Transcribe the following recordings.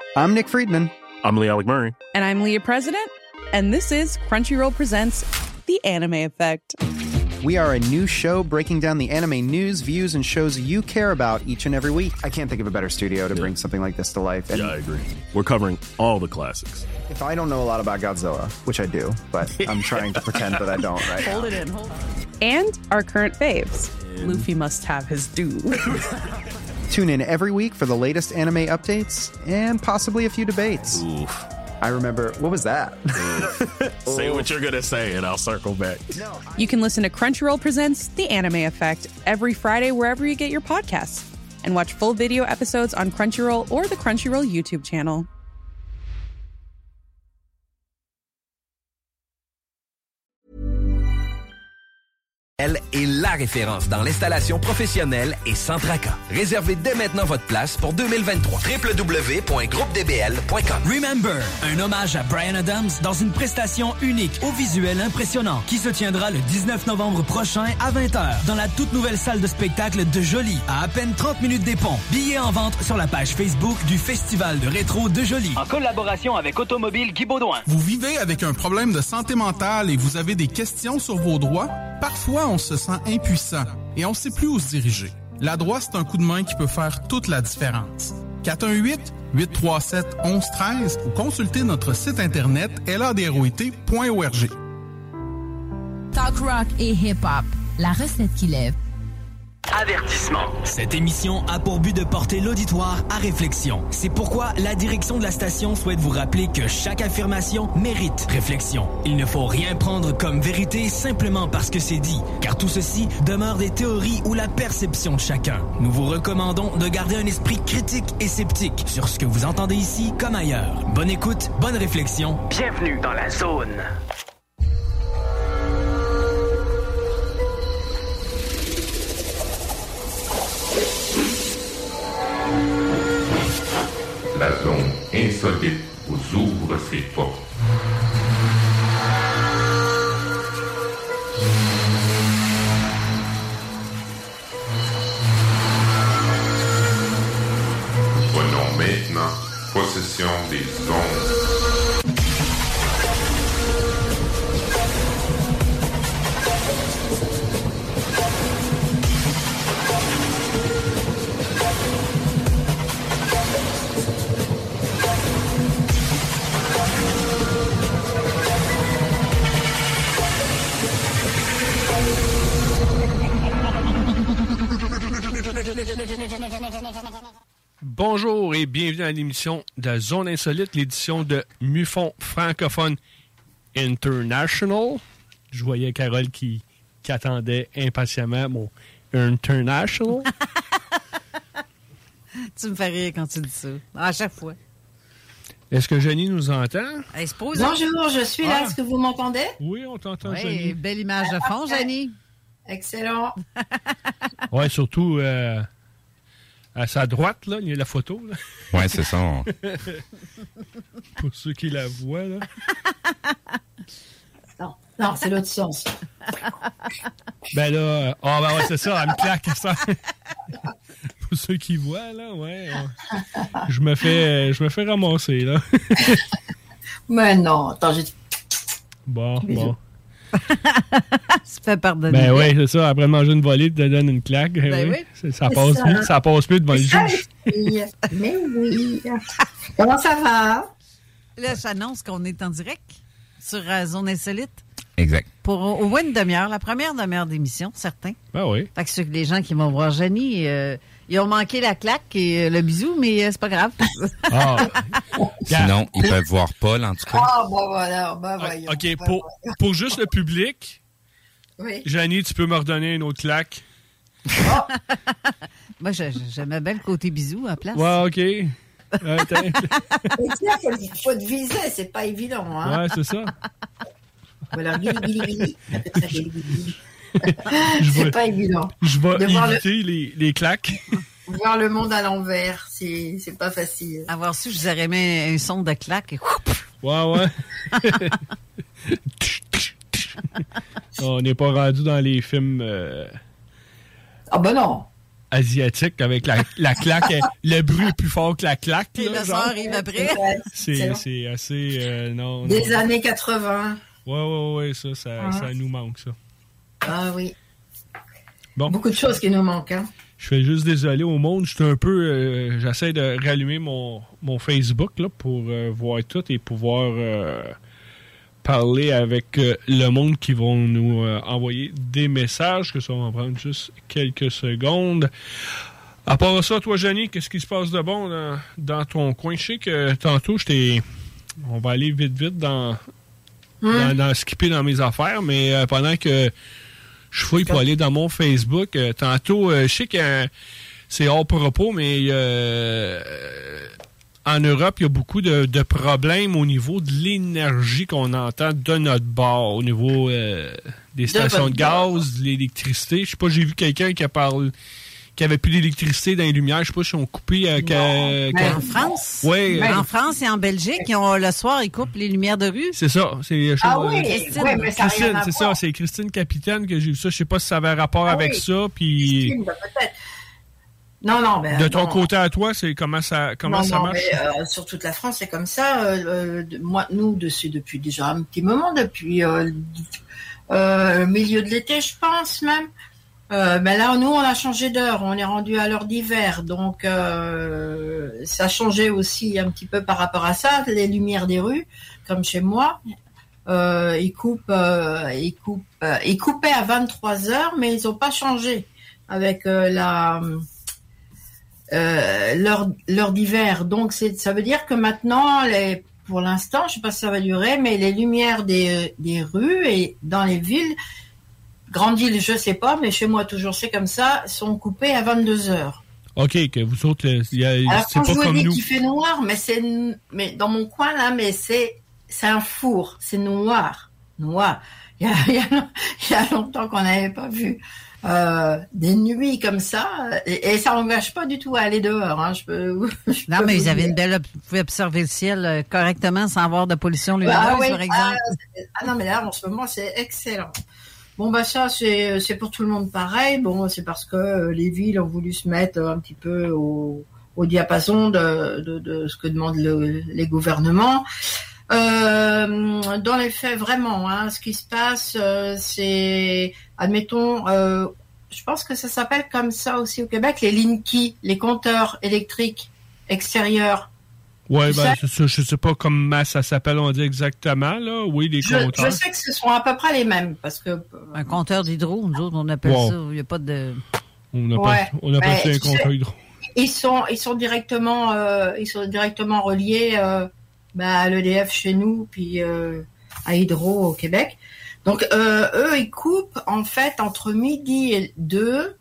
I'm Nick Friedman. I'm Lee Alec Murray. And I'm Leah President. And this is Crunchyroll Presents The Anime Effect. We are a new show breaking down the anime news, views, and shows you care about each and every week. I can't think of a better studio to bring something like this to life. And yeah, I agree. We're covering all the classics. If I don't know a lot about Godzilla, which I do, but I'm trying to pretend that I don't right now. Hold it in, hold on. And our current faves. Luffy must have his due. Tune in every week for the latest anime updates and possibly a few debates. Oof. I remember, what was that? Say what you're going to say and I'll circle back. You can listen to Crunchyroll Presents The Anime Effect every Friday wherever you get your podcasts. And watch full video episodes on Crunchyroll or the Crunchyroll YouTube channel. Elle est la référence dans l'installation professionnelle et sans tracas. Réservez dès maintenant votre place pour 2023. www.groupedbl.com. Remember, un hommage à Bryan Adams dans une prestation unique au visuel impressionnant qui se tiendra le 19 novembre prochain à 20h dans la toute nouvelle salle de spectacle de Joly, à peine 30 minutes des Ponts. Billets en vente sur la page Facebook du Festival de rétro de Joly. En collaboration avec Automobile Guy Baudouin. Vous vivez avec un problème de santé mentale et vous avez des questions sur vos droits? Parfois, on se sent impuissant et on ne sait plus où se diriger. La droite, c'est un coup de main qui peut faire toute la différence. 418-837-1113 ou consultez notre site internet ladroit.org. Talk rock et hip-hop, la recette qui lève. Avertissement. Cette émission a pour but de porter l'auditoire à réflexion. C'est pourquoi la direction de la station souhaite vous rappeler que chaque affirmation mérite réflexion. Il ne faut rien prendre comme vérité simplement parce que c'est dit, car tout ceci demeure des théories ou la perception de chacun. Nous vous recommandons de garder un esprit critique et sceptique sur ce que vous entendez ici comme ailleurs. Bonne écoute, bonne réflexion. Bienvenue dans la zone. La zone insolite vous ouvre ses portes. Prenons maintenant possession des ondes. Bonjour et bienvenue à l'émission de Zone Insolite, l'édition de MUFON francophone International. Je voyais Carole qui attendait impatiemment mon International. Tu me fais rire quand tu dis ça, à chaque fois. Est-ce que Jenny nous entend? Bonjour, je suis là. Est-ce que vous m'entendez? Oui, on t'entend, oui, Jenny. Belle image de fond, Jenny. Excellent. Oui, surtout à sa droite, là, il y a la photo. Oui, c'est ça. Pour ceux qui la voient, là. Non, c'est l'autre sens. Ben là, ben ouais, c'est ça, elle me claque ça. Pour ceux qui voient, là, ouais. Je me fais ramasser, là. Mais non, attends, j'ai... Bon. Ça fait pardonner. Ben oui, c'est ça. Après manger une volée, tu te donnes une claque. Ben oui. Ça passe mieux devant le juge. Mais oui. Comment ça va? Là, j'annonce qu'on est en direct sur Zone Insolite. Exact. Pour au moins une demi-heure, la première demi-heure d'émission, certains. Ben oui. Fait que les gens qui vont voir Jenny, ils ont manqué la claque et le bisou, mais c'est pas grave. Sinon, ils peuvent voir Paul, en tout cas. Ah, voilà, voyons. OK, pour juste le public, oui. Jenny, tu peux me redonner une autre claque? Moi, j'aimais bien le côté bisou à place. Ouais, OK. Il faut te viser, c'est pas évident. Hein? Ouais, c'est ça. Voilà, guili. C'est pas évident. Je vais éviter les claques. Voir le monde à l'envers, c'est pas facile. Avoir su, je vous aurais mis un son de claque. Ouais. On n'est pas rendu dans les films... Ah ben non. asiatique avec la claque. Le bruit est plus fort que la claque. Et là, le son arrive après. C'est assez... non, Des années 80. Ouais, ça nous manque, ça. Ah oui. Bon. Beaucoup de choses qui nous manquent, hein. Je fais juste désolé au monde. Je suis un peu... j'essaie de rallumer mon Facebook là, pour voir tout et pouvoir parler avec le monde qui vont nous envoyer des messages, que ça va prendre juste quelques secondes. À part ça, toi, Jenny, qu'est-ce qui se passe de bon dans ton coin? Je sais que tantôt, on va aller vite dans skipper dans mes affaires, mais pendant que je fouille pour aller dans mon Facebook. Tantôt, je sais que c'est hors propos, mais en Europe, il y a beaucoup de problèmes au niveau de l'énergie qu'on entend de notre bord, au niveau des stations de gaz, de l'électricité. Je sais pas, j'ai vu quelqu'un qui avait plus d'électricité dans les lumières. Je sais pas si on coupé... en France? Oui. En France et en Belgique, le soir, ils coupent les lumières de rue. C'est ça. Christine. Oui, mais ça Christine, n'a rien à c'est voir. ça. C'est Christine Capitaine que j'ai vu ça. Je sais pas si ça avait rapport avec ça. Puis... Christine, peut-être. Non, mais... De ton côté à toi, c'est comment ça marche? Mais, sur toute la France, c'est comme ça. Nous, depuis déjà un petit moment, depuis le milieu de l'été, je pense même. Mais là, nous, on a changé d'heure. On est rendu à l'heure d'hiver. Donc, ça a changé aussi un petit peu par rapport à ça. Les lumières des rues, comme chez moi, ils coupaient à 23h, mais ils n'ont pas changé avec l'heure d'hiver. Donc, ça veut dire que maintenant, pour l'instant, je ne sais pas si ça va durer, mais les lumières des rues et dans les villes, grande île, je sais pas, mais chez moi toujours c'est comme ça, sont coupés à 22h. OK, que vous autres, alors c'est quand pas je vous comme dis nous. qu'il fait noir, mais dans mon coin là, mais c'est un four, c'est noir. Il y a longtemps qu'on n'avait pas vu des nuits comme ça, et ça n'engage pas du tout à aller dehors. Hein. Non, mais vous pouvez observer le ciel correctement sans avoir de pollution lumineuse, par exemple. Non, mais là, en ce moment, c'est excellent. Bon, ça, c'est pour tout le monde pareil. Bon, c'est parce que les villes ont voulu se mettre un petit peu au diapason de ce que demandent les gouvernements. Dans les faits, vraiment, hein, ce qui se passe, c'est, admettons, je pense que ça s'appelle comme ça aussi au Québec, les Linky, les compteurs électriques extérieurs. Oui, je sais pas comment ça s'appelle, on dit exactement, là. Oui, les compteurs. Je sais que ce sont à peu près les mêmes, parce que... Un compteur d'hydro, nous autres, on appelle ça. Il n'y a pas de... On appelle ça un compteur d'hydro. Ils sont directement reliés à l'EDF chez nous, puis à Hydro au Québec. Donc, eux, ils coupent, en fait, entre midi et 2,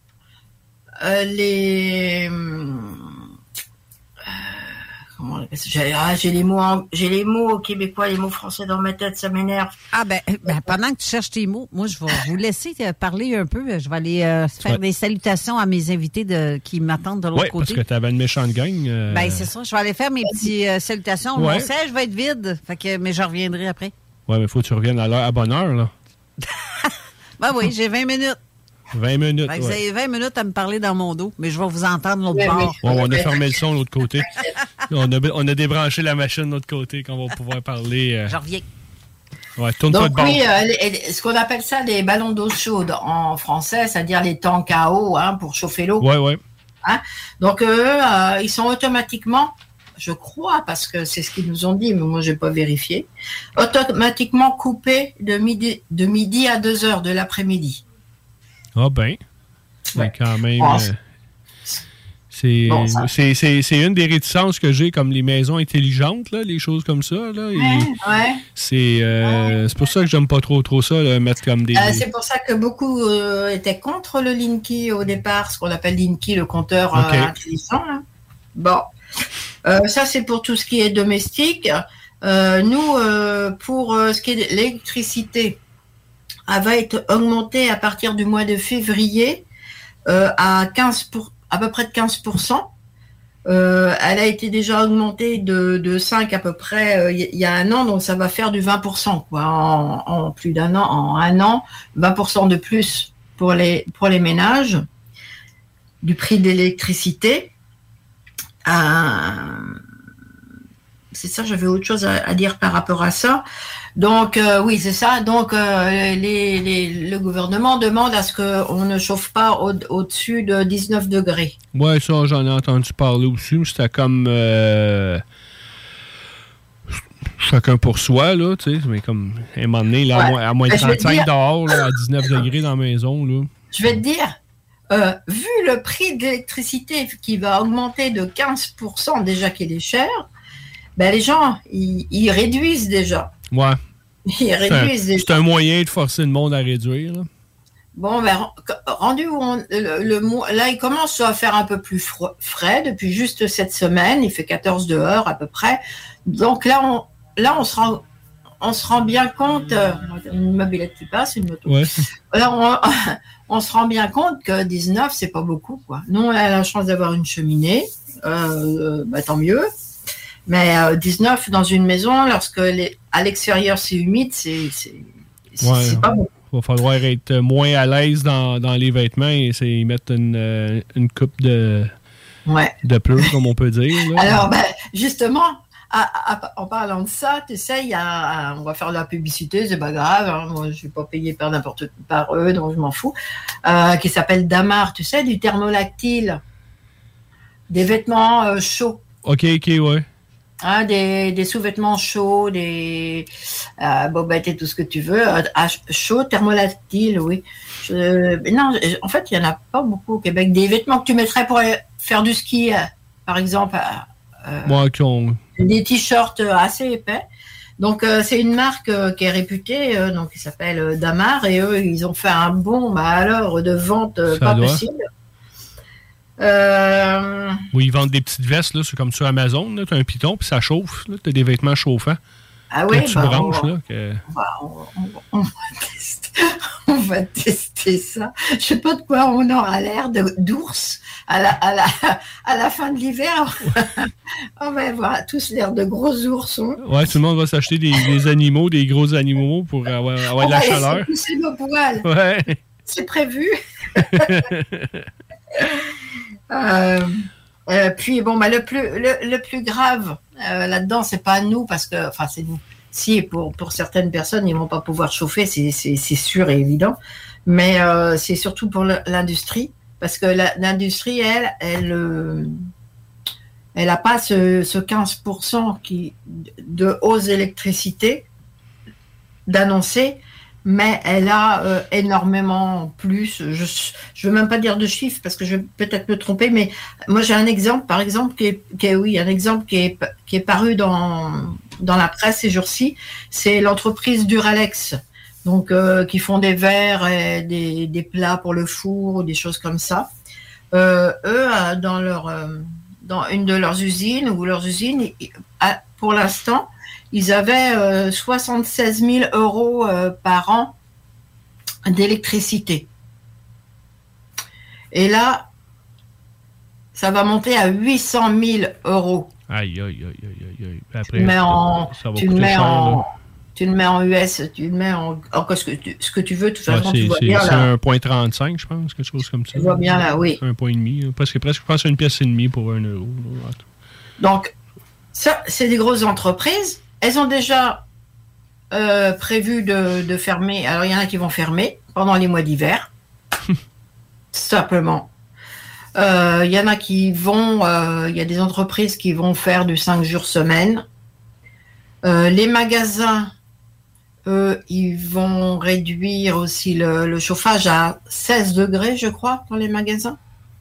j'ai les mots québécois, les mots français dans ma tête, ça m'énerve. Ah pendant que tu cherches tes mots, moi je vais vous laisser parler un peu. Je vais aller faire des salutations à mes invités qui m'attendent de l'autre côté. Oui, parce que tu avais une méchante gang. C'est ça, je vais aller faire mes petites salutations. Ouais. Mon siège va être vide, mais je reviendrai après. Oui, mais il faut que tu reviennes à bonne heure, là. Oui, j'ai 20 minutes. 20 minutes, Vous avez 20 minutes à me parler dans mon dos, mais je vais vous entendre de l'autre bord. On a fermé le son de l'autre côté. on a débranché la machine de l'autre côté qu'on va pouvoir parler. Je reviens. Ouais, tourne pas de bord. Oui, ce qu'on appelle ça les ballons d'eau chaude en français, c'est-à-dire les tanks à eau pour chauffer l'eau. Oui. Hein? Donc, ils sont automatiquement, je crois, parce que c'est ce qu'ils nous ont dit, mais moi, je n'ai pas vérifié, automatiquement coupés de midi à 2h de l'après-midi. Ah ben, c'est quand même... c'est une des réticences que j'ai, comme les maisons intelligentes, là, les choses comme ça. Là, c'est pour ça que j'aime pas trop ça, là, mettre comme des... c'est pour ça que beaucoup étaient contre le Linky au départ, ce qu'on appelle Linky, le compteur intelligent. Là. Bon, ça c'est pour tout ce qui est domestique. Nous, pour ce qui est de l'électricité, elle va être augmentée à partir du mois de février à peu près de 15%. Elle a été déjà augmentée de 5 à peu près il y a un an, donc ça va faire du 20%, quoi, en plus d'un an, en un an, 20% de plus pour les ménages. du prix de l'électricité. C'est ça, j'avais autre chose à dire par rapport à ça. Donc, oui, c'est ça. Donc, le gouvernement demande à ce qu'on ne chauffe pas au-dessus de 19 degrés. Ouais, ça, j'en ai entendu parler aussi. C'était comme chacun pour soi, là, tu sais. Mais comme, à un moment donné, là, à moins de 35 dehors, là, à 19 degrés dans la maison, là. Je vais te dire, vu le prix de l'électricité qui va augmenter de 15% déjà qu'il est cher, ben les gens, ils réduisent déjà. Ouais. Ils réduisent déjà. C'est un moyen de forcer le monde à réduire. Là. Bon, ben, rendu où là, il commence à faire un peu plus frais depuis juste cette semaine. Il fait 14 dehors à peu près. Donc là, on se rend bien compte. Une mobilette qui passe, une moto. Ouais. Là, on se rend bien compte que 19, c'est pas beaucoup, quoi. Nous, on a la chance d'avoir une cheminée. Tant mieux. Mais 19 dans une maison, lorsque à l'extérieur c'est humide, c'est pas bon. Il va falloir être moins à l'aise dans les vêtements et y mettre une coupe de pleurs, comme on peut dire. Là. Alors, justement, en parlant de ça, tu sais, on va faire de la publicité, c'est pas grave, hein, moi je vais pas payer par eux, donc je m'en fous, qui s'appelle Damar, tu sais, du thermolactyle, des vêtements chauds. Ok, ouais. Hein, des sous-vêtements chauds, des bobettes et tout ce que tu veux. Chaud, thermolactyle, oui. Non, en fait, il n'y en a pas beaucoup au Québec. Des vêtements que tu mettrais pour faire du ski, par exemple. Des t-shirts assez épais. Donc, c'est une marque qui est réputée, donc qui s'appelle Damar, et eux, ils ont fait un bond, alors, de vente pas possible. Oui, ils vendent des petites vestes, là, c'est comme sur Amazon, tu as un piton, puis ça chauffe, tu as des vêtements chauffants. Ah oui, tu branches, là. On va tester ça. Je sais pas de quoi on aura l'air d'ours à la fin de l'hiver. On va avoir tous l'air de gros oursons. Ouais, tout le monde va s'acheter des animaux, des gros animaux pour avoir de la chaleur. C'est nos poils. Ouais. C'est prévu. Puis bon, le plus grave là-dedans, c'est pas nous, parce que, enfin, c'est nous. Si, pour certaines personnes, ils vont pas pouvoir chauffer, c'est sûr et évident. Mais c'est surtout pour l'industrie, parce que l'industrie, elle a pas ce 15% de hausse d'électricité d'annoncer. Mais elle a énormément plus. Je veux même pas dire de chiffres parce que je vais peut-être me tromper, mais moi j'ai un exemple, par exemple, qui est paru dans la presse ces jours-ci. C'est l'entreprise Duralex, donc qui font des verres et des plats pour le four, des choses comme ça. Eux, dans une de leurs usines pour l'instant. Ils avaient 76 000 euros par an d'électricité. Et là, ça va monter à 800 000 euros. Aïe. Après, tu le mets en US, tu le mets en ce que tu veux. De toute façon, tu vois bien là. C'est 1,35, je pense, quelque chose comme ça. Tu vois bien là, oui. 1,5, parce que presque, je pense, une pièce et demie pour 1 euro. Donc, ça, c'est des grosses entreprises. Elles ont déjà prévu de fermer. Alors, il y en a qui vont fermer pendant les mois d'hiver. Simplement. Il y en a qui vont... il y a des entreprises qui vont faire du 5 jours semaine. Les magasins, eux, ils vont réduire aussi le chauffage à 16 degrés, je crois, dans les magasins.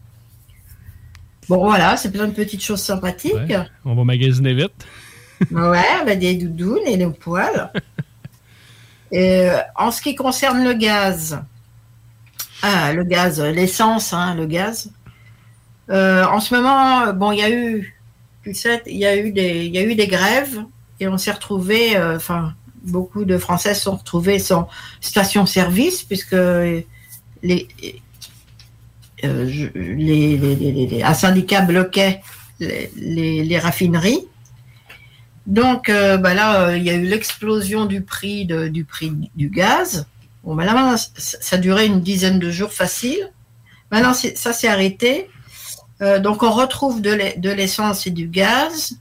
Bon, voilà, c'est plein de petites choses sympathiques. Ouais, on va magasiner vite. Ouais, des doudounes et des poils. Et, en ce qui concerne le gaz, l'essence, le gaz. En ce moment, bon, il y a eu des grèves et on s'est retrouvés, beaucoup de Français se sont retrouvés sans station-service puisque un syndicat bloquait les raffineries. Donc là, il y a eu l'explosion du prix du gaz. Bon, là, ça durait une dizaine de jours facile. Maintenant, ça s'est arrêté. Donc, on retrouve de l'essence et du gaz.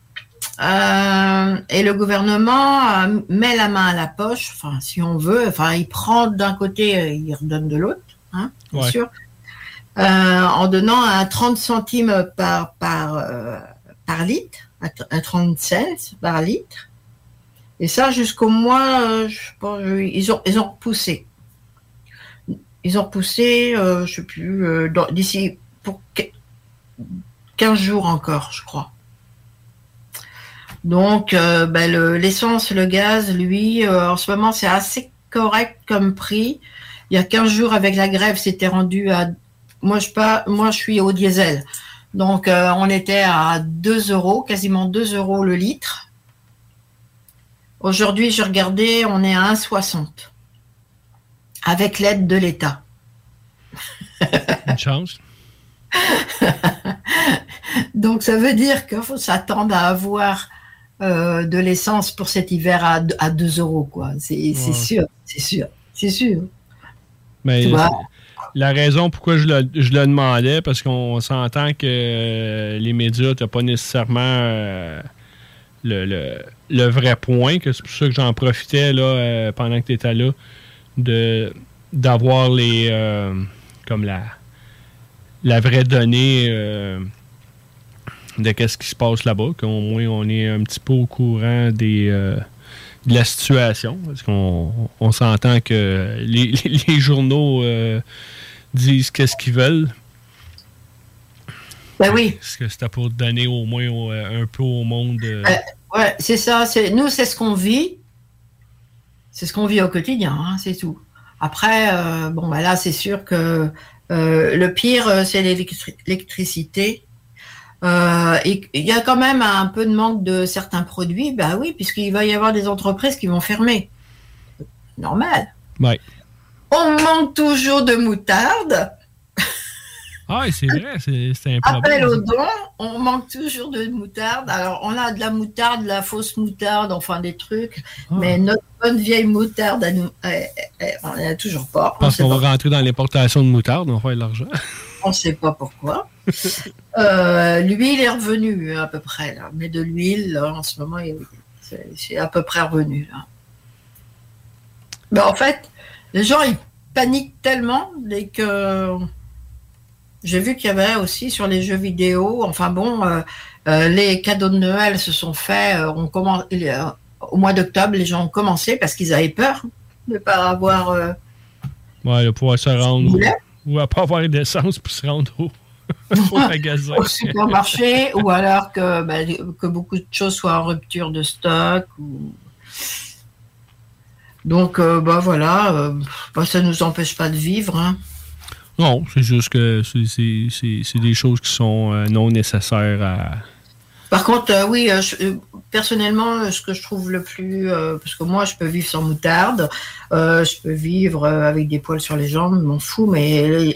Et le gouvernement met la main à la poche, enfin, si on veut. Enfin, il prend d'un côté, il redonne de l'autre, hein, bien sûr. En donnant à 30 centimes par litre, à 30 cents par litre. Et ça, jusqu'au mois, ils ont repoussé. Ils ont repoussé, je ne sais plus, d'ici pour 15 jours encore, je crois. Donc, l'essence, le gaz, lui, en ce moment, c'est assez correct comme prix. Il y a 15 jours, avec la grève, c'était rendu à... Moi, je suis au diesel. Donc, on était à 2 €, quasiment 2 € le litre. Aujourd'hui, je regardais, on est à 1,60 €. Avec l'aide de l'État. Une chance. Donc, ça veut dire qu'il faut s'attendre à avoir de l'essence pour cet hiver à 2 €, quoi. C'est sûr, c'est sûr. Mais la raison pourquoi je le demandais, parce qu'on s'entend que les médias n'ont pas nécessairement le vrai point, que c'est pour ça que j'en profitais là, pendant que tu étais là, d'avoir comme la vraie donnée de qu'est-ce qui se passe là-bas, qu'au moins on est un petit peu au courant de la situation, parce qu'on s'entend que les journaux disent qu'est-ce qu'ils veulent. Ben oui. Est-ce que c'était pour donner au moins un peu au monde? Ouais, c'est ça. Nous, c'est ce qu'on vit. C'est ce qu'on vit au quotidien, hein, c'est tout. Après, là, c'est sûr que le pire, c'est l'électricité. Et il y a quand même un peu de manque de certains produits. Ben oui, puisqu'il va y avoir des entreprises qui vont fermer. Normal. Ouais. On manque toujours de moutarde. Ah, c'est vrai, c'est un problème. Appel au don, on manque toujours de moutarde. Alors, on a de la moutarde, de la fausse moutarde, enfin des trucs. Mais notre bonne vieille moutarde, on n'en a toujours pas. Parce qu'on va rentrer dans l'importation de moutarde, on va faire de l'argent. On ne sait pas pourquoi. L'huile est revenue à peu près, là. Mais de l'huile, là, en ce moment, c'est à peu près revenu. Là. Mais en fait, les gens, ils paniquent tellement dès que... J'ai vu qu'il y avait aussi sur les jeux vidéo, les cadeaux de Noël se sont faits, au mois d'octobre, les gens ont commencé parce qu'ils avaient peur de ne pas avoir... de pouvoir se rendre, ou à pas avoir d'essence pour se rendre au magasin. Au supermarché, ou alors que beaucoup de choses soient en rupture de stock. Donc, ça ne nous empêche pas de vivre, hein. Non, c'est juste que c'est des choses qui sont non nécessaires à... Par contre, personnellement, ce que je trouve le plus... parce que moi, je peux vivre sans moutarde, je peux vivre avec des poils sur les jambes, je m'en fous, mais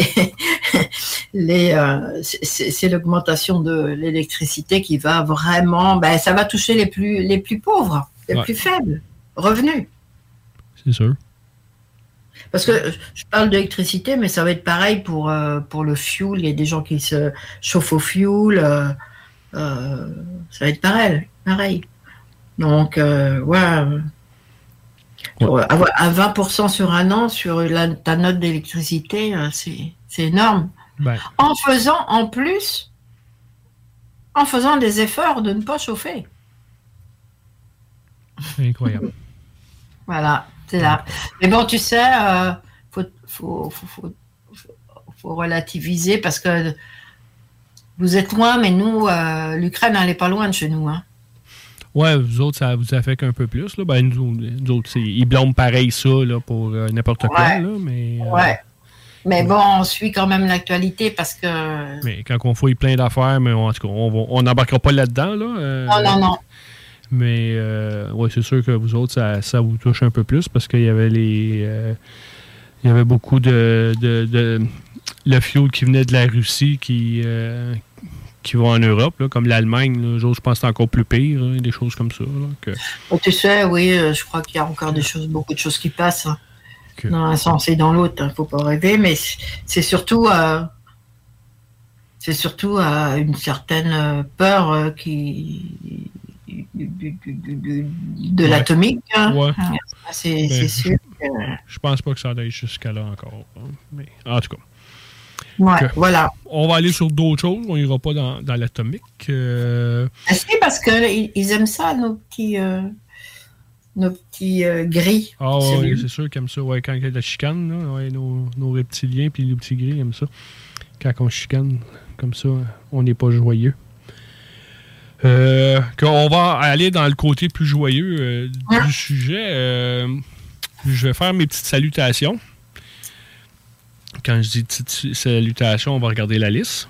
c'est l'augmentation de l'électricité qui va vraiment... ça va toucher les plus pauvres, les plus faibles revenus. C'est sûr. Parce que je parle d'électricité, mais ça va être pareil pour le fuel. Il y a des gens qui se chauffent au fuel. Ça va être pareil. Donc, avoir à 20% sur un an sur ta note d'électricité, c'est énorme. Ben. En faisant des efforts de ne pas chauffer. C'est incroyable. Voilà. C'est là. Mais bon, tu sais, faut relativiser parce que vous êtes loin, mais nous, l'Ukraine, elle n'est pas loin de chez nous. Hein. Ouais, vous autres, ça vous affecte un peu plus. Là. Nous autres, ils blâment pareil ça là, pour n'importe quoi. Là, mais, mais bon, on suit quand même l'actualité parce que... Mais quand on fouille plein d'affaires, mais en tout cas, on n'embarquera pas là-dedans. Là, non. Mais c'est sûr que vous autres, ça vous touche un peu plus parce qu'il y avait il y avait beaucoup de le fuel qui venait de la Russie qui va en Europe, là, comme l'Allemagne. Je pense que c'est encore plus pire, hein, des choses comme ça. Là, Tu sais, oui, je crois qu'il y a encore beaucoup de choses qui passent. Hein. dans un sens et dans l'autre. Il ne faut pas rêver, mais c'est surtout une certaine peur de l'atomique. Ouais. C'est sûr. Je pense pas que ça aille jusqu'à là encore. Mais en tout cas. Ouais, voilà. On va aller sur d'autres choses. On n'ira pas dans l'atomique. Si, parce qu'ils aiment ça, nos petits gris. Ah oui, c'est sûr qu'ils aiment ça. Ouais, quand il y a de la chicane, là, ouais, nos reptiliens et nos petits gris aiment ça. Quand on chicane comme ça, on n'est pas joyeux. On va aller dans le côté plus joyeux du sujet. Je vais faire mes petites salutations. Quand je dis petites salutations, on va regarder la liste.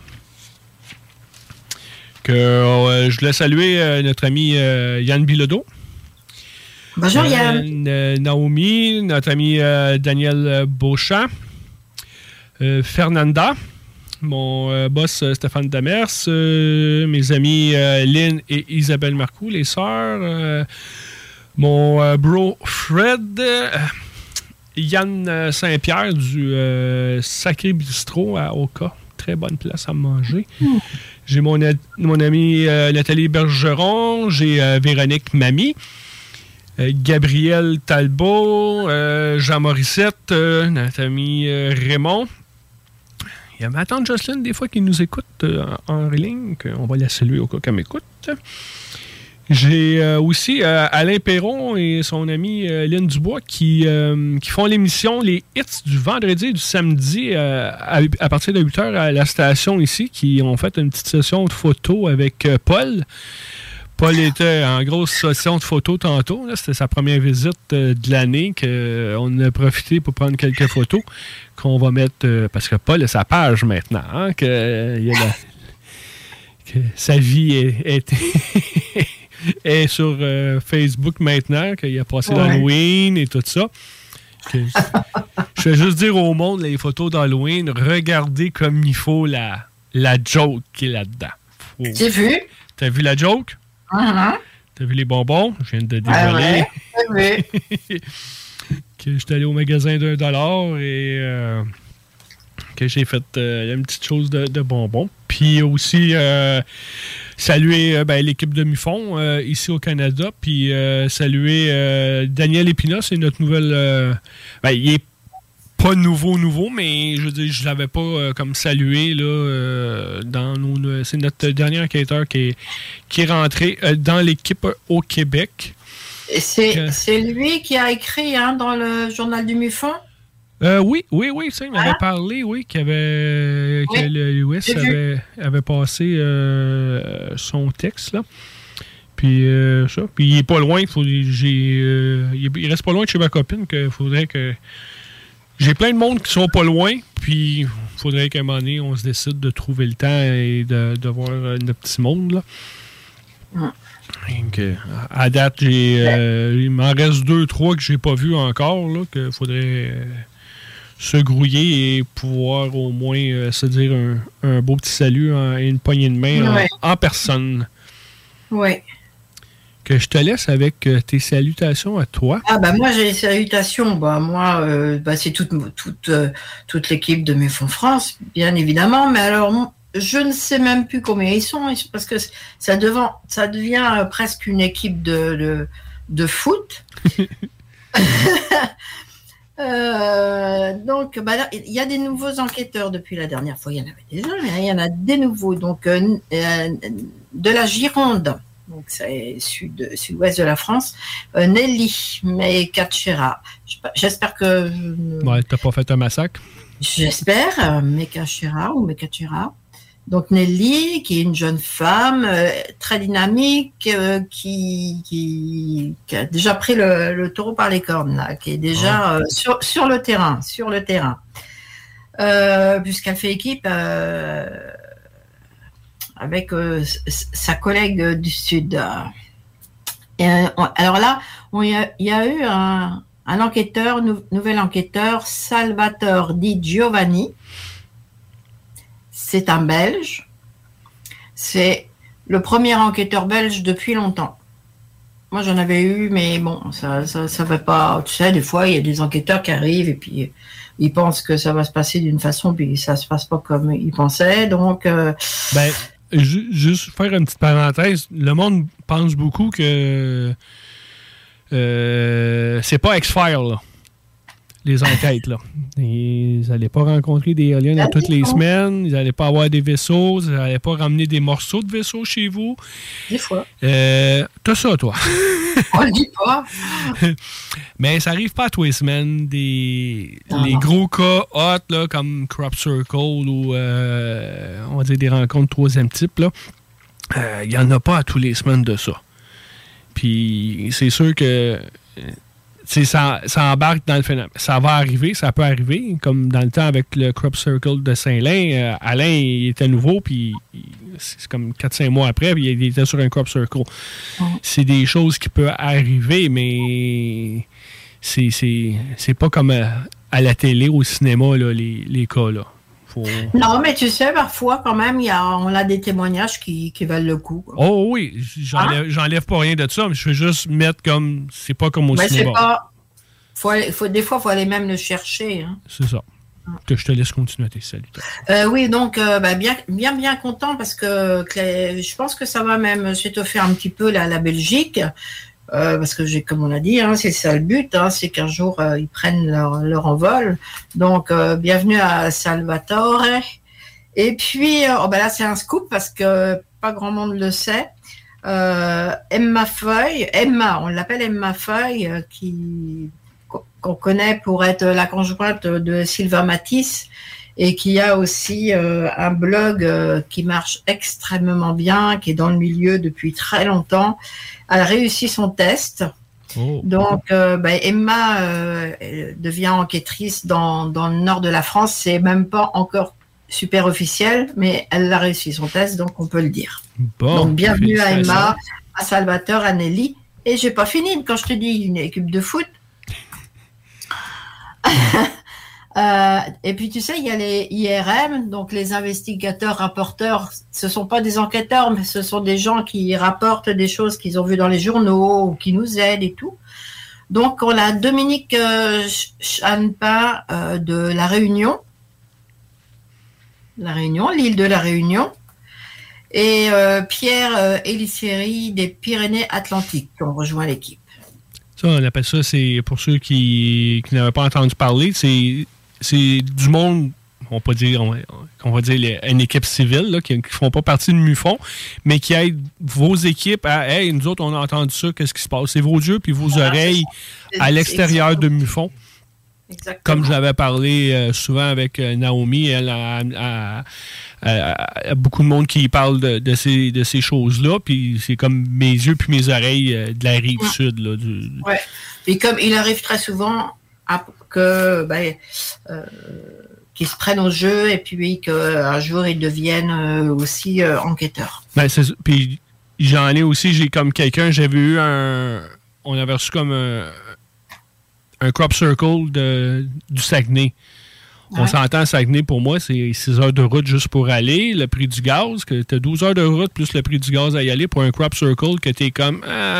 Je voulais saluer notre ami Yann Bilodeau. Bonjour Yann. Naomi, notre ami Daniel Beauchamp. Fernanda. Mon boss Stéphane Demers, mes amis Lynn et Isabelle Marcoux, les sœurs, mon bro Fred, Yann Saint-Pierre du Sacré Bistrot à Oka, très bonne place à manger. J'ai mon amie Nathalie Bergeron, j'ai Véronique Mamie, Gabriel Talbot, Jean Morissette, notre ami Raymond. Il y a ma tante Jocelyne, des fois, qui nous écoute en ligne. On va la saluer au cas qu'elle m'écoute. J'ai aussi Alain Perron et son ami Lynn Dubois qui font l'émission Les Hits du vendredi et du samedi à partir de 8h à la station ici, qui ont fait une petite session de photos avec Paul. Paul était en grosse session de photos tantôt. Là. C'était sa première visite de l'année qu'on a profité pour prendre quelques photos qu'on va mettre... parce que Paul a sa page maintenant. Hein, que sa vie est sur Facebook maintenant, qu'il a passé l'Halloween et tout ça. Je vais juste dire au monde, les photos d'Halloween, regardez comme il faut la joke qui est là-dedans. J'ai vu. T'as vu la joke? T'as vu les bonbons? Je viens de dévoiler. Que je suis allé au magasin d'$1 et que j'ai fait une petite chose de bonbons. Puis aussi saluer l'équipe de MUFON ici au Canada. Puis saluer Daniel Épina, c'est notre nouvelle... il est pas nouveau, mais je veux dire, je l'avais pas comme salué là, c'est notre dernier enquêteur qui est rentré dans l'équipe au Québec. Et c'est lui qui a écrit dans le journal du MUFON? Oui, ça, il m'avait parlé, que le US avait passé son texte, là. Puis ça. Puis il est pas loin, il reste pas loin de chez ma copine, qu'il faudrait que... J'ai plein de monde qui sont pas loin, puis il faudrait qu'à un moment donné, on se décide de trouver le temps et de voir notre petit monde, là. Donc, à date, il m'en reste 2-3 que j'ai pas vu encore, là, qu'il faudrait se grouiller et pouvoir au moins se dire un beau petit salut et une poignée de main en personne. Oui. Que je te laisse avec tes salutations à toi. Moi, j'ai des salutations. C'est toute l'équipe de MUFON France, bien évidemment. Mais alors, je ne sais même plus combien ils sont, parce que ça devient presque une équipe de foot. Donc, il y a des nouveaux enquêteurs depuis la dernière fois. Il y en avait déjà, mais il y en a des nouveaux. Donc, de la Gironde. Donc, c'est sud-ouest de la France. Nelly Mekachera. J'espère que... t'as pas fait un massacre? J'espère. Mekachera. Donc, Nelly, qui est une jeune femme très dynamique, qui a déjà pris le taureau par les cornes, là, qui est déjà sur le terrain. Puisqu'elle fait équipe... avec sa collègue du Sud. Alors là, il y a eu un enquêteur, nouvel enquêteur, Salvatore Di Giovanni. C'est un Belge. C'est le premier enquêteur belge depuis longtemps. Moi, j'en avais eu, mais bon, ça va pas. Tu sais, des fois, il y a des enquêteurs qui arrivent et puis ils pensent que ça va se passer d'une façon, puis ça se passe pas comme ils pensaient. Donc, juste faire une petite parenthèse. Le monde pense beaucoup que c'est pas X-Files, là, les enquêtes, là. Ils n'allaient pas rencontrer des aliens à toutes les semaines. Ils n'allaient pas avoir des vaisseaux. Ils n'allaient pas ramener des morceaux de vaisseaux chez vous. Des fois. T'as ça, toi. On le dit pas. Mais ça arrive pas à tous les semaines. Les gros cas hot, là, comme Crop Circle ou on va dire des rencontres troisième type, là, il n'y en a pas à tous les semaines de ça. Puis c'est sûr que ça embarque dans le phénomène. Ça va arriver, ça peut arriver, comme dans le temps avec le Crop Circle de Saint-Lin. Alain, il était nouveau, puis c'est comme 4-5 mois après, puis il était sur un Crop Circle. C'est des choses qui peuvent arriver, mais c'est pas comme à la télé, au cinéma, là, les cas, là. Non, mais tu sais, parfois, quand même, on a des témoignages qui valent le coup. Oh oui, j'enlève pas rien de ça, mais je veux juste mettre comme... C'est pas comme au cinéma. Des fois, il faut aller même le chercher. Hein. C'est ça. Que je te laisse continuer tes salutations. Oui, donc, bien content parce que je pense que ça va même s'étoffer un petit peu la Belgique. Parce que comme on a dit, hein, c'est ça le but, hein, c'est qu'un jour ils prennent leur envol. Donc bienvenue à Salvatore. Et puis là c'est un scoop parce que pas grand monde le sait. Emma, on l'appelle Emma Feuille, qu'on connaît pour être la conjointe de Sylvain Matisse et qui a aussi un blog qui marche extrêmement bien, qui est dans le milieu depuis très longtemps. Elle a réussi son test. Oh. Donc, Emma devient enquêtrice dans le nord de la France. C'est même pas encore super officiel, mais elle a réussi son test, donc on peut le dire. Bon, donc, bienvenue à Emma, à Salvatore, à Nelly. Et j'ai pas fini, quand je te dis une équipe de foot. Et puis tu sais, il y a les IRM, donc les investigateurs, rapporteurs. Ce sont pas des enquêteurs, mais ce sont des gens qui rapportent des choses qu'ils ont vues dans les journaux ou qui nous aident et tout. Donc on a Dominique Chanepin de La Réunion, l'île de La Réunion, et Pierre Elisséry des Pyrénées-Atlantiques qui ont rejoint l'équipe. Ça, on appelle ça, c'est pour ceux qui n'avaient pas entendu parler, c'est du monde, on va dire une équipe civile là, qui ne font pas partie de MUFON, mais qui aident vos équipes à « Hey, nous autres, on a entendu ça, qu'est-ce qui se passe? » C'est vos yeux puis vos oreilles à l'extérieur de MUFON. Exactement. Comme je l'avais parlé souvent avec Naomi, elle a beaucoup de monde qui parle de ces choses-là, puis c'est comme mes yeux puis mes oreilles de la rive sud. Là, ouais. Et comme il arrive très souvent qu'ils se prennent au jeu et puis qu'un jour ils deviennent aussi enquêteurs. Ben, puis j'en ai aussi, j'ai comme quelqu'un, j'avais eu on avait reçu comme un crop circle du Saguenay. Ouais. On s'entend, Saguenay, pour moi, c'est 6 heures de route juste pour aller. Le prix du gaz, que tu as 12 heures de route plus le prix du gaz à y aller pour un crop circle que tu es comme...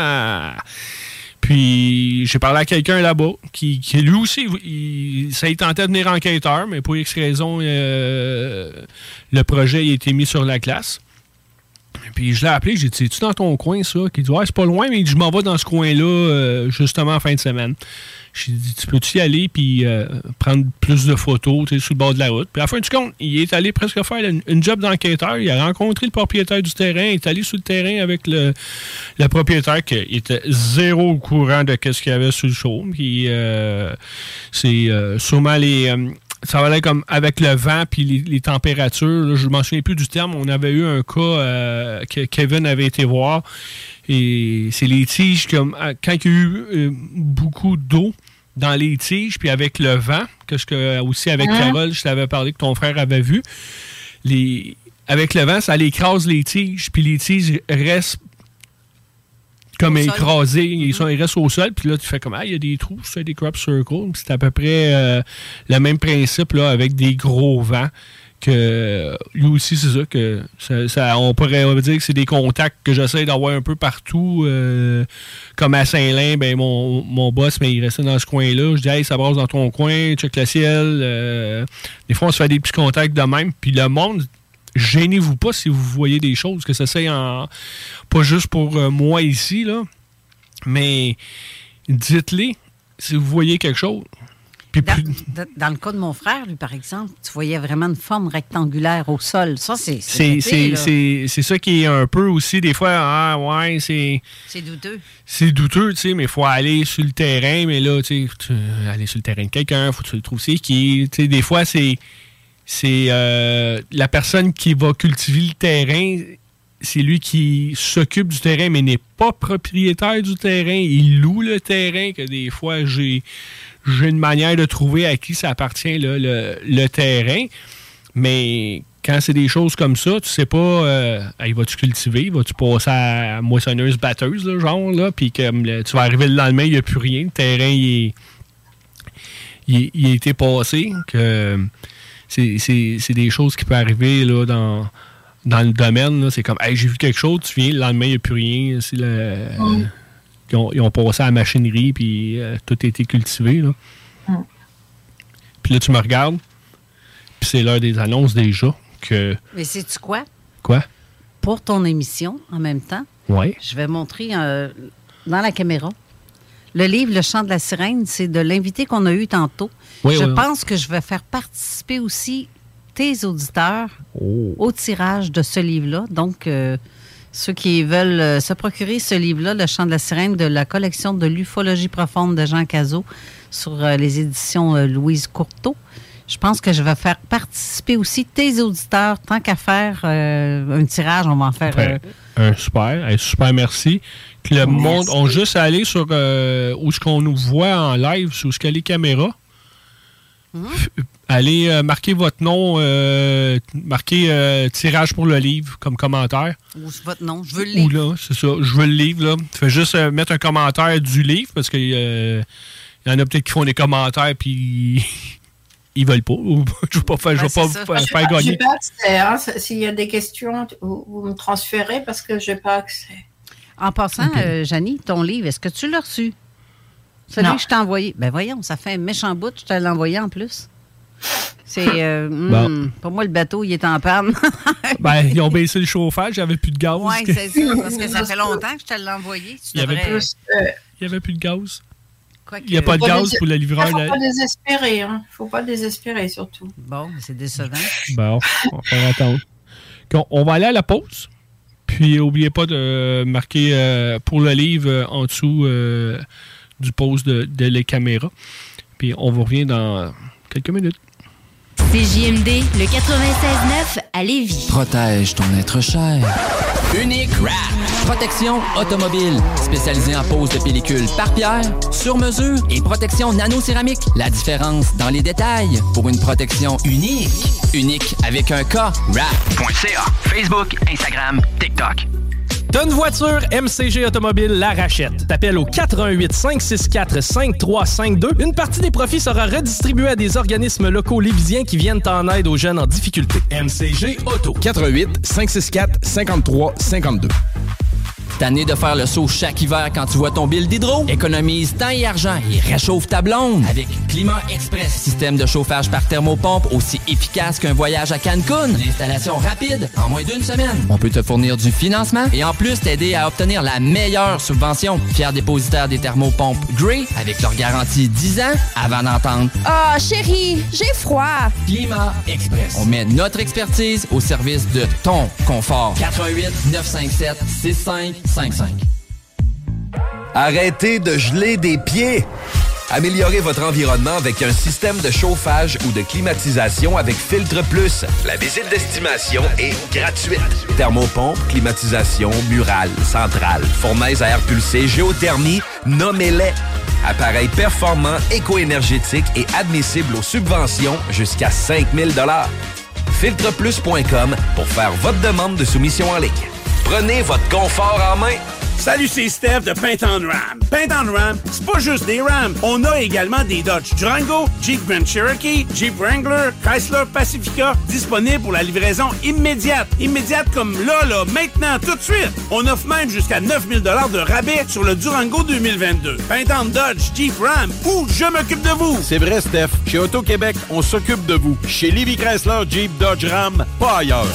Puis, j'ai parlé à quelqu'un là-bas qui lui aussi, ça y tentait de devenir enquêteur, mais pour X raison, le projet a été mis sur la glace. Puis, je l'ai appelé, j'ai dit, es-tu dans ton coin, ça? Qui dit, ouais, c'est pas loin, mais je m'en vais dans ce coin-là, justement, en fin de semaine. J'ai dit, tu peux-tu y aller puis prendre plus de photos sur le bord de la route? Puis à la fin du compte, il est allé presque faire une job d'enquêteur. Il a rencontré le propriétaire du terrain. Il est allé sur le terrain avec le propriétaire qui était zéro au courant de ce qu'il y avait sur le show. Puis c'est sûrement ça va aller comme avec le vent puis les températures. Là, je ne m'en souviens plus du terme. On avait eu un cas que Kevin avait été voir. Et c'est les tiges, quand il y a eu beaucoup d'eau dans les tiges, puis avec le vent, aussi avec Carole, je t'avais parlé que ton frère avait vu, avec le vent, ça écrase les tiges, puis les tiges restent comme écrasés, ils restent au sol, puis là, tu fais comme, il y a des trous, c'est des crop circles, c'est à peu près le même principe là, avec des gros vents que lui aussi, c'est ça, que on pourrait dire que c'est des contacts que j'essaie d'avoir un peu partout. Comme à Saint-Lin, ben mon boss, mais il restait dans ce coin-là. Je dis, hey, ça brasse dans ton coin, check le ciel. Des fois, on se fait des petits contacts de même. Puis le monde, gênez-vous pas si vous voyez des choses, que ça c'est pas juste pour moi ici, là, mais dites-les si vous voyez quelque chose. Dans le cas de mon frère, lui, par exemple, tu voyais vraiment une forme rectangulaire au sol. Ça, c'est ça qui est un peu aussi, des fois, c'est douteux. C'est douteux, tu sais, mais il faut aller sur le terrain. Mais là, tu sais, aller sur le terrain de quelqu'un, il faut que tu le trouves c'est qui. Tu sais, des fois, c'est la personne qui va cultiver le terrain, c'est lui qui s'occupe du terrain, mais n'est pas propriétaire du terrain. Il loue le terrain, que des fois, j'ai une manière de trouver à qui ça appartient, là, le terrain. Mais quand c'est des choses comme ça, tu sais pas, vas-tu cultiver, vas-tu passer à moissonneuse-batteuse, là, genre, là, puis tu vas arriver le lendemain, il n'y a plus rien. Le terrain, il a été passé. Que c'est des choses qui peuvent arriver là, dans le domaine. Là. C'est comme, hey, j'ai vu quelque chose, tu viens, le lendemain, il n'y a plus rien. Ils ont passé à la machinerie, puis tout a été cultivé. Là. Puis là, tu me regardes, puis c'est l'heure des annonces déjà. Mais sais-tu quoi? Quoi? Pour ton émission, en même temps, je vais montrer dans la caméra. Le livre Le Chant de la sirène, c'est de l'invité qu'on a eu tantôt. Je pense que je vais faire participer aussi tes auditeurs au tirage de ce livre-là. Donc, ceux qui veulent se procurer ce livre-là, Le Chant de la sirène, de la collection de l'ufologie profonde de Jean Cazot sur les éditions Louise Courteau, je pense que je vais faire participer aussi tes auditeurs. Tant qu'à faire un tirage, on va en faire un super merci. Que le monde ont juste à aller sur où est-ce qu'on nous voit en live, sur ce qu'il y a les caméras. Allez marquer votre nom, marquer tirage pour le livre comme commentaire. Ou votre nom, je veux le livre. Ou là, c'est ça, je veux le livre. Là. Fais juste mettre un commentaire du livre parce qu'il y en a peut-être qui font des commentaires puis ils veulent pas. Je ne vais pas faire gagner. J'ai pas accès. Hein. S'il y a des questions, vous me transférez parce que je n'ai pas accès. En passant, Janie, ton livre, est-ce que tu l'as reçu? Celui que je t'ai envoyé. Ben voyons, ça fait un méchant bout, je te l'ai envoyé en plus. C'est pour moi, le bateau, il est en panne. Ils ont baissé le chauffage, j'avais plus de gaz. Oui, c'est ça, parce que ça fait longtemps que je te l'ai envoyé. Il n'y avait plus de gaz. Il n'y a pas de gaz pour le livreur. Il ne faut pas désespérer. Il ne faut pas désespérer, surtout. Bon, c'est décevant. Bon, on va attendre. On va aller à la pause. Puis, n'oubliez pas de marquer pour le livre en dessous du pause de les caméras. Puis, on vous revient dans quelques minutes. CJMD, le 96.9 à Lévis. Protège ton être cher. Unique Wrap. Protection automobile. Spécialisée en pose de pellicule par pierre, sur mesure et protection nano-céramique. La différence dans les détails pour une protection unique. Unique avec un K. Wrap.ca. Facebook, Instagram, TikTok. T'as une voiture, MCG Automobile la rachète. T'appelles au 88 564 5352. Une partie des profits sera redistribuée à des organismes locaux lévisiens qui viennent en aide aux jeunes en difficulté. MCG Auto. 88 564 5352. Tanné de faire le saut chaque hiver quand tu vois ton bill d'hydro? Économise temps et argent et réchauffe ta blonde avec Climat Express. Système de chauffage par thermopompe aussi efficace qu'un voyage à Cancun. Installation rapide en moins d'une semaine. On peut te fournir du financement et en plus t'aider à obtenir la meilleure subvention. Fier dépositaire des thermopompes Grey avec leur garantie 10 ans avant d'entendre « Ah, chérie, j'ai froid! » Climat Express. On met notre expertise au service de ton confort. 88 957 6555. Arrêtez de geler des pieds! Améliorez votre environnement avec un système de chauffage ou de climatisation avec Filtre Plus. La visite d'estimation est gratuite. Thermopompe, climatisation, murale, centrale, fournaise à air pulsé, géothermie, nommez-les. Appareil performant, éco-énergétique et admissible aux subventions jusqu'à 5 000 $. Filtreplus.com pour faire votre demande de soumission en ligne. Prenez votre confort en main. Salut, c'est Steph de Paint on Ram. Paint on Ram, c'est pas juste des Rams. On a également des Dodge Durango, Jeep Grand Cherokee, Jeep Wrangler, Chrysler Pacifica, disponibles pour la livraison immédiate. Immédiate comme là, maintenant, tout de suite. On offre même jusqu'à 9 000 $ de rabais sur le Durango 2022. Paint on Dodge, Jeep Ram, ou je m'occupe de vous. C'est vrai, Steph. Chez Auto-Québec, on s'occupe de vous. Chez Lévis Chrysler, Jeep, Dodge, Ram, pas ailleurs.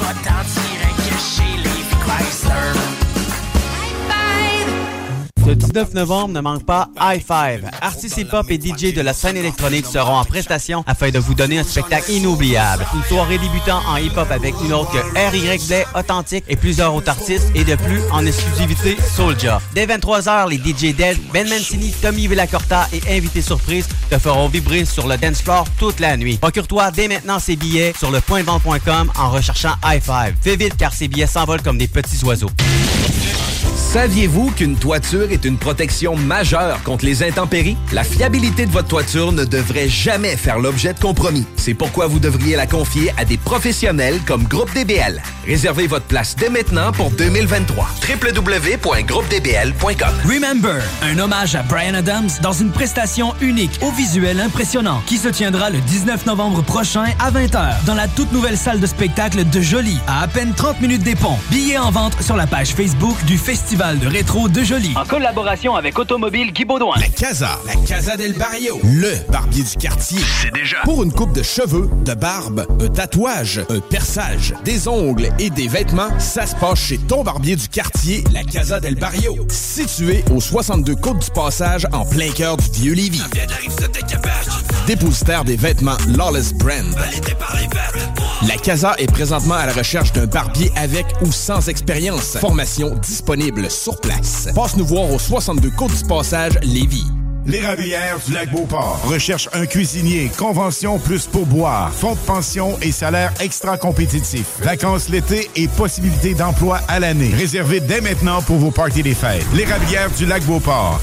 Le 19 novembre, ne manque pas High Five. Artistes hip-hop et DJ de la scène électronique seront en prestation afin de vous donner un spectacle inoubliable. Une soirée débutant en hip-hop avec une autre que R.Y. Blais, Authentique et plusieurs autres artistes et de plus en exclusivité Soulja. Dès 23h, les DJ Dead, Ben Mancini, Tommy Villacorta et invités surprises te feront vibrer sur le dance floor toute la nuit. Procure-toi dès maintenant ces billets sur lepointdevente.com en recherchant High Five. Fais vite car ces billets s'envolent comme des petits oiseaux. Saviez-vous qu'une toiture est une protection majeure contre les intempéries? La fiabilité de votre toiture ne devrait jamais faire l'objet de compromis. C'est pourquoi vous devriez la confier à des professionnels comme Groupe DBL. Réservez votre place dès maintenant pour 2023. www.groupedbl.com. Remember, un hommage à Bryan Adams dans une prestation unique au visuel impressionnant qui se tiendra le 19 novembre prochain à 20h dans la toute nouvelle salle de spectacle de Jolie à peine 30 minutes des Ponts. Billets en vente sur la page Facebook du Festival de rétro de Jolie. En collaboration avec Automobile Guy Baudouin. La Casa del Barrio. Le barbier du quartier. C'est déjà. Pour une coupe de cheveux, de barbe, un tatouage, un perçage, des ongles et des vêtements, ça se passe chez ton barbier du quartier, la Casa del Barrio. Situé au 62 Côte du Passage, en plein cœur du Vieux-Lévis. Dépositaire des vêtements Lawless Brand. La Casa est présentement à la recherche d'un barbier avec ou sans expérience. Formation disponible sur place. Passe nous voir au 62 Côte du Passage, Lévis. L'Érablière du Lac-Beauport recherche un cuisinier, convention plus pourboire, fonds de pension et salaire extra compétitif. Vacances l'été et possibilités d'emploi à l'année. Réservez dès maintenant pour vos parties des fêtes. L'Érablière du Lac-Beauport.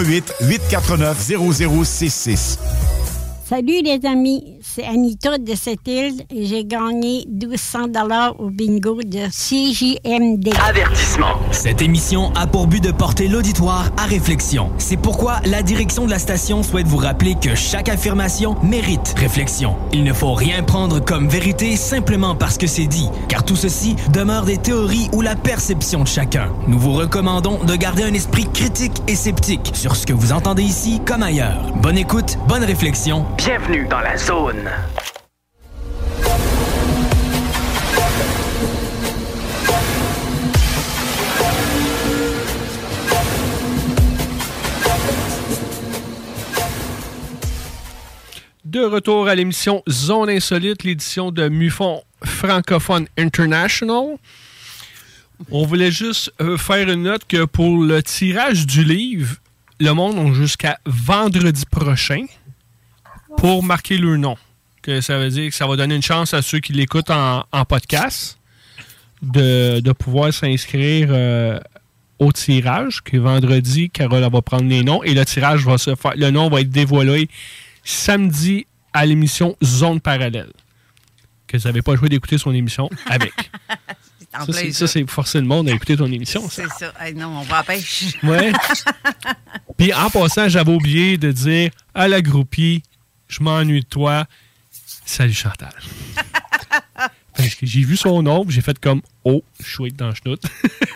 418-849-0066. Salut les amis, c'est Anita de cette île et j'ai gagné 1200 $ au bingo de CJMD. Avertissement. Cette émission a pour but de porter l'auditoire à réflexion. C'est pourquoi la direction de la station souhaite vous rappeler que chaque affirmation mérite réflexion. Il ne faut rien prendre comme vérité simplement parce que c'est dit, car tout ceci demeure des théories ou la perception de chacun. Nous vous recommandons de garder un esprit critique et sceptique sur ce que vous entendez ici comme ailleurs. Bonne écoute, bonne réflexion. Bienvenue dans la zone. De retour à l'émission Zone Insolite, l'édition de MUFON Francophone International. On voulait juste faire une note que pour le tirage du livre, le monde a jusqu'à vendredi prochain pour marquer leur nom. Que ça veut dire que ça va donner une chance à ceux qui l'écoutent en podcast de pouvoir s'inscrire au tirage. Que vendredi, Carole va prendre les noms et le tirage va se faire. Le nom va être dévoilé samedi à l'émission Zone Parallèle. Que vous n'avez pas le choix d'écouter son émission avec. Ça, c'est forcer le monde à écouter ton émission. Ça. C'est ça. Hey, non, on va à pêche. Ouais. Puis en passant, j'avais oublié de dire à la groupie, je m'ennuie de toi. Salut Chantal. Parce que j'ai vu son nom, j'ai fait comme oh, je suis dans le chenoute.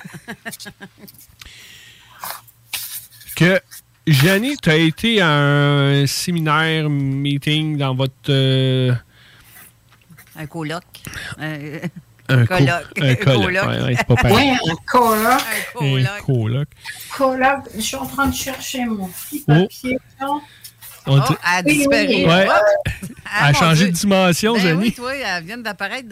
Que Jeannie, tu as été à un séminaire, meeting dans votre. Un coloc. Un coloc. Un coloc. Ouais, c'est pas pareil. Oui, un coloc. Un coloc. Coloc. Je suis en train de chercher mon petit papier. Elle a disparu. Oui. Ouais. Elle a changé de dimension, ben Jeannie. Oui, toi, elle vient d'apparaître.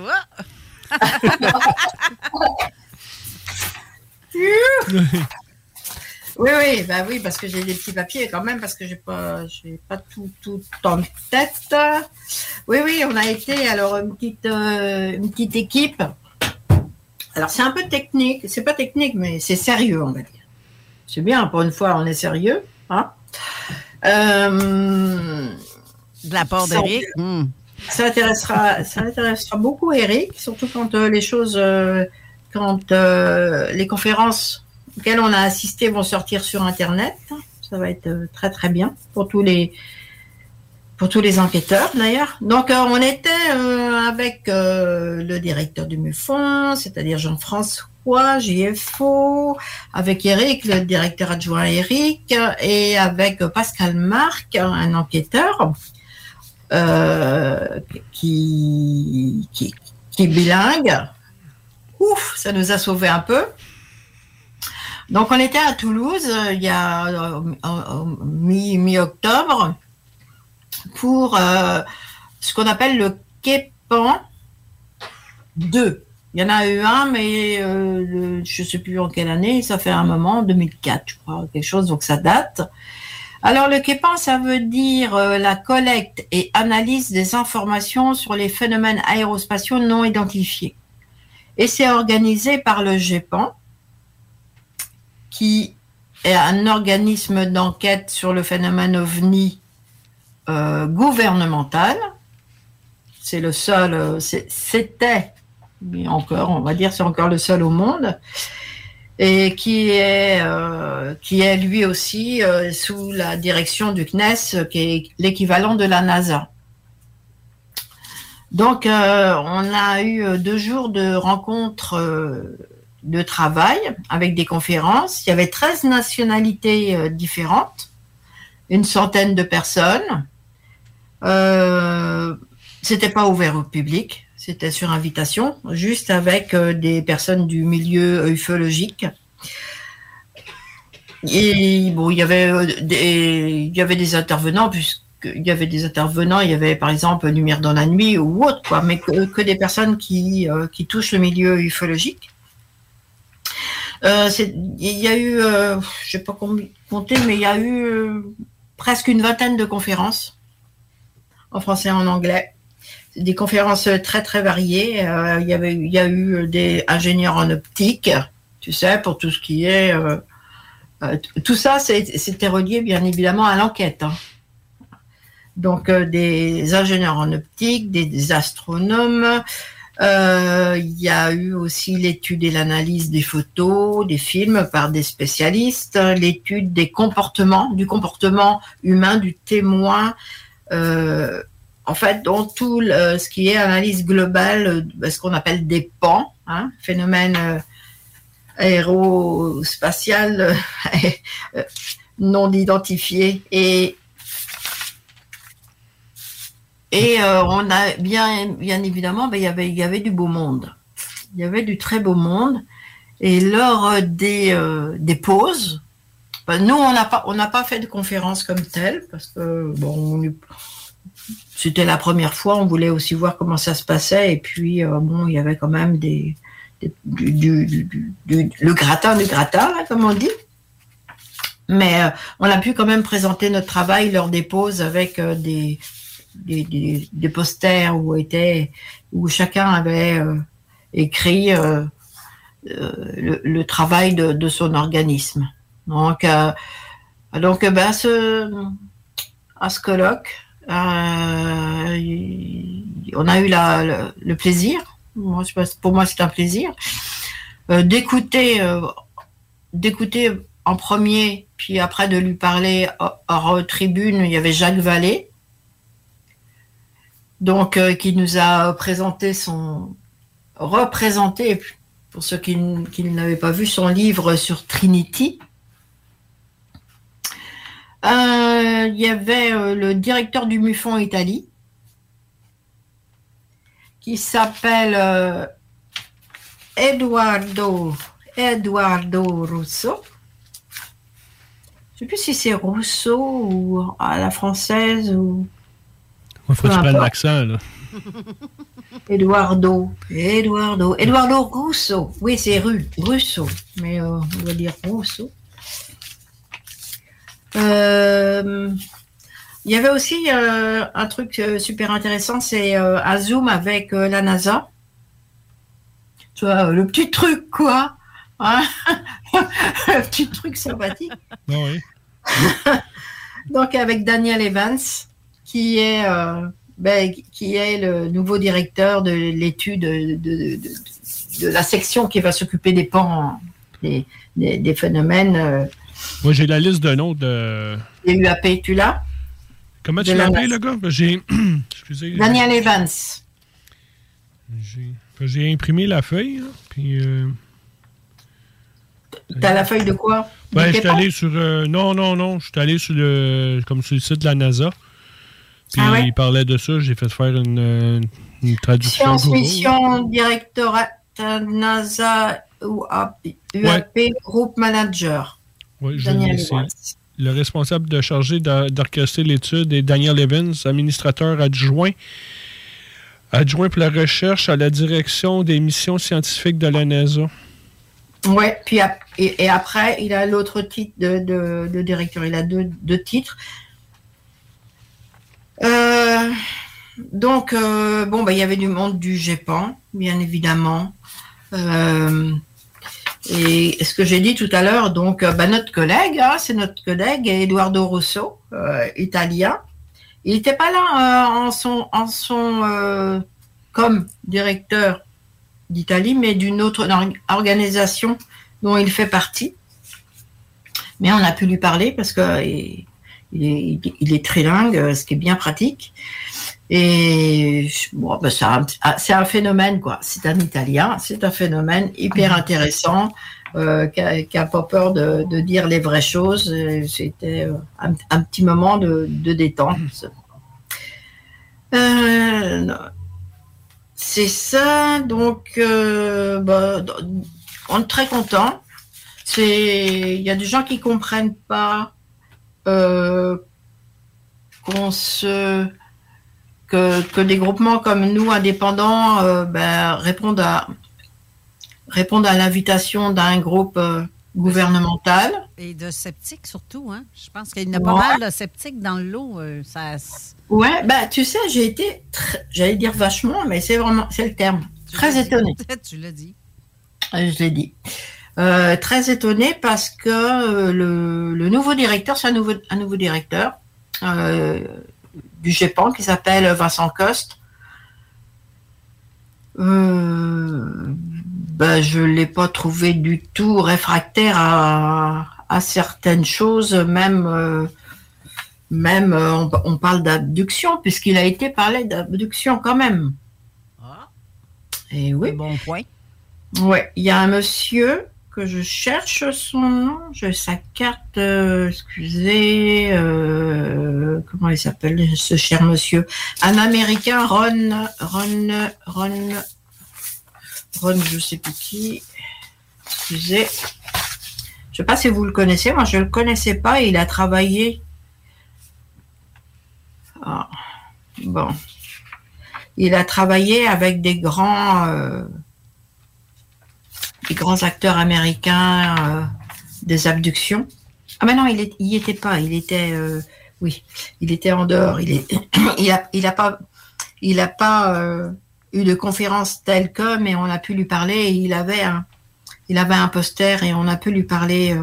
Oui, ben oui, parce que j'ai des petits papiers quand même, parce que j'ai pas tout en tête. Oui, on a été alors une petite équipe. Alors c'est un peu technique, c'est pas technique, mais c'est sérieux, on va dire. C'est bien, pour une fois, on est sérieux, hein. De la part d'Éric. Ça intéressera beaucoup Éric, surtout quand les choses, les conférences auxquels on a assisté vont sortir sur Internet. Ça va être très très bien pour tous les enquêteurs d'ailleurs. Donc on était avec le directeur du MUFON, c'est-à-dire Jean-François, JFO, avec Eric, le directeur adjoint Eric, et avec Pascal Marc, un enquêteur qui est bilingue. Ouf, ça nous a sauvé un peu. Donc, on était à Toulouse il y a mi-octobre pour ce qu'on appelle le Képan 2. Il y en a eu un, mais je ne sais plus en quelle année, ça fait un moment, 2004, je crois, quelque chose, donc ça date. Alors, le Képan, ça veut dire la collecte et analyse des informations sur les phénomènes aérospatiaux non identifiés. Et c'est organisé par le GEPAN, qui est un organisme d'enquête sur le phénomène OVNI gouvernemental. C'est le seul, c'était, mais encore, on va dire, c'est encore le seul au monde, et qui est lui aussi sous la direction du CNES, qui est l'équivalent de la NASA. Donc, on a eu 2 jours de rencontres de travail avec des conférences. Il y avait 13 nationalités différentes, une centaine de personnes. C'était pas ouvert au public, c'était sur invitation, juste avec des personnes du milieu ufologique. Et bon, il y avait des intervenants, puisqu'il y avait des intervenants, il y avait par exemple Lumière dans la nuit ou autre, quoi, mais que des personnes qui touchent le milieu ufologique. Il y a eu, je sais pas compter, mais il y a eu presque une vingtaine de conférences en français et en anglais. Des conférences très très variées. Il y a eu des ingénieurs en optique, tu sais, pour tout ce qui est tout ça, c'était relié bien évidemment à l'enquête. Hein. Donc des ingénieurs en optique, des astronomes. Il y a eu aussi l'étude et l'analyse des photos, des films par des spécialistes, l'étude du comportement humain, du témoin, en fait, dans tout ce qui est analyse globale, ce qu'on appelle des PAN, hein, phénomène aérospatial non identifié. Et on a bien évidemment, il y avait du beau monde. Il y avait du très beau monde. Et lors des pauses, nous on n'a pas fait de conférence comme telle parce que bon, c'était la première fois. On voulait aussi voir comment ça se passait. Et puis bon, il y avait quand même le gratin du gratin, là, comme on dit. Mais on a pu quand même présenter notre travail lors des pauses avec des posters où chacun avait écrit le travail de son organisme. Donc à ce colloque, on a eu le plaisir, pour moi c'est un plaisir, d'écouter en premier, puis après de lui parler hors tribune. Il y avait Jacques Vallée, donc qui nous a représenté, pour ceux qui n'avaient pas vu, son livre sur Trinity. Il y avait le directeur du MUFON Italie, qui s'appelle Eduardo Russo. Je ne sais plus si c'est Rousseau ou à la française ou... Il faut que tu prennes l'accent, là. Eduardo Russo. Oui, c'est Russo, mais on va dire Rousseau. Il y avait aussi un truc super intéressant, c'est un Zoom avec la NASA. Tu vois, le petit truc, quoi. Hein. Le petit truc sympathique. Ah oui. Donc, avec Daniel Evans, qui est le nouveau directeur de l'étude de la section qui va s'occuper des pans, des des phénomènes. Moi, j'ai la liste de noms de... Les UAP, tu l'as? Comment tu l'as appelé, le gars? Excusez. Daniel Evans. J'ai imprimé la feuille, là, puis... T'as la feuille de quoi? Ben, je suis allé sur... non. Je suis allé sur le site de la NASA. Puis il parlait de ça. J'ai fait faire une traduction. Science Mission Directorat NASA UAP Group Manager. Oui, Daniel Evans. Le responsable de chargé d'orchestrer l'étude est Daniel Evans, administrateur adjoint pour la recherche à la direction des missions scientifiques de la NASA. Oui, puis et après, il a l'autre titre de directeur. Il a deux titres. Donc, il y avait du monde du GEPAN, bien évidemment. Et ce que j'ai dit tout à l'heure, donc, notre collègue, c'est notre collègue Eduardo Russo, italien. Il n'était pas là comme directeur d'Italie, mais d'une autre organisation dont il fait partie. Mais on a pu lui parler parce qu'il est trilingue, ce qui est bien pratique. Et c'est un phénomène, quoi. C'est un Italien, c'est un phénomène hyper intéressant, qui n'a pas peur de dire les vraies choses. C'était un petit moment de détente. C'est ça, donc on est très contents. Il y a des gens qui ne comprennent pas que des groupements comme nous, indépendants, répondent à l'invitation d'un groupe gouvernemental. Et de sceptiques surtout, hein? Je pense qu'il y en a pas mal de sceptiques dans le lot. Ouais, tu sais, j'ai été, j'allais dire vachement, mais c'est le terme, très étonnée. Tu l'as dit. Je l'ai dit. Très étonnée parce que le nouveau directeur, c'est un nouveau directeur du GEPAN qui s'appelle Vincent Coste. Je ne l'ai pas trouvé du tout réfractaire à certaines choses, même on parle d'abduction, puisqu'il a été parlé d'abduction quand même. Et oui. Bon point. Ouais, il y a un monsieur que je cherche son nom, j'ai sa carte, excusez, comment il s'appelle ce cher monsieur? Un Américain, Ron, je sais plus qui, excusez. Je sais pas si vous le connaissez, moi je le connaissais pas, il a travaillé. Il a travaillé avec des grands acteurs américains des abductions. Ah mais non, il y était pas, il était en dehors. Il a pas eu de conférence telle que, mais on a pu lui parler. Il avait un poster et on a pu lui parler.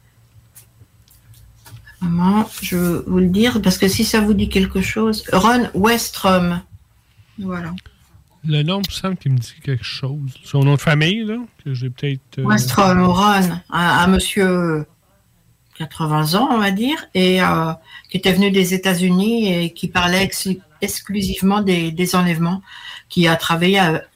Comment je veux vous le dire, parce que si ça vous dit quelque chose, Ron Westrom. Voilà. Le nom me semble qu'il me dit quelque chose. Son nom de famille, là, que j'ai peut-être... Westrom, Ron, un monsieur 80 ans, on va dire, et qui était venu des États-Unis et qui parlait exclusivement des enlèvements, qui a travaillé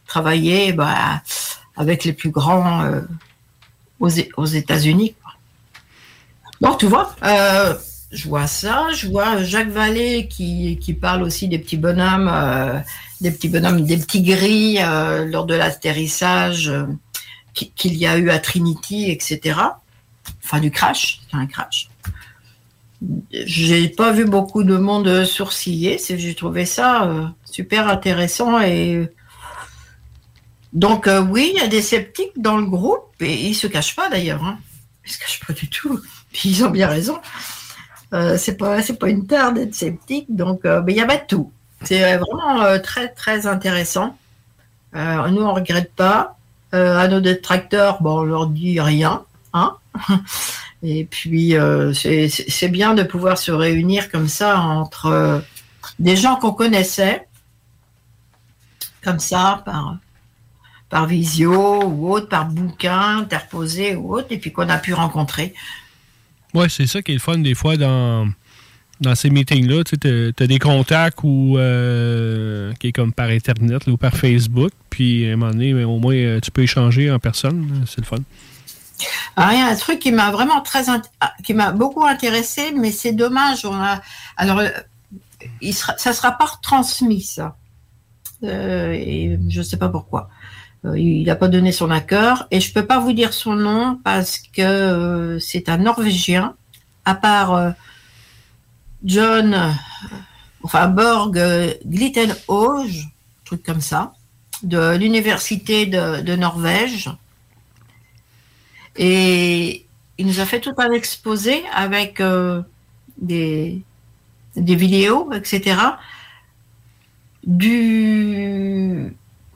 avec les plus grands aux États-Unis. Bon, tu vois, je vois ça, je vois Jacques Vallée qui parle aussi des petits bonhommes, des petits gris lors de l'atterrissage qu'il y a eu à Trinity, etc. Enfin, du crash, c'est un crash. J'ai pas vu beaucoup de monde sourciller, j'ai trouvé ça super intéressant et donc oui, il y a des sceptiques dans le groupe et ils se cachent pas d'ailleurs, hein. Ils se cachent pas du tout. Puis ils ont bien raison. C'est pas une tare d'être sceptique, donc mais il y avait tout. C'est vraiment très très intéressant. Nous on regrette pas. À nos détracteurs, on leur dit rien, hein. Et puis c'est bien de pouvoir se réunir comme ça entre des gens qu'on connaissait, comme ça par par visio ou autre, par bouquin interposé ou autre, et puis qu'on a pu rencontrer. Oui, c'est ça qui est le fun des fois dans ces meetings-là. Tu as des contacts ou qui est comme par Internet là, ou par Facebook, puis à un moment donné, au moins, tu peux échanger en personne. C'est le fun. Alors, il y a un truc qui m'a vraiment qui m'a beaucoup intéressé, mais c'est dommage. Ça sera pas retransmis, ça. Et je ne sais pas pourquoi. Il n'a pas donné son accord et je peux pas vous dire son nom parce que c'est un Norvégien, à part Borg Glittenhauge, truc comme ça, de l'université de Norvège. Et il nous a fait tout un exposé avec des vidéos, etc. De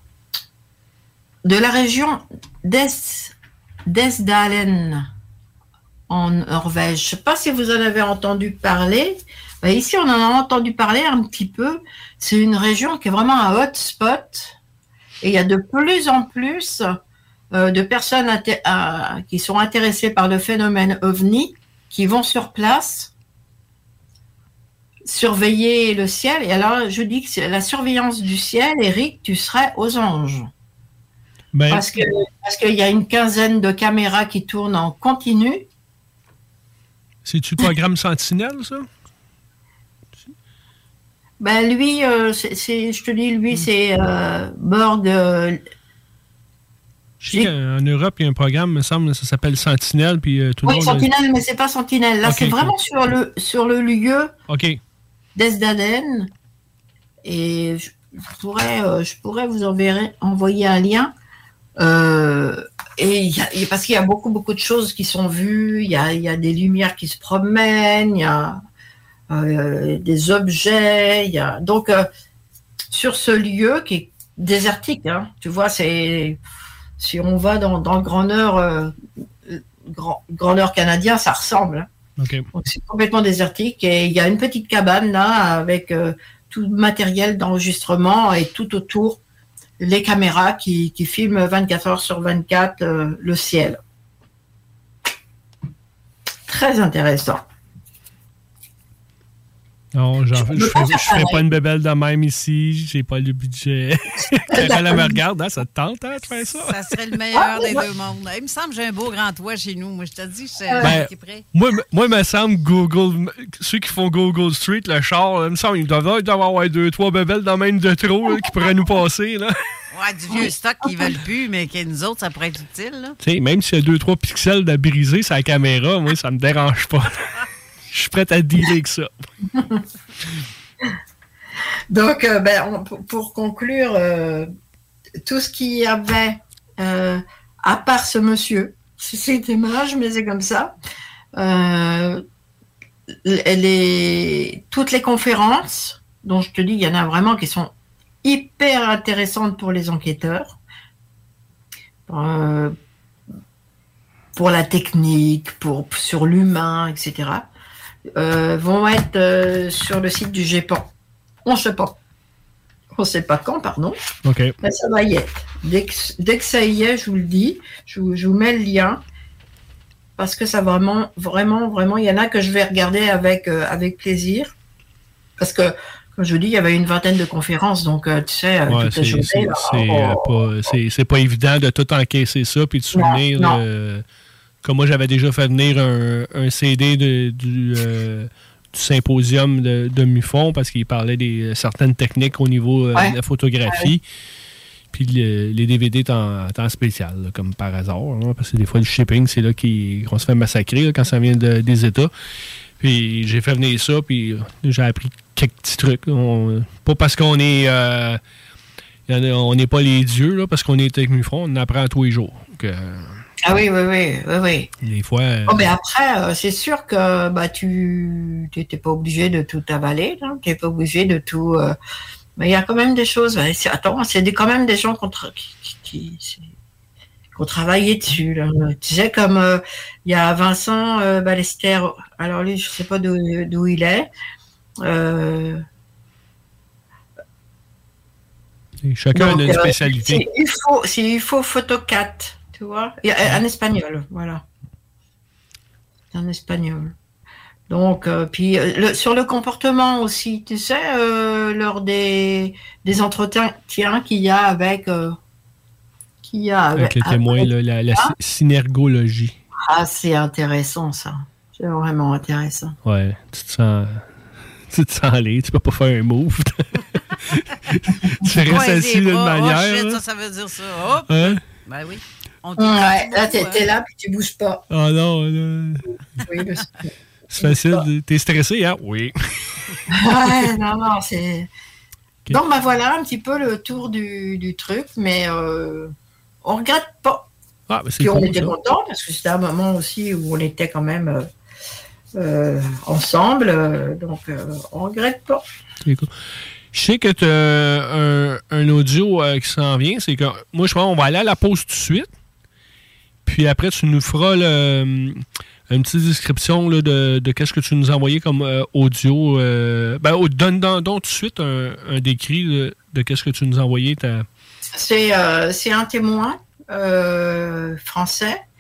la région d'Esdalen en Norvège. Je ne sais pas si vous en avez entendu parler. Ici, on en a entendu parler un petit peu. C'est une région qui est vraiment un hotspot. Et il y a de plus en plus de personnes qui sont intéressées par le phénomène OVNI, qui vont sur place surveiller le ciel. Et alors, je dis que la surveillance du ciel, Eric, tu serais aux anges. Parce qu'il y a une quinzaine de caméras qui tournent en continu. C'est-tu le programme Sentinelle, ça? Lui, je te dis, lui, c'est Borg. Je sais qu'en Europe, il y a un programme, me semble, ça s'appelle Sentinelle. Puis, tout le monde Sentinelle, mais c'est pas Sentinelle. Là, c'est vraiment sur le lieu d'Esdalen. Et je pourrais vous envoyer un lien. Parce qu'il y a beaucoup de choses qui sont vues. Il y a des lumières qui se promènent. Il y a des objets. Donc, sur ce lieu qui est désertique, hein, tu vois, si on va dans le Grand Nord canadien, ça ressemble. Okay. Donc c'est complètement désertique et il y a une petite cabane là avec tout le matériel d'enregistrement et tout autour les caméras qui filment 24 heures sur 24 le ciel. Très intéressant. Non, je ferai pas une bébelle de même ici. J'ai pas le budget. Carole, elle me regarde, hein, ça te tente de faire ça? Ça serait le meilleur des deux mondes. Il me semble que j'ai un beau grand toit chez nous. Moi, je te dis, t'es prêt. Moi, il me semble ceux qui font Google Street, le char, il me semble qu'ils doivent avoir 2-3 bébelles de même de trop là, qui pourraient nous passer. Là. Ouais, du vieux stock qu'ils veulent plus, mais que nous autres, ça pourrait être utile. Là. Même s'il y a 2-3 pixels de briser sur la caméra, moi, ça me dérange pas. Je suis prête à dealer avec ça. Donc, pour conclure, tout ce qu'il y avait, à part ce monsieur, c'est dommage, mais c'est comme ça, toutes les conférences, dont je te dis, il y en a vraiment qui sont hyper intéressantes pour les enquêteurs, pour la technique, sur l'humain, etc., vont être sur le site du GEPAN. On ne sait pas. On ne sait pas quand, pardon. Okay. Mais ça va y être. Dès que ça y est, je vous le dis, je vous mets le lien. Parce que ça vraiment, il y en a que je vais regarder avec plaisir. Parce que, comme je vous dis, il y avait une vingtaine de conférences, donc tu sais, toutes les journées. C'est pas évident de tout encaisser ça, puis de souvenir. Comme moi, j'avais déjà fait venir un CD du symposium de MUFON parce qu'il parlait des certaines techniques au niveau de la photographie. Puis les DVD en spécial, là, comme par hasard. Hein, parce que des fois, le shipping, c'est là qu'on se fait massacrer là, quand ça vient des États. Puis j'ai fait venir ça, puis j'ai appris quelques petits trucs. Pas parce qu'on est... on n'est pas les dieux, là, parce qu'on est avec MUFON, on apprend tous les jours. Donc, ah oui. Des fois. Mais après, c'est sûr que tu n'étais pas obligé de tout avaler, tu n'es pas obligé de tout. Mais il y a quand même des choses. C'est quand même des gens qui ont travaillé dessus. Là. Tu sais, comme il y a Vincent Ballester. Alors lui, je ne sais pas d'où il est. Et chacun a une spécialité. C'est UFO Photocat, tu vois. En espagnol, voilà. En espagnol. Donc, puis sur le comportement aussi, tu sais, lors des entretiens qu'il y a avec... avec les témoins, la synergologie. Ah, c'est intéressant, ça. C'est vraiment intéressant. Ouais, tu te sens aller, tu peux pas faire un move. Tu restes assis d'une manière. Oh, shit, ça veut dire ça. Hop. Hein? Ben oui. Là, t'es là, puis tu bouges pas. Ah non, là. Oui, c'est facile. T'es stressé, hein? Oui. Ouais, non, c'est... Okay. Donc, ben voilà un petit peu le tour du truc, mais on regrette pas. Ah, ben puis on était contents, parce que c'était un moment aussi où on était quand même ensemble, donc on regrette pas. C'est cool. Je sais que tu as un audio qui s'en vient. C'est que moi, je pense qu'on va aller à la pause tout de suite. Puis après, tu nous feras une petite description là, de qu'est-ce que tu nous as envoyé comme audio. Donne donc tout de suite un décrit de qu'est-ce que tu nous as envoyé. C'est un témoin français,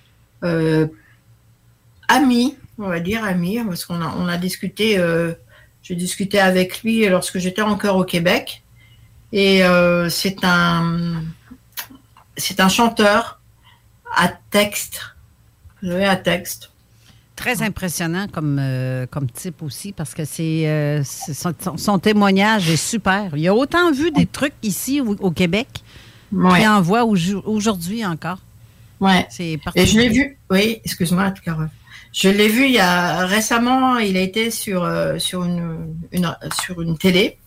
ami, on va dire ami, parce qu'on a discuté... J'ai discuté avec lui lorsque j'étais encore au Québec. Et c'est un chanteur à texte. À texte. Très impressionnant comme type aussi, parce que son témoignage est super. Il a autant vu des trucs ici au Québec qu'il en voit aujourd'hui encore. Ouais. Et je l'ai vu. Oui, excuse-moi, Carole. Je l'ai vu récemment, il a été sur une télé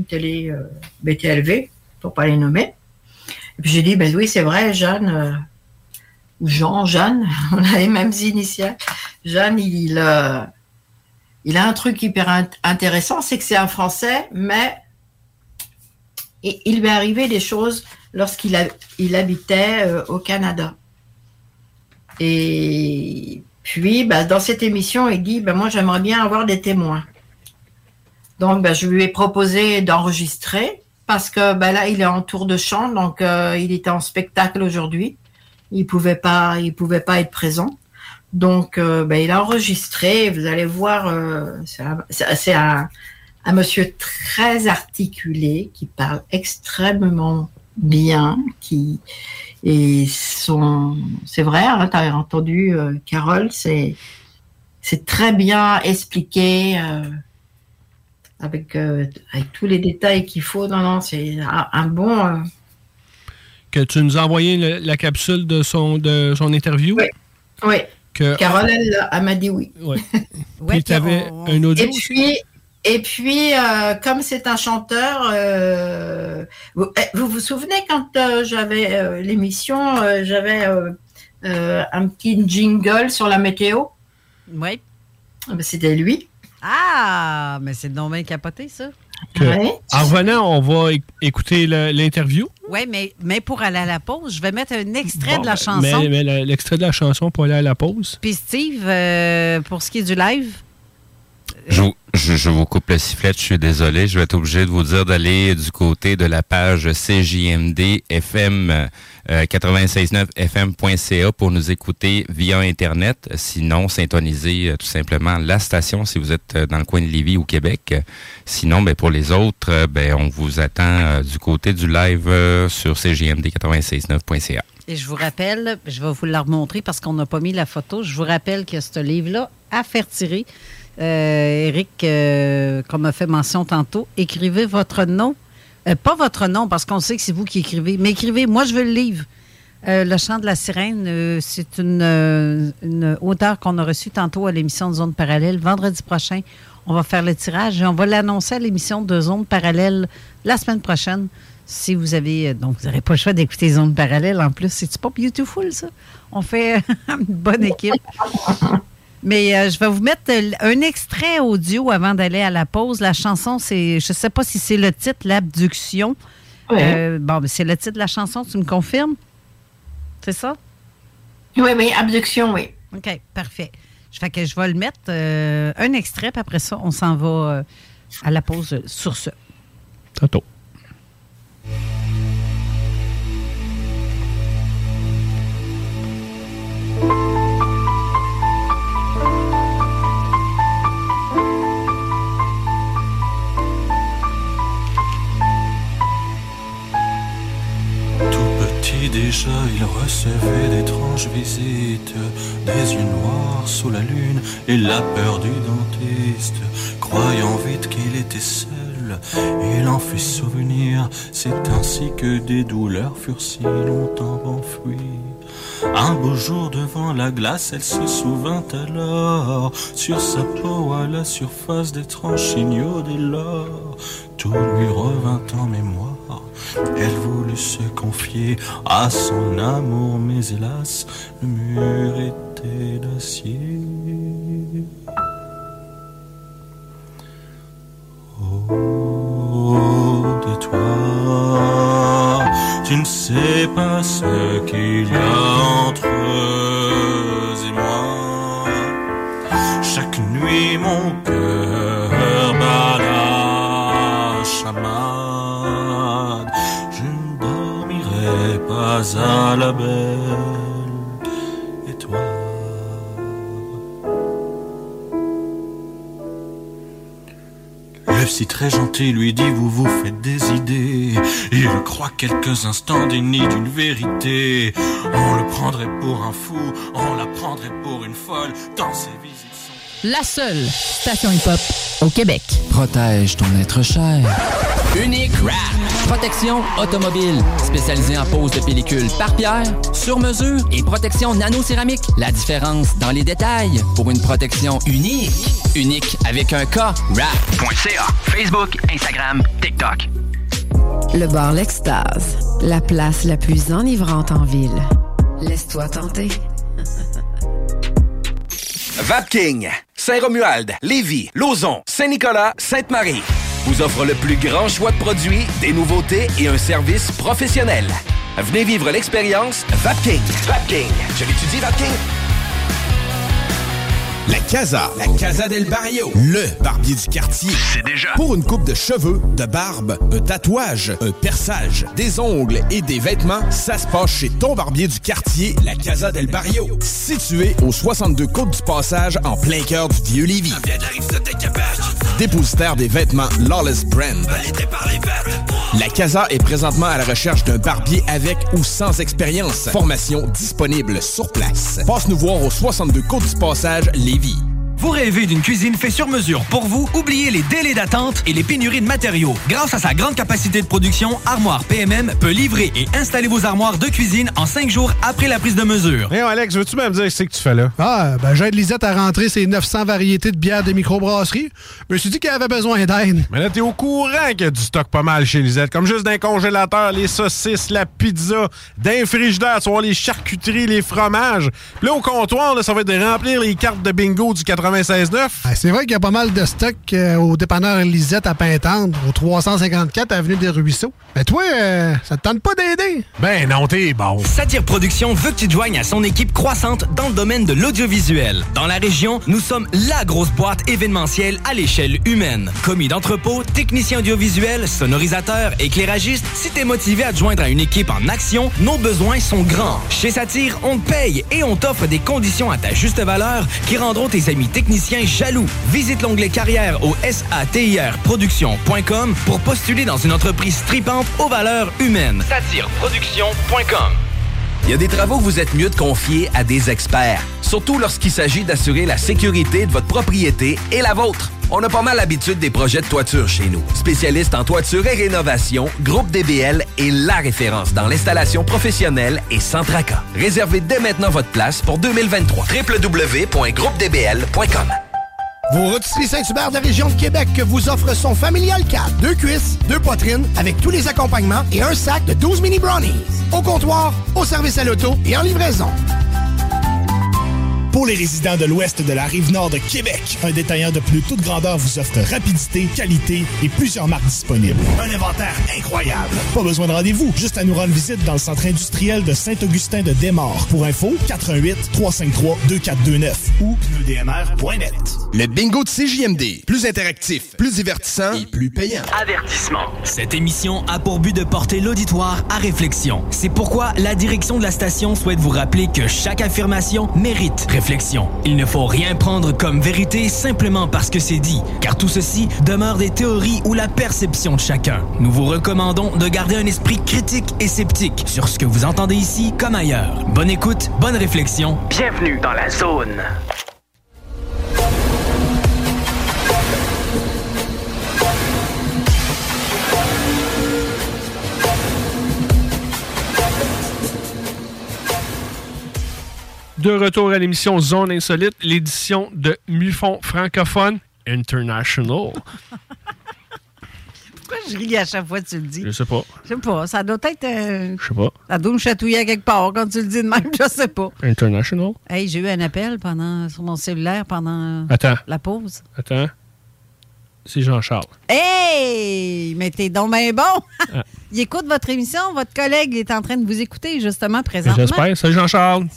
BTLV, pour pas les nommer. Et puis j'ai dit, ben oui, c'est vrai, Jeanne, ou Jeanne, on a les mêmes initiales. Jeanne, il a un truc hyper intéressant, c'est que c'est un Français, mais il lui est arrivé des choses lorsqu'il habitait au Canada. Et... Puis, dans cette émission, il dit, moi, j'aimerais bien avoir des témoins. Donc, je lui ai proposé d'enregistrer parce que là, il est en tour de chant, donc il était en spectacle aujourd'hui. Il pouvait pas être présent. Donc, il a enregistré. Vous allez voir, c'est un monsieur très articulé qui parle extrêmement bien, et c'est vrai, hein, tu as entendu, Carole, c'est très bien expliqué, avec tous les détails qu'il faut. Non, c'est un bon... Que tu nous as envoyé la capsule de son interview? Oui. Carole, elle m'a dit oui. Oui. Puis tu avais un audio aussi? Et puis, comme c'est un chanteur, vous vous souvenez quand j'avais l'émission, j'avais un petit jingle sur la météo? Oui. C'était lui. Ah, mais c'est donc bien capoté, ça. Ouais. En revenant, on va écouter l'interview. Oui, mais pour aller à la pause, je vais mettre un extrait de la chanson. Mais l'extrait de la chanson pour aller à la pause. Puis Steve, pour ce qui est du live... Je vous coupe le sifflet, je suis désolé. Je vais être obligé de vous dire d'aller du côté de la page CJMD FM 969fm.ca pour nous écouter via Internet. Sinon, syntoniser tout simplement la station si vous êtes dans le coin de Lévis ou Québec. Sinon, pour les autres, on vous attend du côté du live sur CJMD 969.ca. Et je vous rappelle, je vais vous la remontrer parce qu'on n'a pas mis la photo. Je vous rappelle que ce livre-là, à faire tirer, Éric, comme a fait mention tantôt, écrivez votre nom. Pas votre nom, parce qu'on sait que c'est vous qui écrivez, mais écrivez, moi je veux le livre. Le chant de la sirène, c'est une auteure qu'on a reçue tantôt à l'émission de Zone Parallèle. Vendredi prochain, on va faire le tirage et on va l'annoncer à l'émission de Zone Parallèle la semaine prochaine. Si vous avez... donc, vous n'aurez pas le choix d'écouter Zone Parallèle. En plus, c'est-tu pas beautiful, ça? On fait une bonne équipe. Mais je vais vous mettre un extrait audio avant d'aller à la pause. La chanson, c'est... Je ne sais pas si c'est le titre, l'abduction. Oui. C'est le titre de la chanson, tu me confirmes? C'est ça? Oui, abduction, oui. OK, parfait. Fait que je vais le mettre un extrait, puis après ça, on s'en va à la pause sur ce. Tantôt. recevait d'étranges visites, des yeux noirs sous la lune et la peur du dentiste. Croyant vite qu'il était seul, il en fit souvenir. C'est ainsi que des douleurs furent si longtemps enfouies. Un beau jour devant la glace, elle se souvint alors. Sur sa peau à la surface d'étranges signaux dès lors. Tout lui revint en mémoire. Elle voulut se confier à son amour, mais hélas, le mur était d'acier. Oh, de toi, tu ne sais pas ce qu'il y a entre eux et moi. Chaque nuit mon cœur bat la chamade. Je ne dormirai pas à la belle étoile. Le psy très gentil lui dit: vous vous faites des idées. Il croit quelques instants déni d'une vérité. On le prendrait pour un fou, on la prendrait pour une folle. Dans ses visites sont... La seule station hip-hop au Québec. Protège ton être cher. Unique Wrap. Protection automobile. Spécialisée en pose de pellicule par pierre, sur mesure et protection nano-céramique. La différence dans les détails pour une protection unique. Unique avec un K. Wrap.ca. Facebook, Instagram, TikTok. Le bar L'Extase. La place la plus enivrante en ville. Laisse-toi tenter. Vapking, Saint-Romuald, Lévis, Lauson, Saint-Nicolas, Sainte-Marie vous offre le plus grand choix de produits, des nouveautés et un service professionnel. Venez vivre l'expérience Vapking. Vapking. Je l'étudie, Vapking. La Casa del Barrio, le barbier du quartier. C'est déjà. Pour une coupe de cheveux, de barbe, un tatouage, un perçage, des ongles et des vêtements, ça se passe chez ton barbier du quartier, la Casa del Barrio. Situé au 62 Côte du Passage, en plein cœur du Vieux-Lévis. Dépositaire des vêtements Lawless Brand. La Casa est présentement à la recherche d'un barbier avec ou sans expérience. Formation disponible sur place. Passe nous voir au 62 Côte du Passage, Lévis. Vous rêvez d'une cuisine faite sur mesure pour vous? Oubliez les délais d'attente et les pénuries de matériaux. Grâce à sa grande capacité de production, Armoire PMM peut livrer et installer vos armoires de cuisine en 5 jours après la prise de mesure. Hey Alex, veux-tu me dire ce que tu fais là? J'aide Lisette à rentrer ses 900 variétés de bières des microbrasseries. Je me suis dit qu'elle avait besoin d'aide. Mais là, t'es au courant qu'il y a du stock pas mal chez Lisette. Comme juste d'un congélateur, les saucisses, la pizza, d'un frigidaire, tu vois, les charcuteries, les fromages. Puis là, au comptoir, là, ça va être de remplir les cartes de bingo du 96.9. C'est vrai qu'il y a pas mal de stock au dépanneur Lisette à Pintendre, au 354 avenue des Ruisseaux. Mais toi, ça te tente pas d'aider? Ben non, t'es bon. Satire Productions veut que tu te joignes à son équipe croissante dans le domaine de l'audiovisuel. Dans la région, nous sommes la grosse boîte événementielle à l'échelle humaine. Commis d'entrepôt, technicien audiovisuel, sonorisateur, éclairagiste, si t'es motivé à te joindre à une équipe en action, nos besoins sont grands. Chez Satire, on te paye et on t'offre des conditions à ta juste valeur qui rendront tes amis techniciens jaloux. Visite l'onglet carrière au satirproduction.com pour postuler dans une entreprise tripante aux valeurs humaines. Satireproduction.com. Il y a des travaux que vous êtes mieux de confier à des experts, surtout lorsqu'il s'agit d'assurer la sécurité de votre propriété et la vôtre. On a pas mal l'habitude des projets de toiture chez nous. Spécialiste en toiture et rénovation, Groupe DBL est la référence dans l'installation professionnelle et sans tracas. Réservez dès maintenant votre place pour 2023. www.groupedbl.com. Vos rôtisseries Saint-Hubert de la région de Québec vous offrent son familial 4. 2 cuisses, 2 poitrines, avec tous les accompagnements et un sac de 12 mini brownies. Au comptoir, au service à l'auto et en livraison. Pour les résidents de l'ouest de la Rive-Nord de Québec, un détaillant de pneus toute grandeur vous offre rapidité, qualité et plusieurs marques disponibles. Un inventaire incroyable. Pas besoin de rendez-vous, juste à nous rendre visite dans le centre industriel de Saint-Augustin de Desmaures. Pour info, 418-353-2429 ou pneudmr.net. Le bingo de CJMD. Plus interactif, plus divertissant et plus payant. Avertissement. Cette émission a pour but de porter l'auditoire à réflexion. C'est pourquoi la direction de la station souhaite vous rappeler que chaque affirmation mérite réflexion. Réflexion. Il ne faut rien prendre comme vérité simplement parce que c'est dit, car tout ceci demeure des théories ou la perception de chacun. Nous vous recommandons de garder un esprit critique et sceptique sur ce que vous entendez ici comme ailleurs. Bonne écoute, bonne réflexion. Bienvenue dans la zone. De retour à l'émission Zone Insolite, l'édition de MUFON francophone International. Pourquoi je ris à chaque fois que tu le dis? Je sais pas. Je sais pas. Ça doit être... Je sais pas. Ça doit me chatouiller à quelque part quand tu le dis de même. Je sais pas. International? Hey, j'ai eu un appel sur mon cellulaire pendant la pause. Attends. C'est Jean-Charles. Hey! Mais t'es donc bien bon! Ah. Il écoute votre émission. Votre collègue est en train de vous écouter, justement, présentement. J'espère. Salut, Jean-Charles.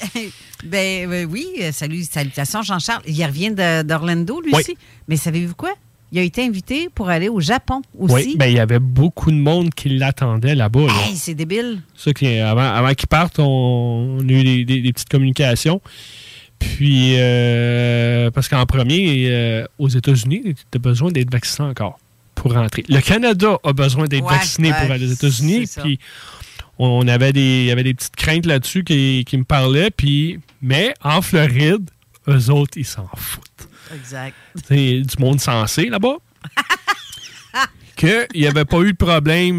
Oui. Salutations, Jean-Charles. Il revient d'Orlando, lui aussi. Mais savez-vous quoi? Il a été invité pour aller au Japon aussi. Oui, il y avait beaucoup de monde qui l'attendait là-bas. Là. Hey, c'est débile. Avant qu'il parte, on a eu des petites communications. Puis, parce qu'en premier, aux États-Unis, tu as besoin d'être vacciné encore pour rentrer. Le Canada a besoin d'être vacciné pour aller aux États-Unis. Puis, il y avait des petites craintes là-dessus qui me parlaient. Mais en Floride, eux autres, ils s'en foutent. Exact. C'est du monde sensé là-bas. Qu'il n'y avait pas eu de problème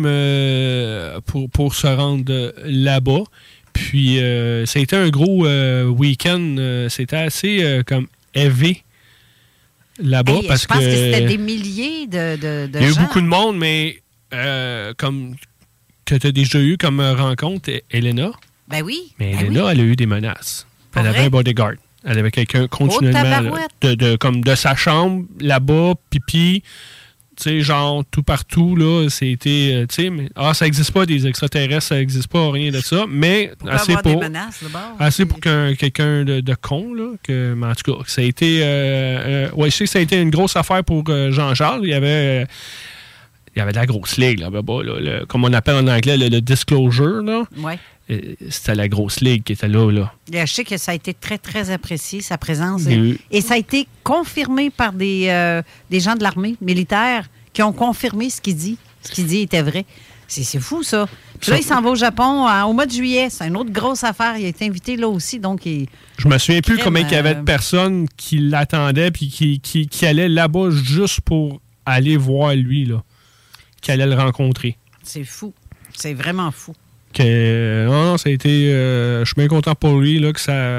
pour se rendre là-bas. Puis, ça a été un gros week-end. C'était assez comme élevé là-bas. Parce je pense que c'était des milliers de gens. Il y a eu beaucoup de monde, mais comme que tu as déjà eu comme rencontre, Elena. Ben oui. Mais Elena, elle a eu des menaces. Elle avait un bodyguard. Elle avait quelqu'un continuellement de sa chambre, là-bas, pipi. Tu sais, genre, tout partout, là, c'était, tu sais, mais, ça n'existe pas, des extraterrestres, ça n'existe pas, rien de ça, mais assez pour, assez pour quelqu'un de con, là, mais en tout cas, ça a été, je sais que ça a été une grosse affaire pour Jean-Charles, il y avait de la grosse ligue, là-bas, là, comme on appelle en anglais, le disclosure, là. Ouais. C'était la grosse ligue qui était là. Je sais que ça a été très, très apprécié, sa présence. Et ça a été confirmé par des gens de l'armée militaire qui ont confirmé ce qu'il dit. Ce qu'il dit était vrai. C'est fou, ça. Puis là, il s'en va au Japon au mois de juillet. C'est une autre grosse affaire. Il a été invité là aussi. Donc, je me souviens plus combien il y avait de personnes qui l'attendaient puis qui allaient là-bas juste pour aller voir lui, là, qui allaient le rencontrer. C'est fou. C'est vraiment fou. Non, ça a été... je suis bien content pour lui, là, que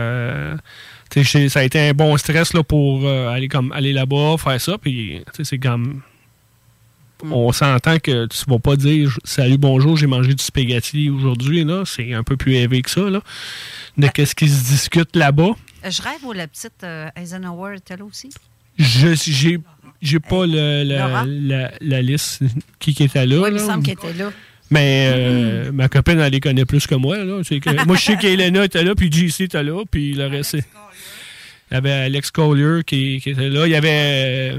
ça a été un bon stress là, pour aller là-bas, faire ça, puis c'est comme... On s'entend que tu vas pas dire « Salut, bonjour, j'ai mangé du spaghetti aujourd'hui », là. C'est un peu plus élevé que ça, là. De qu'est-ce qui se discute là-bas. Je rêve où la petite Eisenhower était là aussi. J'ai pas la liste qui était là. Oui, il me semble qu'elle était là. Mais ma copine, elle les connaît plus que moi. Là. Moi, je sais qu'Elena était là, puis JC était là, puis le reste, il y avait Alex Collier qui était là. Il y avait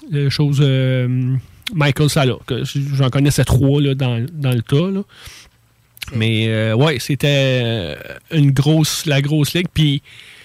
Michael Sala, que j'en connaissais 3 là, dans le tas. Là. Mais ouais, c'était la grosse ligue. Puis,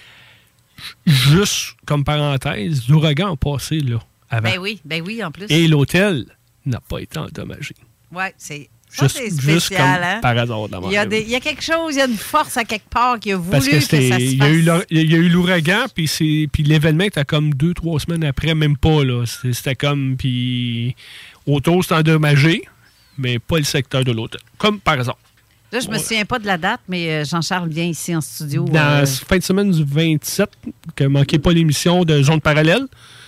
juste comme parenthèse, l'ouragan a passé là, avant. Ben oui, en plus. Et l'hôtel n'a pas été endommagé. Oui, c'est... Ça, c'est spécial, juste comme par hasard. Il y a quelque chose, il y a une force à quelque part qui a voulu parce que ça se fasse. Il y a eu l'ouragan, puis l'événement était comme 2-3 semaines après, même pas. Là. C'était comme, puis autour, c'était endommagé, mais pas le secteur de l'hôtel. Comme par hasard. Là, je me souviens pas de la date, mais Jean-Charles vient ici en studio. Dans la fin de semaine du 27, que manquez pas l'émission de Zone Parallèle.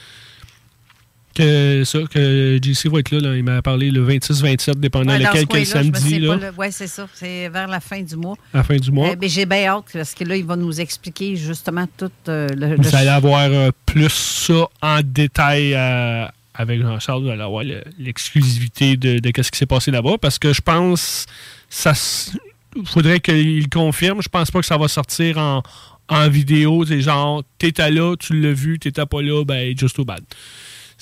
Que JC va être là, il m'a parlé le 26-27, dépendant lequel quel samedi. Oui, c'est ça. C'est vers la fin du mois. La fin du mois. Mais j'ai bien hâte, parce que là, il va nous expliquer justement tout Vous allez avoir plus ça en détail avec Jean-Charles. Vous allez avoir l'exclusivité de ce qui s'est passé là-bas, parce que je pense il faudrait qu'il confirme. Je pense pas que ça va sortir en vidéo. C'est genre, t'étais là, tu l'as vu, t'étais pas là, ben, just too bad.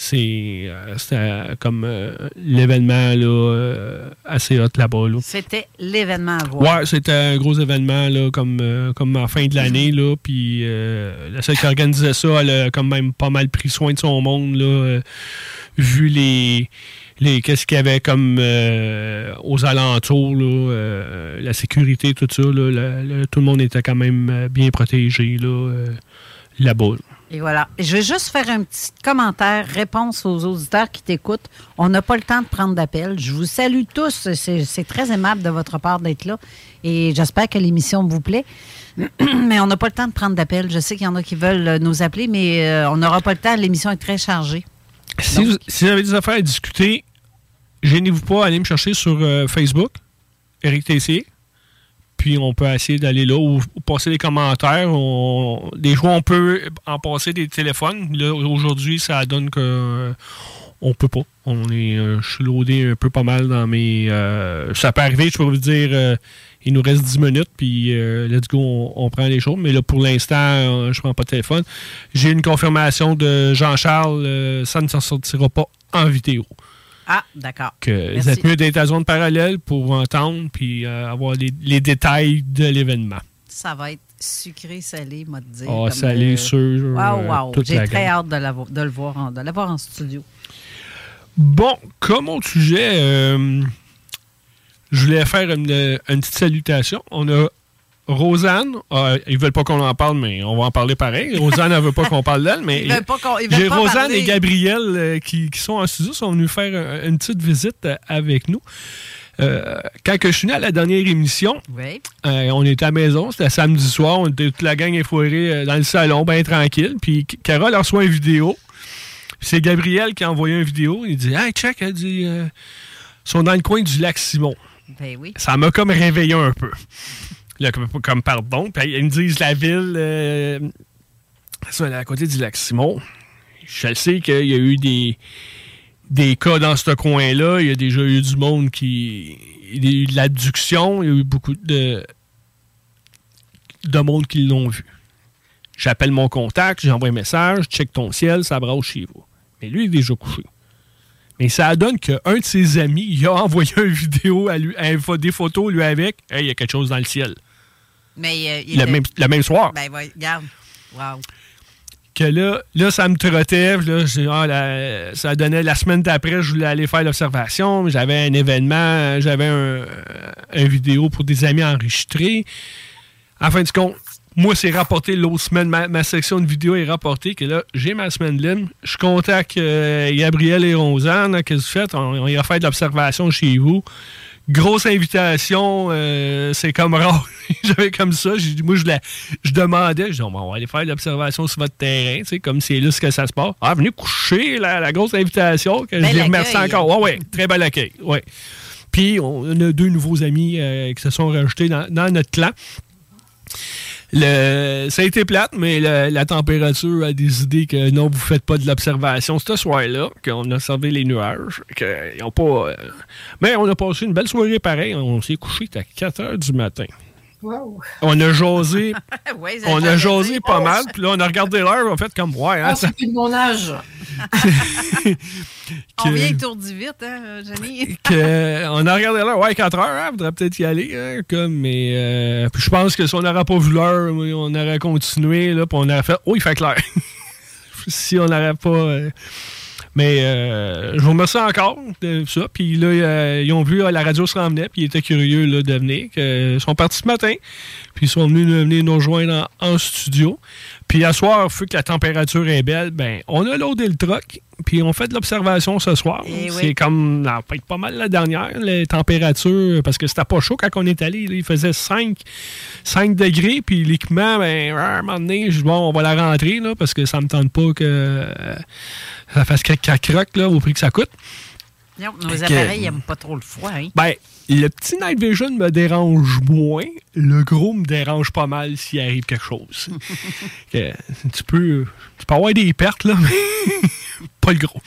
C'était comme l'événement là, assez hot là-bas. Là. C'était l'événement à voir. Ouais, c'était un gros événement là, comme en fin de l'année. Là, puis la seule qui organisait ça, elle a quand même pas mal pris soin de son monde, là, vu qu'est-ce qu'il y avait comme aux alentours, là, la sécurité, tout ça. Là, tout le monde était quand même bien protégé là-bas. Et voilà. Je vais juste faire un petit commentaire, réponse aux auditeurs qui t'écoutent. On n'a pas le temps de prendre d'appel. Je vous salue tous. C'est très aimable de votre part d'être là. Et j'espère que l'émission vous plaît. Mais on n'a pas le temps de prendre d'appel. Je sais qu'il y en a qui veulent nous appeler, mais on n'aura pas le temps. L'émission est très chargée. Si vous avez des affaires à discuter, gênez-vous pas, allez me chercher sur Facebook, Éric Tessier. Puis on peut essayer d'aller là ou passer des commentaires. Des fois, on peut en passer des téléphones. Là, aujourd'hui, ça donne que on peut pas. Je suis loadé un peu pas mal dans mes... ça peut arriver, je peux vous dire, il nous reste 10 minutes, puis let's go, on prend les choses. Mais là, pour l'instant, je prends pas de téléphone. J'ai une confirmation de Jean-Charles, ça ne s'en sortira pas en vidéo. Ah, d'accord. Vous êtes mieux d'être à zone parallèle pour entendre puis avoir les détails de l'événement. Ça va être sucré-salé, moi, te dire. Ah, salé, sûr. Wow. J'ai très hâte de l'avoir en studio. Bon, comme autre sujet, je voulais faire une petite salutation. On a Rosanne, ils veulent pas qu'on en parle, mais on va en parler pareil. Rosanne, elle veut pas qu'on parle d'elle, mais j'ai Rosanne et Gabriel qui sont en studio, sont venus faire une petite visite avec nous. Quand je suis venu à la dernière émission, on était à la maison, c'était samedi soir, on était toute la gang effoirée dans le salon, bien tranquille, puis Carole reçoit une vidéo. C'est Gabriel qui a envoyé une vidéo, il dit « Hey, check, elle dit, ils sont dans le coin du lac Simon. » Ben oui. Ça m'a comme réveillé un peu. Là, comme pardon. Puis ils me disent la ville, à côté du lac Simon. Je sais qu'il y a eu des cas dans ce coin-là. Il y a déjà eu du monde il y a eu de l'abduction. Il y a eu beaucoup de monde qui l'ont vu. J'appelle mon contact, j'envoie un message, check ton ciel, ça brasse chez vous. Mais lui, il est déjà couché. Mais ça donne qu'un de ses amis, il a envoyé une vidéo à lui, des photos, lui, avec. Hey, il y a quelque chose dans le ciel. Mais le même soir. Ben, ouais, regarde. Wow. Que là, ça me trottait. Là, ça donnait la semaine d'après, je voulais aller faire l'observation. J'avais un événement, j'avais un vidéo pour des amis enregistrés. En fin de compte, moi, c'est rapporté l'autre semaine. Ma section de vidéo est rapportée que là, j'ai ma semaine libre. Je contacte Gabriel et Rosanne. Qu'est-ce que vous faites? On ira faire de l'observation chez vous. Grosse invitation. C'est comme rare. J'avais comme ça. Moi, je demandais. Je dis, on va aller faire de l'observation sur votre terrain. Comme c'est là ce que ça se passe. Ah, venez coucher la grosse invitation. Que je les remercie encore. Oui, très bel accueil. Ouais. Puis, on a 2 nouveaux amis qui se sont rajoutés dans notre clan. Ça a été plate, mais la température a décidé que non, vous ne faites pas de l'observation ce soir-là, qu'on a observé les nuages, qu'ils ont pas. Mais on a passé une belle soirée pareil. On s'est couché à 4 heures du matin. Wow. On a jasé, ouais, pas mal, puis là, on a regardé l'heure, on a fait comme, ouais. Hein, c'est plus de mon âge. On vient étourdi vite, hein, Jenny? On a regardé l'heure, ouais, 4 heures, hein, faudrait peut-être y aller, hein, mais puis je pense que si on n'aurait pas vu l'heure, on aurait continué, là, puis on aurait fait, oh, il fait clair. Si on n'aurait pas... Mais je vous remercie encore de ça. Puis là, ils ont vu la radio se ramenait, puis ils étaient curieux là, de venir. Ils sont partis ce matin, puis ils sont venus nous rejoindre en studio. Puis à soir, vu que la température est belle, ben on a loadé le truck, puis on fait de l'observation ce soir. C'est comme, peut-être pas mal la dernière, les températures, parce que c'était pas chaud quand on est allé. Là, il faisait 5 degrés, puis l'équipement, ben, à un moment donné, je dis, bon, on va la rentrer, là, parce que ça me tente pas que ça fasse crac-crac, là, au prix que ça coûte. Non, nos appareils n'aiment pas trop le froid, hein? Ben, le petit Night Vision me dérange moins. Le gros me dérange pas mal s'il arrive quelque chose. Tu peux avoir des pertes, là, mais pas le gros.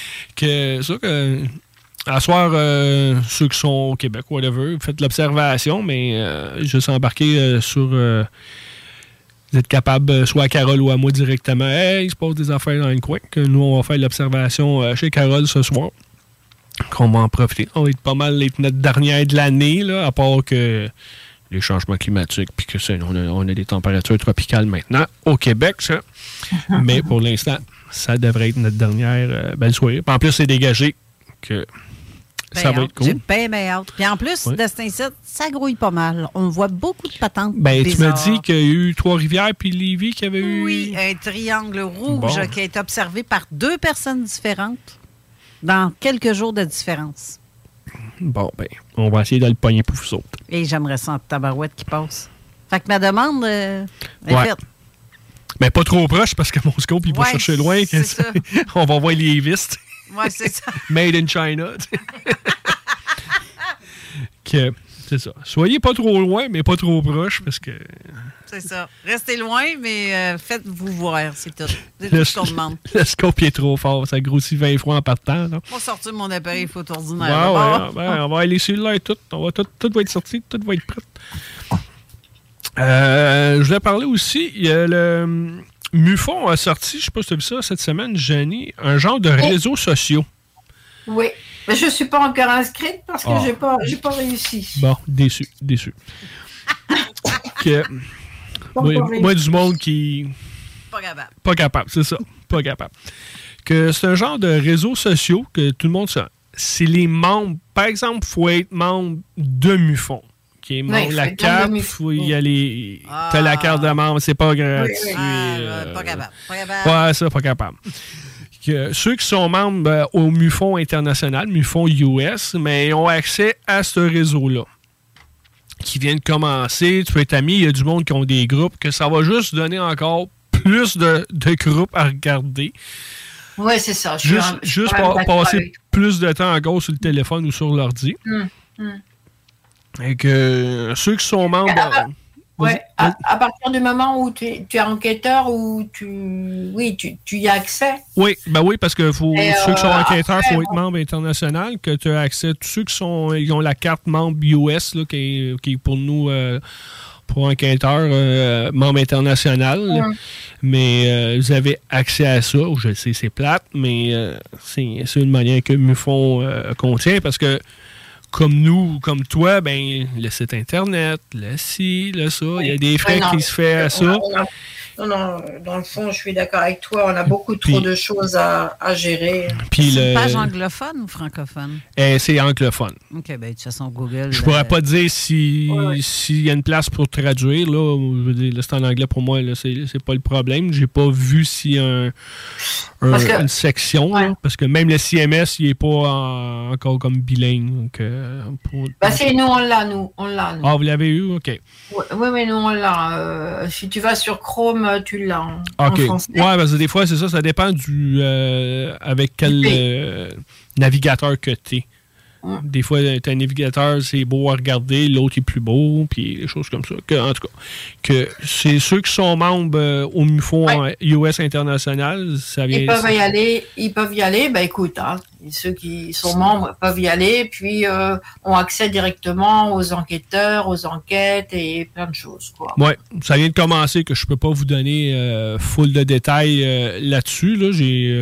À soir, ceux qui sont au Québec, whatever, faites l'observation, mais juste embarquer sur vous êtes capable, soit à Carole ou à moi directement, hey, il se passe des affaires dans le coin, que nous, on va faire l'observation chez Carole ce soir. Qu'on va en profiter. On va être pas mal notre dernière de l'année, là, à part que les changements climatiques, puis que on a des températures tropicales maintenant au Québec, ça. Mais pour l'instant, ça devrait être notre dernière belle soirée. Puis en plus, c'est dégagé que ça va être cool. J'ai bien hâte. Puis en plus, de cet incite, ça grouille pas mal. On voit beaucoup de patentes. Tu m'as dit qu'il y a eu Trois-Rivières puis Lévis qui avait eu... Oui, un triangle rouge qui a été observé par 2 personnes différentes dans quelques jours de différence. Bon, on va essayer de le pogner pour vous autres. Et j'aimerais ça en tabarouette qui passe. Fait que ma demande est faite. Mais pas trop proche parce que mon scope, il va chercher loin. C'est ça. On va voir les vistes. Oui, c'est ça. Made in China. C'est ça. Soyez pas trop loin, mais pas trop proche parce que... C'est ça. Restez loin, mais faites-vous voir, c'est tout. C'est tout ce qu'on demande. Le scope est trop fort. Ça grossit 20 fois en partant. Là. On va sortir mon appareil photo ordinaire. On va aller sur là et tout. Tout va être sorti. Tout va être prêt. Je voulais parler aussi. Il y a le... MUFON a sorti, je ne sais pas si tu as vu ça cette semaine, Jenny, un genre de réseaux sociaux. Oui. Mais je ne suis pas encore inscrite parce que j'ai pas réussi. Bon, déçu. Moi, du monde qui... Pas capable. Pas capable, c'est ça. Pas capable. Que c'est un genre de réseaux sociaux que tout le monde sait. C'est les membres. Par exemple, il faut être membre de MUFON. Qui est membre de la carte, il faut y aller. T'as la carte de membre, c'est pas gratuit. Pas capable. Ouais, ça, pas capable. Que ceux qui sont membres au MUFON international, MUFON US, mais ils ont accès à ce réseau-là. Qui vient de commencer, tu peux être ami, il y a du monde qui ont des groupes, que ça va juste donner encore plus de groupes à regarder. Oui, c'est ça. Juste passer plus de temps encore sur le téléphone ou sur l'ordi. Et que ceux qui sont membres... À partir du moment où tu es enquêteur ou tu y as accès. Oui, parce que ceux qui sont enquêteurs, il faut être membre international, que tu as accès. Tous ceux qui ont la carte membre US, là, qui est pour nous, pour enquêteurs, membre international. Mais vous avez accès à ça. Je sais, c'est plate, mais c'est une manière que MUFON contient, parce que comme nous, comme toi, le site Internet, le ci, le ça, il y a des frais qui se font à ça. Non, dans le fond, je suis d'accord avec toi. On a beaucoup trop de choses à gérer. C'est une page anglophone ou francophone? C'est anglophone. OK, de toute façon, Google... Je pourrais pas dire s'il y a une place pour traduire. Là, je veux dire, c'est en anglais pour moi, là, c'est pas le problème. J'ai pas vu s'il y a une section. Là, parce que même le CMS, il est pas encore comme bilingue. Donc, c'est nous, on l'a, nous. Ah, vous l'avez eu? OK. Oui, nous, on l'a. Si tu vas sur Chrome, tu l'as en français. Ouais, parce que des fois, c'est ça. Ça dépend avec quel navigateur que tu es. Des fois, un navigateur, c'est beau à regarder, l'autre est plus beau, puis des choses comme ça. En tout cas, que c'est ceux qui sont membres au MUFON US international, ça vient... Ils peuvent y aller. Écoute, ceux qui sont membres peuvent y aller, puis ont accès directement aux enquêteurs, aux enquêtes et plein de choses. Oui, ça vient de commencer, que je peux pas vous donner full de détails là-dessus. Là,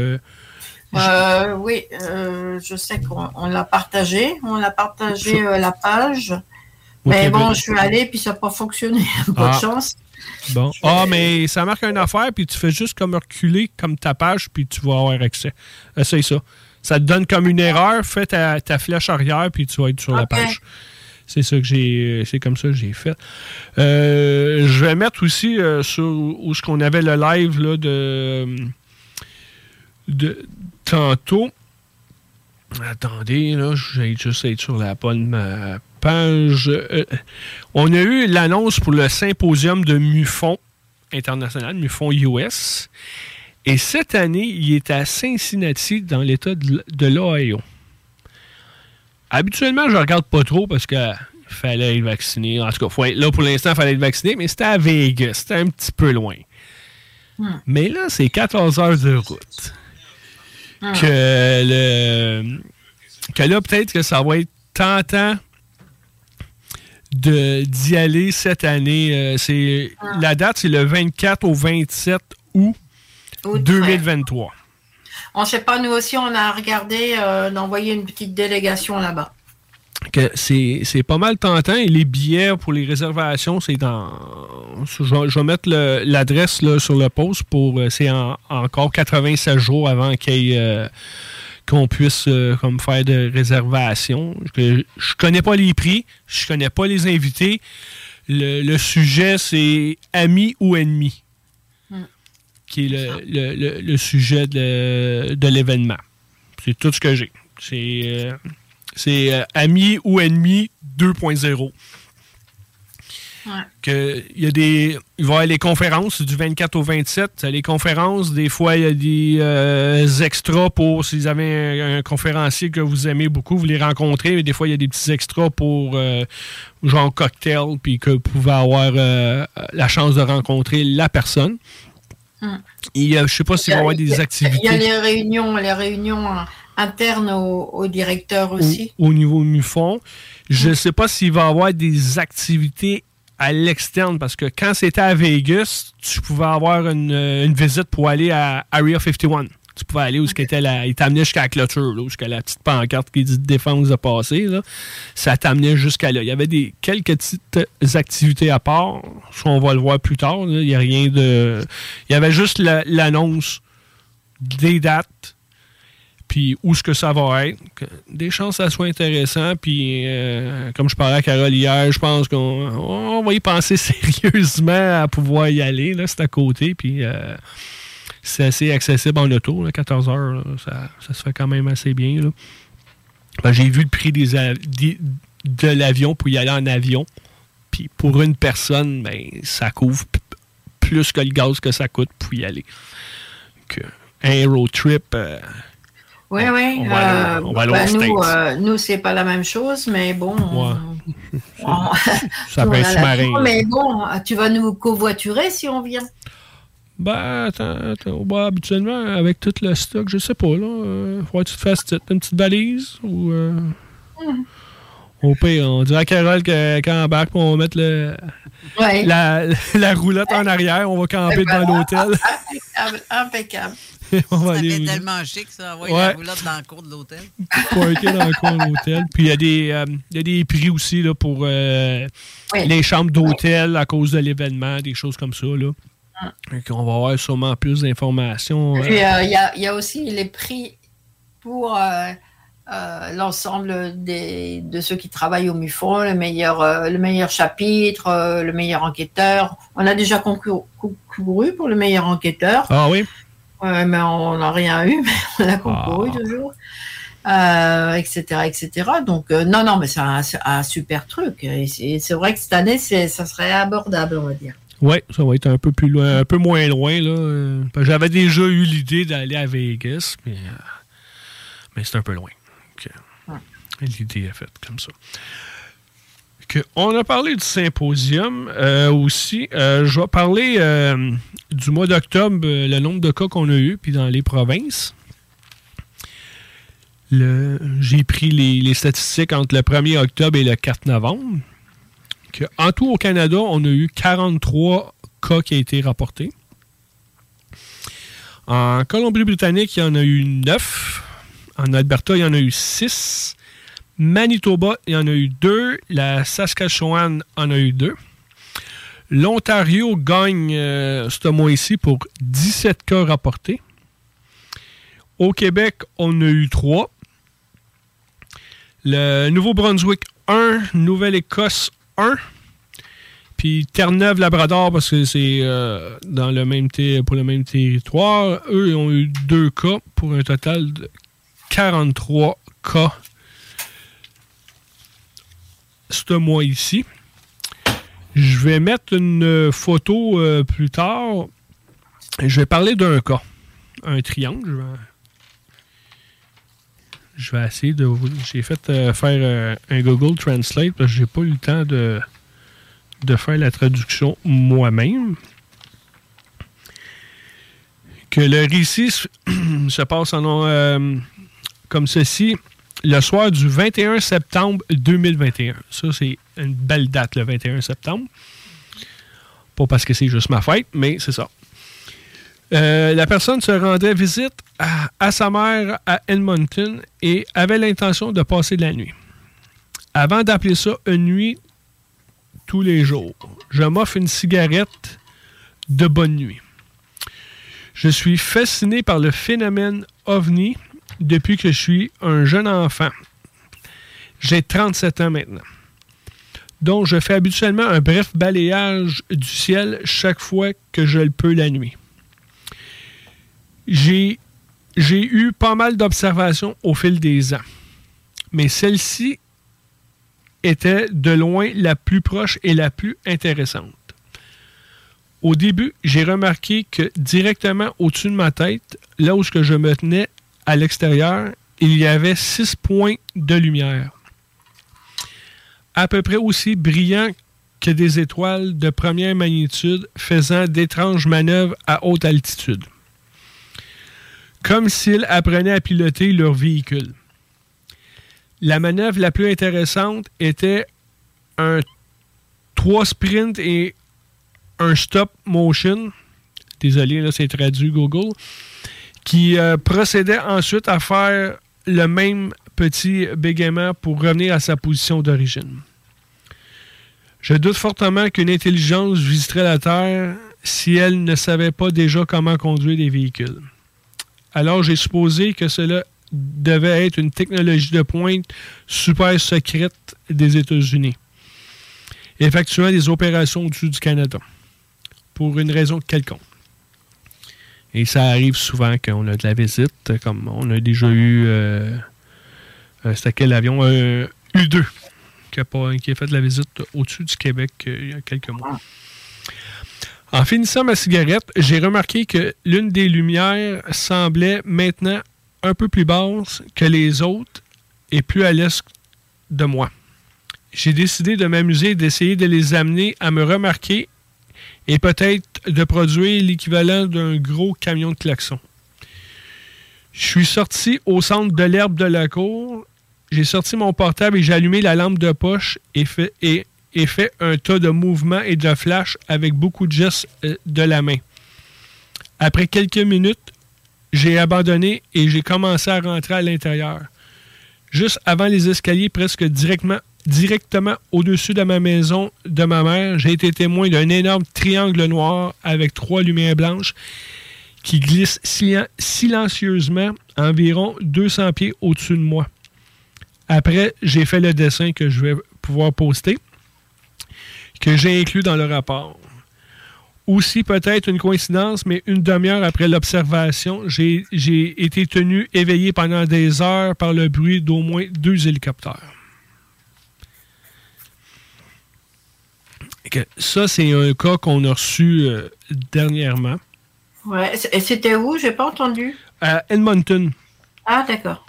je sais qu'on l'a partagé. On a partagé la page. Mais bon, je suis allé puis ça n'a pas fonctionné. Pas de chance. Bon. Mais ça marque une affaire, puis tu fais juste comme reculer comme ta page, puis tu vas avoir accès. Essaye ça. Ça te donne comme une erreur. Fais ta flèche arrière, puis tu vas être sur la page. C'est ça que c'est comme ça que j'ai fait. Je vais mettre aussi sur où ce qu'on avait le live là, de tantôt. Attendez, là, je vais juste être sur la bonne page. On a eu l'annonce pour le symposium de MUFON international, MUFON US. Et cette année, il est à Cincinnati, dans l'État de l'Ohio. Habituellement, je ne regarde pas trop parce qu'il fallait être vacciné. En tout cas, là, pour l'instant, il fallait être vacciné, mais c'était à Vegas. C'était un petit peu loin. Mais là, c'est 14 heures de route. Que là, peut-être que ça va être tentant d'y aller cette année. La date, c'est le 24 au 27 août 2023. Ouais. On ne sait pas, nous aussi, on a regardé d'envoyer une petite délégation là-bas. Que c'est pas mal tentant. Et les billets pour les réservations, c'est dans... Je vais mettre l'adresse là, sur le post. C'est encore 96 jours avant qu'on puisse comme faire de réservation. Je connais pas les prix. Je connais pas les invités. Le sujet, c'est amis ou ennemis, qui est le sujet de l'événement. C'est tout ce que j'ai. C'est amis ou ennemis 2.0. Ouais. Il va y avoir les conférences du 24 au 27. Les conférences, des fois, il y a des extras pour, si vous avez un conférencier que vous aimez beaucoup, vous les rencontrez, mais des fois, il y a des petits extras pour genre cocktail, puis que vous pouvez avoir la chance de rencontrer la personne. Et je ne sais pas s'il va y avoir des activités. Il y a les réunions interne au directeur aussi. Au niveau MUFON. Je ne sais pas s'il va y avoir des activités à l'externe, parce que quand c'était à Vegas, tu pouvais avoir une visite pour aller à Area 51. Tu pouvais aller où il t'amenait jusqu'à la clôture, là, jusqu'à la petite pancarte qui dit « Défense de passer ». Ça t'amenait jusqu'à là. Il y avait quelques petites activités à part. Ça, on va le voir plus tard. Là. Il n'y a rien de... Il y avait juste l'annonce des dates, puis où est-ce que ça va être. Des chances que ça soit intéressant. Puis, comme je parlais à Carole hier, je pense qu'on va y penser sérieusement à pouvoir y aller. Là, c'est à côté. Puis, c'est assez accessible en auto. Là, 14 heures, là, ça se fait quand même assez bien. Là. Ben, j'ai vu le prix de l'avion pour y aller en avion. Puis, pour une personne, ben, ça couvre plus que le gaz que ça coûte pour y aller. Un road trip... Oui. On va aller nous, c'est pas la même chose, mais bon. Ça peut être sous-marin. Mais bon, tu vas nous covoiturer si on vient. Ben, attends. Habituellement, avec tout le stock, je sais pas, là. Faudrait que tu te fasses une petite valise ou. Au pire, on dirait à Carole qu'elle embarque, on va mettre la roulotte en arrière, on va camper devant l'hôtel. Impeccable. Ça fait tellement chic, ça, envoyer la roulotte dans le cours de l'hôtel. Parker dans le cours de l'hôtel. Puis il y a des prix aussi là, pour les chambres d'hôtel à cause de l'événement, des choses comme ça. Là. On va avoir sûrement plus d'informations. Puis il y a aussi les prix pour l'ensemble de ceux qui travaillent au MUFON, le meilleur chapitre, le meilleur enquêteur. On a déjà concouru pour le meilleur enquêteur. Ah oui? Mais on n'a rien eu, mais on a concouru toujours, etc. Donc, non, mais c'est un super truc. Et c'est vrai que cette année, ça serait abordable, on va dire. Oui, ça va être un peu plus loin, un peu moins loin. Là. J'avais déjà eu l'idée d'aller à Vegas, mais c'est un peu loin. L'idée est faite comme ça. On a parlé du symposium aussi. Je vais parler du mois d'octobre, le nombre de cas qu'on a eu, puis dans les provinces. J'ai pris les statistiques entre le 1er octobre et le 4 novembre. En tout, au Canada, on a eu 43 cas qui ont été rapportés. En Colombie-Britannique, il y en a eu 9. En Alberta, il y en a eu 6. Manitoba, il y en a eu 2. La Saskatchewan en a eu 2. L'Ontario gagne ce mois-ci pour 17 cas rapportés. Au Québec, on a eu 3. Le Nouveau-Brunswick, 1. Nouvelle-Écosse, 1. Puis Terre-Neuve-Labrador, parce que c'est pour le même territoire, eux ont eu 2 cas pour un total de 43 cas ce mois-ci. Je vais mettre une photo plus tard. Je vais parler d'un cas. Un triangle. Je vais essayer de... J'ai fait faire un Google Translate parce que j'ai pas eu le temps de faire la traduction moi-même. Que le récit se passe comme ceci. Le soir du 21 septembre 2021. Ça, c'est une belle date, le 21 septembre. Pas parce que c'est juste ma fête, mais c'est ça. La personne se rendait visite à sa mère à Edmonton et avait l'intention de passer la nuit. Avant d'appeler ça une nuit tous les jours, je m'offre une cigarette de bonne nuit. Je suis fasciné par le phénomène OVNI depuis que je suis un jeune enfant. J'ai 37 ans maintenant. Donc, je fais habituellement un bref balayage du ciel chaque fois que je le peux la nuit. J'ai eu pas mal d'observations au fil des ans, mais celle-ci était de loin la plus proche et la plus intéressante. Au début, j'ai remarqué que directement au-dessus de ma tête, là où je me tenais à l'extérieur, il y avait 6 points de lumière, à peu près aussi brillants que des étoiles de première magnitude faisant d'étranges manœuvres à haute altitude, comme s'ils apprenaient à piloter leur véhicule. La manœuvre la plus intéressante était un 3 sprints et un stop motion. Désolé, là, c'est traduit Google. Qui procédait ensuite à faire le même petit bégaiement pour revenir à sa position d'origine. Je doute fortement qu'une intelligence visiterait la Terre si elle ne savait pas déjà comment conduire des véhicules. Alors, j'ai supposé que cela devait être une technologie de pointe super secrète des États-Unis, effectuant des opérations au-dessus du Canada, pour une raison quelconque. Et ça arrive souvent qu'on a de la visite, comme on a déjà eu... c'était quel avion? U2, qui a fait de la visite au-dessus du Québec il y a quelques mois. En finissant ma cigarette, j'ai remarqué que l'une des lumières semblait maintenant un peu plus basse que les autres et plus à l'est de moi. J'ai décidé de m'amuser et d'essayer de les amener à me remarquer et peut-être de produire l'équivalent d'un gros camion de klaxon. Je suis sorti au centre de l'herbe de la cour, j'ai sorti mon portable et j'ai allumé la lampe de poche et fait un tas de mouvements et de flashs avec beaucoup de gestes de la main. Après quelques minutes, j'ai abandonné et j'ai commencé à rentrer à l'intérieur. Juste avant les escaliers, presque directement au-dessus de ma maison de ma mère, j'ai été témoin d'un énorme triangle noir avec 3 lumières blanches qui glissent silencieusement environ 200 pieds au-dessus de moi. Après, j'ai fait le dessin que je vais pouvoir poster, que j'ai inclus dans le rapport. Aussi, peut-être une coïncidence, mais une demi-heure après l'observation, j'ai été tenu éveillé pendant des heures par le bruit d'au moins 2 hélicoptères. Ça, c'est un cas qu'on a reçu dernièrement. Ouais. Et c'était où? J'ai pas entendu. À Edmonton. Ah, d'accord.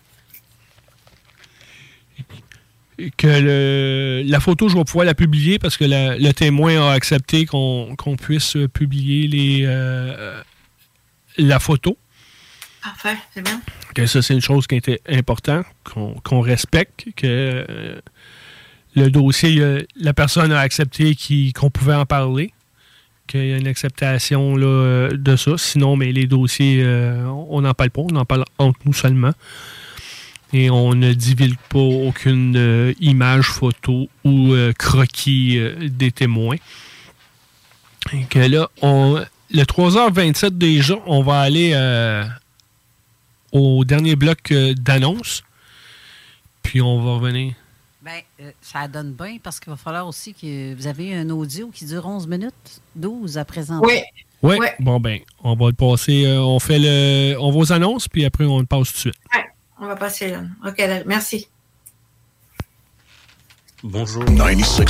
Que la photo, je vais pouvoir la publier parce que le témoin a accepté qu'on puisse publier la photo. Parfait, c'est bien. Que ça, c'est une chose qui était importante, qu'on respecte, que le dossier, la personne a accepté qu'on pouvait en parler, qu'il y a une acceptation là, de ça. Sinon, mais les dossiers, on n'en parle pas, on en parle entre nous seulement. Et on ne divulgue pas aucune image, photo ou croquis des témoins. Et que là, le 3h27 déjà, on va aller au dernier bloc d'annonce. Puis on va revenir. Bien, ça donne bien parce qu'il va falloir aussi que vous avez un audio qui dure 11 minutes, 12 à présenter. Oui. Oui. Ouais. Bon, ben, on va le passer. On va aux annonces, puis après, on le passe tout de suite. Oui. On va passer là. OK, là, merci. Bonjour. 96.9.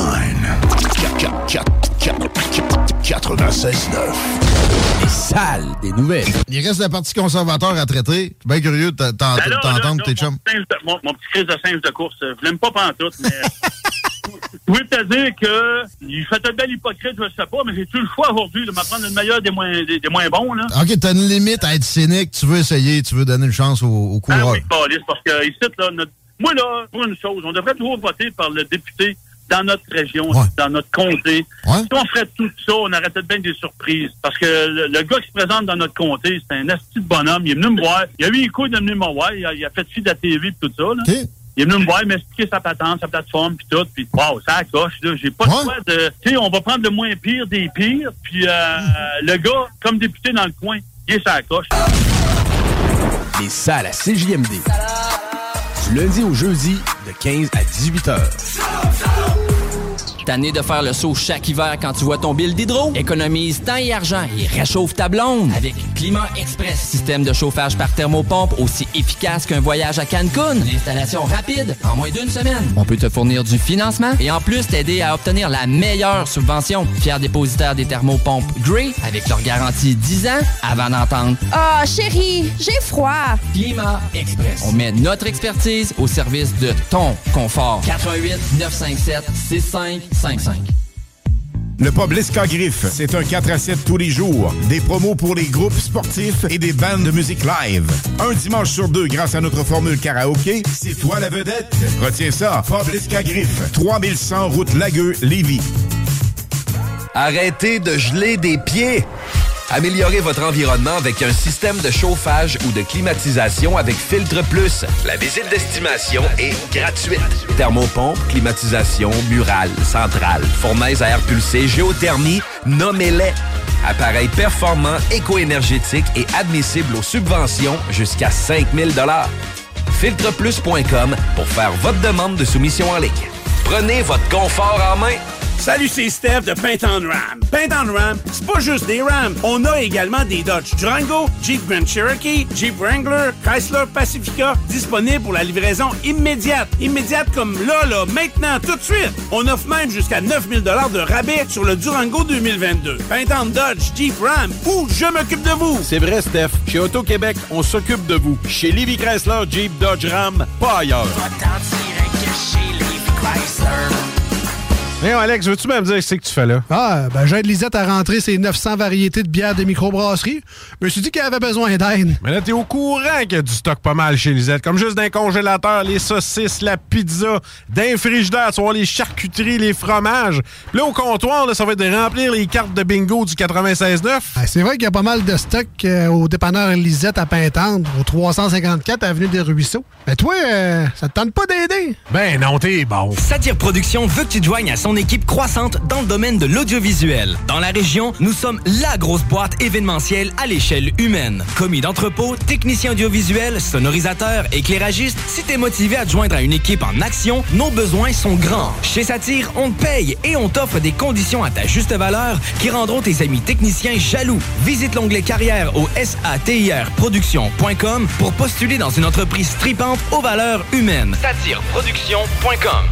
96.9. Les salles des nouvelles. Il reste la partie conservateur à traiter. Je suis bien curieux de t'entendre tes chums. Mon petit crise de singe de course, je l'aime pas pantoute, mais... Je voulais te dire que il fait un bel hypocrite, je sais pas, mais j'ai tout le choix aujourd'hui de m'apprendre le meilleur des moins bons. Là. OK, t'as une limite à être cynique, tu veux essayer, tu veux donner une chance aux coureurs. Oui, parce que ici, là, Moi, là, pour une chose, on devrait toujours voter par le député dans notre région, dans notre comté. Si on ferait tout ça, on aurait peut-être bien des surprises. Parce que le gars qui se présente dans notre comté, c'est un asti de bonhomme. Il est venu me voir. Il a eu les couilles de venir me voir. Il a fait fi de la TV et tout ça. Là. Okay. Il est venu me voir, m'expliquer sa patente, sa plateforme, puis tout. Puis, wow, ça accroche, là. J'ai pas le choix de... Tu sais, on va prendre le moins pire des pires. Puis, le gars, comme député dans le coin, il est ça accroche. Les salles à CJMD. Du lundi au jeudi, de 15 à 18 heures. Tanné de faire le saut chaque hiver quand tu vois ton bill d'hydro? Économise temps et argent et réchauffe ta blonde avec Climat Express. Système de chauffage par thermopompe aussi efficace qu'un voyage à Cancun. Installation rapide en moins d'1 semaine. On peut te fournir du financement et en plus t'aider à obtenir la meilleure subvention. Fier dépositaire des thermopompes Grey avec leur garantie 10 ans avant d'entendre « Ah, chérie, j'ai froid! » Climat Express. On met notre expertise au service de ton confort. 88 957 65 55. Le pub l'Escagriffe, c'est un 4 à 7 tous les jours. Des promos pour les groupes sportifs et des bandes de musique live. Un dimanche sur 2 grâce à notre formule karaoké. C'est toi la vedette. Retiens ça, pub l'Escagriffe, 3100 route Lagueux, Lévis. Arrêtez de geler des pieds. Améliorez votre environnement avec un système de chauffage ou de climatisation avec Filtre Plus. La visite d'estimation est gratuite. Thermopompe, climatisation, murale, centrale, fournaise à air pulsé, géothermie, nommez-les. Appareil performant, éco-énergétique et admissible aux subventions jusqu'à 5 000 $. Filtreplus.com pour faire votre demande de soumission en ligne. Prenez votre confort en main. Salut, c'est Steph de Paint on Ram. Paint on Ram, c'est pas juste des Rams. On a également des Dodge Durango, Jeep Grand Cherokee, Jeep Wrangler, Chrysler Pacifica, disponibles pour la livraison immédiate. Immédiate comme là, maintenant, tout de suite. On offre même jusqu'à 9 000 $ de rabais sur le Durango 2022. Paint on Dodge, Jeep Ram, ou je m'occupe de vous. C'est vrai, Steph. Chez Auto-Québec, on s'occupe de vous. Chez Lévis Chrysler, Jeep, Dodge, Ram, pas ailleurs. Hey, Alex, veux-tu même dire ce que tu fais là? Ah, ben j'aide Lisette à rentrer ses 900 variétés de bières de microbrasserie. Je me suis dit qu'elle avait besoin d'aide. Mais là, t'es au courant qu'il y a du stock pas mal chez Lisette. Comme juste d'un congélateur, les saucisses, la pizza, d'un frigidaire, tu vois, les charcuteries, les fromages. Puis là, au comptoir, là, ça va être de remplir les cartes de bingo du 96.9. Ah, c'est vrai qu'il y a pas mal de stock au dépanneur Lisette à Pintendre, au 354 avenue des Ruisseaux. Mais toi, ça te tente pas d'aider? Ben non, t'es bon. Satire Productions veut que tu te joignes à son équipe croissante dans le domaine de l'audiovisuel. Dans la région, nous sommes la grosse boîte événementielle à l'échelle humaine. Commis d'entrepôt, technicien audiovisuel, sonorisateur, éclairagiste, si t'es motivé à te joindre à une équipe en action, nos besoins sont grands. Chez Satire, on te paye et on t'offre des conditions à ta juste valeur qui rendront tes amis techniciens jaloux. Visite l'onglet carrière au satirproduction.com pour postuler dans une entreprise tripante aux valeurs humaines. Satireproduction.com.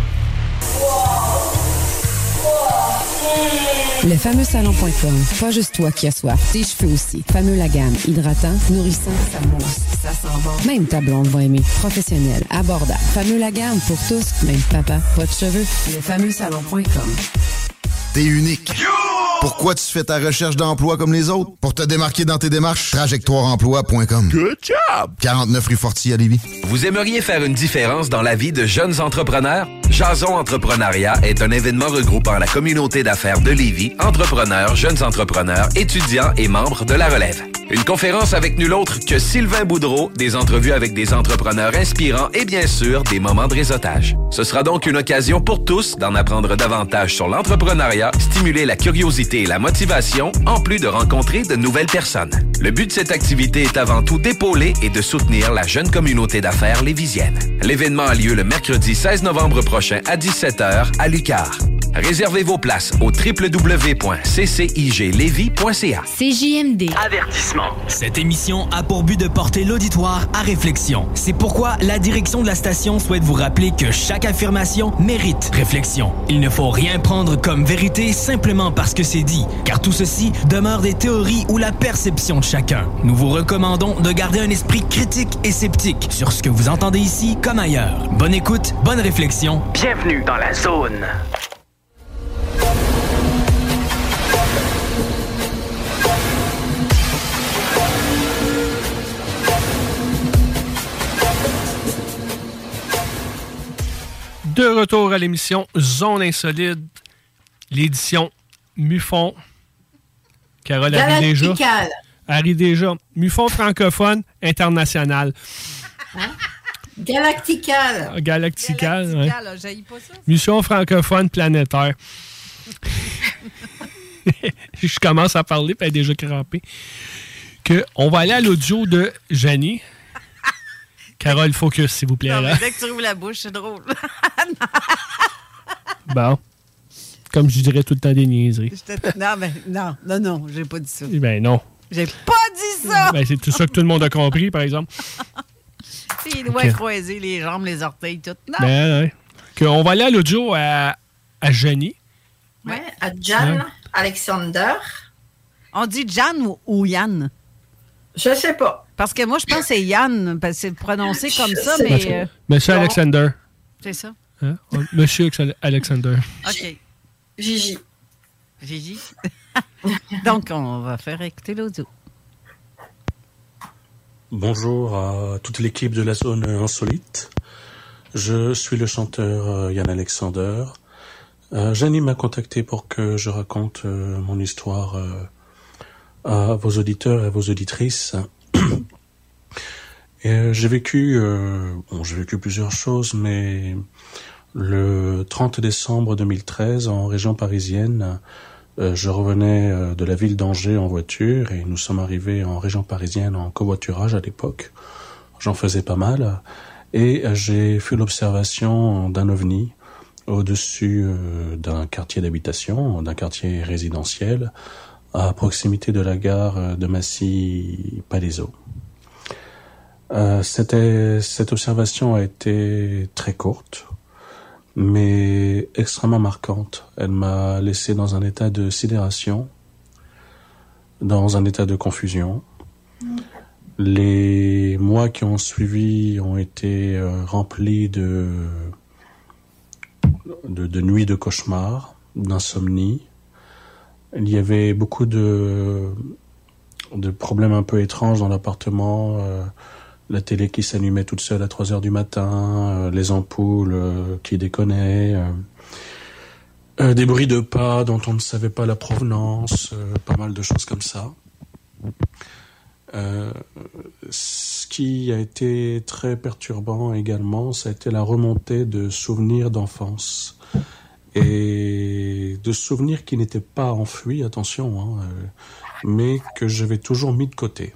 Le fameux salon.com. Pas juste toi qui as soif, tes cheveux aussi. Fameux la gamme. Hydratant, nourrissant, ça mousse, ça sent bon. Même ta blonde va aimer. Professionnel, abordable. Fameux la gamme pour tous, même papa, pas de cheveux. Le fameux salon.com. T'es unique. Pourquoi tu fais ta recherche d'emploi comme les autres? Pour te démarquer dans tes démarches, trajectoireemploi.com. Good job! 49 rue Fortier à Lévis. Vous aimeriez faire une différence dans la vie de jeunes entrepreneurs? Jason Entrepreneuriat est un événement regroupant la communauté d'affaires de Lévis, entrepreneurs, jeunes entrepreneurs, étudiants et membres de la relève. Une conférence avec nul autre que Sylvain Boudreau, des entrevues avec des entrepreneurs inspirants et bien sûr, des moments de réseautage. Ce sera donc une occasion pour tous d'en apprendre davantage sur l'entrepreneuriat, stimuler la curiosité et la motivation, en plus de rencontrer de nouvelles personnes. Le but de cette activité est avant tout d'épauler et de soutenir la jeune communauté d'affaires lévisienne. L'événement a lieu le mercredi 16 novembre prochain à 17h à Lucar. Réservez vos places au www.cciglevy.ca. CJMD. Avertissement. Cette émission a pour but de porter l'auditoire à réflexion. C'est pourquoi la direction de la station souhaite vous rappeler que chaque affirmation mérite réflexion. Il ne faut rien prendre comme vérité simplement parce que c'est dit, car tout ceci demeure des théories ou la perception de chacun. Nous vous recommandons de garder un esprit critique et sceptique sur ce que vous entendez ici comme ailleurs. Bonne écoute, bonne réflexion. Bienvenue dans la zone. De retour à l'émission Zone Insolite, l'édition MUFON. Carole arrive déjà. MUFON francophone international. Hein? Galactical. Galactical, ouais. J'haïs pas ça. Mission francophone planétaire. Je commence à parler, puis elle est déjà crampée. On va aller à l'audio de Janie. Carole, focus, s'il vous plaît. Non, là. mais dès que tu ouvres la bouche, c'est drôle. Bon. Comme je dirais tout le temps des niaiseries. Non, j'ai pas dit ça. Ben non. J'ai pas dit ça! Ben, c'est tout ça que tout le monde a compris, par exemple. Les doigts croisés, les jambes, les orteils, tout. Non! Ben, ouais. On va aller à l'audio à Janie. Oui, à Jan Alexander. On dit Jan ou Yann? Je sais pas. Parce que moi, je pense que c'est Yann, parce que c'est prononcé comme ça, mais... Monsieur Alexander. C'est ça? Hein? Monsieur Alexander. OK. Gigi. Donc, on va faire écouter l'audio. Bonjour à toute l'équipe de la Zone Insolite. Je suis le chanteur Yann Alexander. Janie m'a contacté pour que je raconte mon histoire à vos auditeurs et à vos auditrices. Et j'ai vécu plusieurs choses, mais le 30 décembre 2013, en région parisienne, je revenais de la ville d'Angers en voiture et nous sommes arrivés en région parisienne en covoiturage à l'époque. J'en faisais pas mal et j'ai fait l'observation d'un ovni au-dessus d'un quartier d'habitation, d'un quartier résidentiel, à proximité de la gare de Massy-Palaiseau. Cette observation a été très courte, mais extrêmement marquante. Elle m'a laissé dans un état de sidération, dans un état de confusion. Les mois qui ont suivi ont été remplis de nuits de cauchemars, d'insomnie. Il y avait beaucoup de problèmes un peu étranges dans l'appartement. La télé qui s'allumait toute seule à 3h du matin, les ampoules qui déconnaient, des bruits de pas dont on ne savait pas la provenance, pas mal de choses comme ça. Ce qui a été très perturbant également, ça a été la remontée de souvenirs d'enfance. Et de souvenirs qui n'étaient pas enfuis, attention, mais que j'avais toujours mis de côté.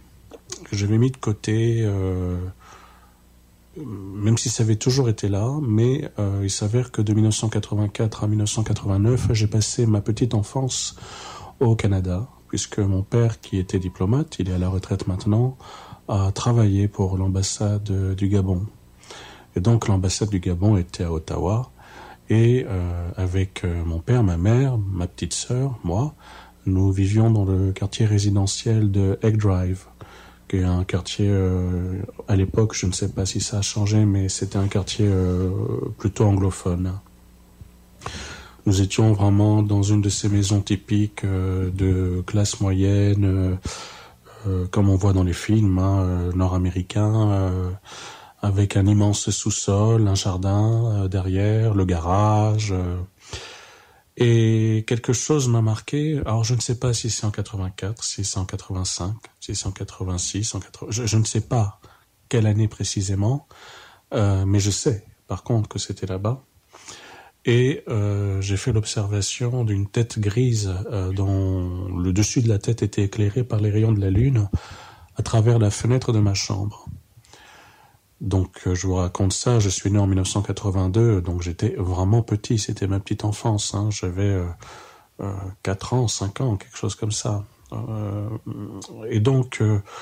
Même si ça avait toujours été là, mais il s'avère que de 1984 à 1989, j'ai passé ma petite enfance au Canada, puisque mon père, qui était diplomate, il est à la retraite maintenant, a travaillé pour l'ambassade du Gabon. Et donc l'ambassade du Gabon était à Ottawa, et avec mon père, ma mère, ma petite sœur, moi, nous vivions dans le quartier résidentiel de Egg Drive, qui est un quartier, à l'époque, je ne sais pas si ça a changé, mais c'était un quartier plutôt anglophone. Nous étions vraiment dans une de ces maisons typiques de classe moyenne, comme on voit dans les films nord-américains, avec un immense sous-sol, un jardin derrière, le garage. Et quelque chose m'a marqué. Alors je ne sais pas si c'est en 84, si c'est en 85, si c'est en 86, je ne sais pas quelle année précisément, mais je sais par contre que c'était là-bas. Et j'ai fait l'observation d'une tête grise dont le dessus de la tête était éclairé par les rayons de la lune à travers la fenêtre de ma chambre. Donc je vous raconte ça, je suis né en 1982, donc j'étais vraiment petit, c'était ma petite enfance, j'avais 4 ans, 5 ans, quelque chose comme ça. Et donc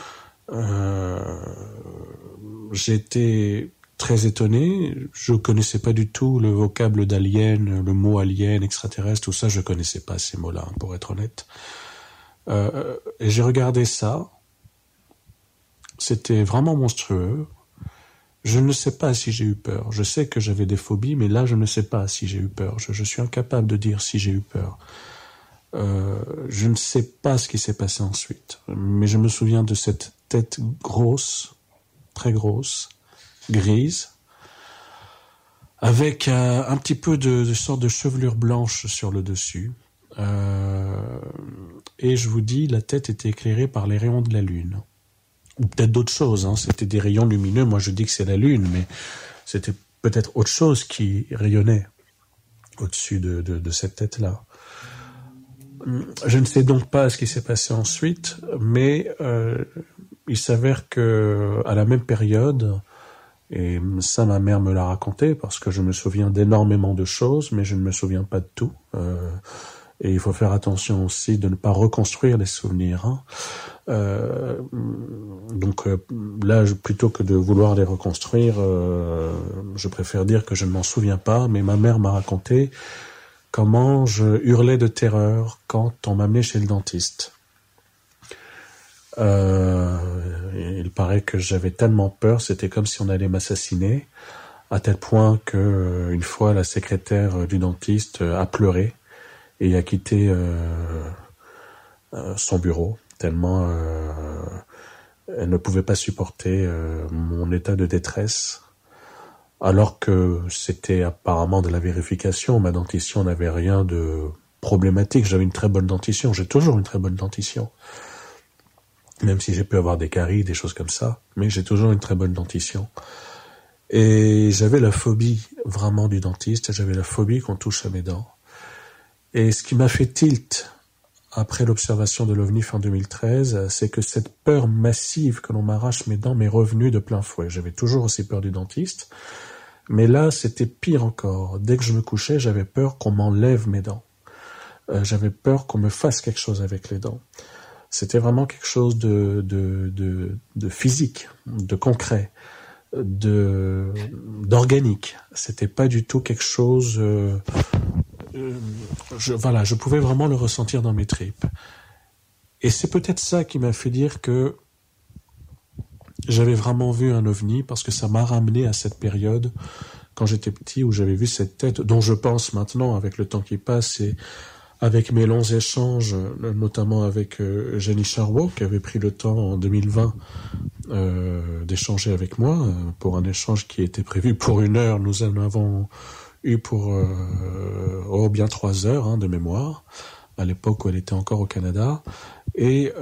j'étais très étonné, je connaissais pas du tout le vocable d'alien, le mot alien, extraterrestre, tout ça, je connaissais pas ces mots-là, pour être honnête. Et j'ai regardé ça, c'était vraiment monstrueux. Je ne sais pas si j'ai eu peur. Je sais que j'avais des phobies, mais là, je ne sais pas si j'ai eu peur. Je suis incapable de dire si j'ai eu peur. Je ne sais pas ce qui s'est passé ensuite. Mais je me souviens de cette tête grosse, très grosse, grise, avec un petit peu de sorte de chevelure blanche sur le dessus. Et je vous dis, la tête était éclairée par les rayons de la lune. Ou peut-être d'autres choses, hein. C'était des rayons lumineux, moi je dis que c'est la lune, mais c'était peut-être autre chose qui rayonnait au-dessus de cette tête-là. Je ne sais donc pas ce qui s'est passé ensuite, mais il s'avère que à la même période, et ça ma mère me l'a raconté parce que je me souviens d'énormément de choses, mais je ne me souviens pas de tout. Et il faut faire attention aussi de ne pas reconstruire les souvenirs. Hein. Donc là, plutôt que de vouloir les reconstruire, je préfère dire que je ne m'en souviens pas, mais ma mère m'a raconté comment je hurlais de terreur quand on m'amenait chez le dentiste. Il paraît que j'avais tellement peur, c'était comme si on allait m'assassiner, à tel point que une fois la secrétaire du dentiste a pleuré et a quitté son bureau, tellement elle ne pouvait pas supporter mon état de détresse, alors que c'était apparemment de la vérification. Ma dentition n'avait rien de problématique, j'avais une très bonne dentition, j'ai toujours une très bonne dentition, même si j'ai pu avoir des caries, des choses comme ça, mais j'ai toujours une très bonne dentition. Et j'avais la phobie vraiment du dentiste, j'avais la phobie qu'on touche à mes dents. Et ce qui m'a fait tilt après l'observation de l'OVNI fin 2013, c'est que cette peur massive que l'on m'arrache mes dents m'est revenue de plein fouet. J'avais toujours aussi peur du dentiste, mais là c'était pire encore. Dès que je me couchais, j'avais peur qu'on m'enlève mes dents. J'avais peur qu'on me fasse quelque chose avec les dents. C'était vraiment quelque chose de physique, de concret, d'organique. C'était pas du tout quelque chose. Je pouvais vraiment le ressentir dans mes tripes. Et c'est peut-être ça qui m'a fait dire que j'avais vraiment vu un ovni, parce que ça m'a ramené à cette période quand j'étais petit où j'avais vu cette tête, dont je pense maintenant avec le temps qui passe et avec mes longs échanges, notamment avec Jenny Charwot, qui avait pris le temps en 2020 d'échanger avec moi pour un échange qui était prévu pour 1 heure. Nous en avons eu pour bien 3 heures de mémoire, à l'époque où elle était encore au Canada. Et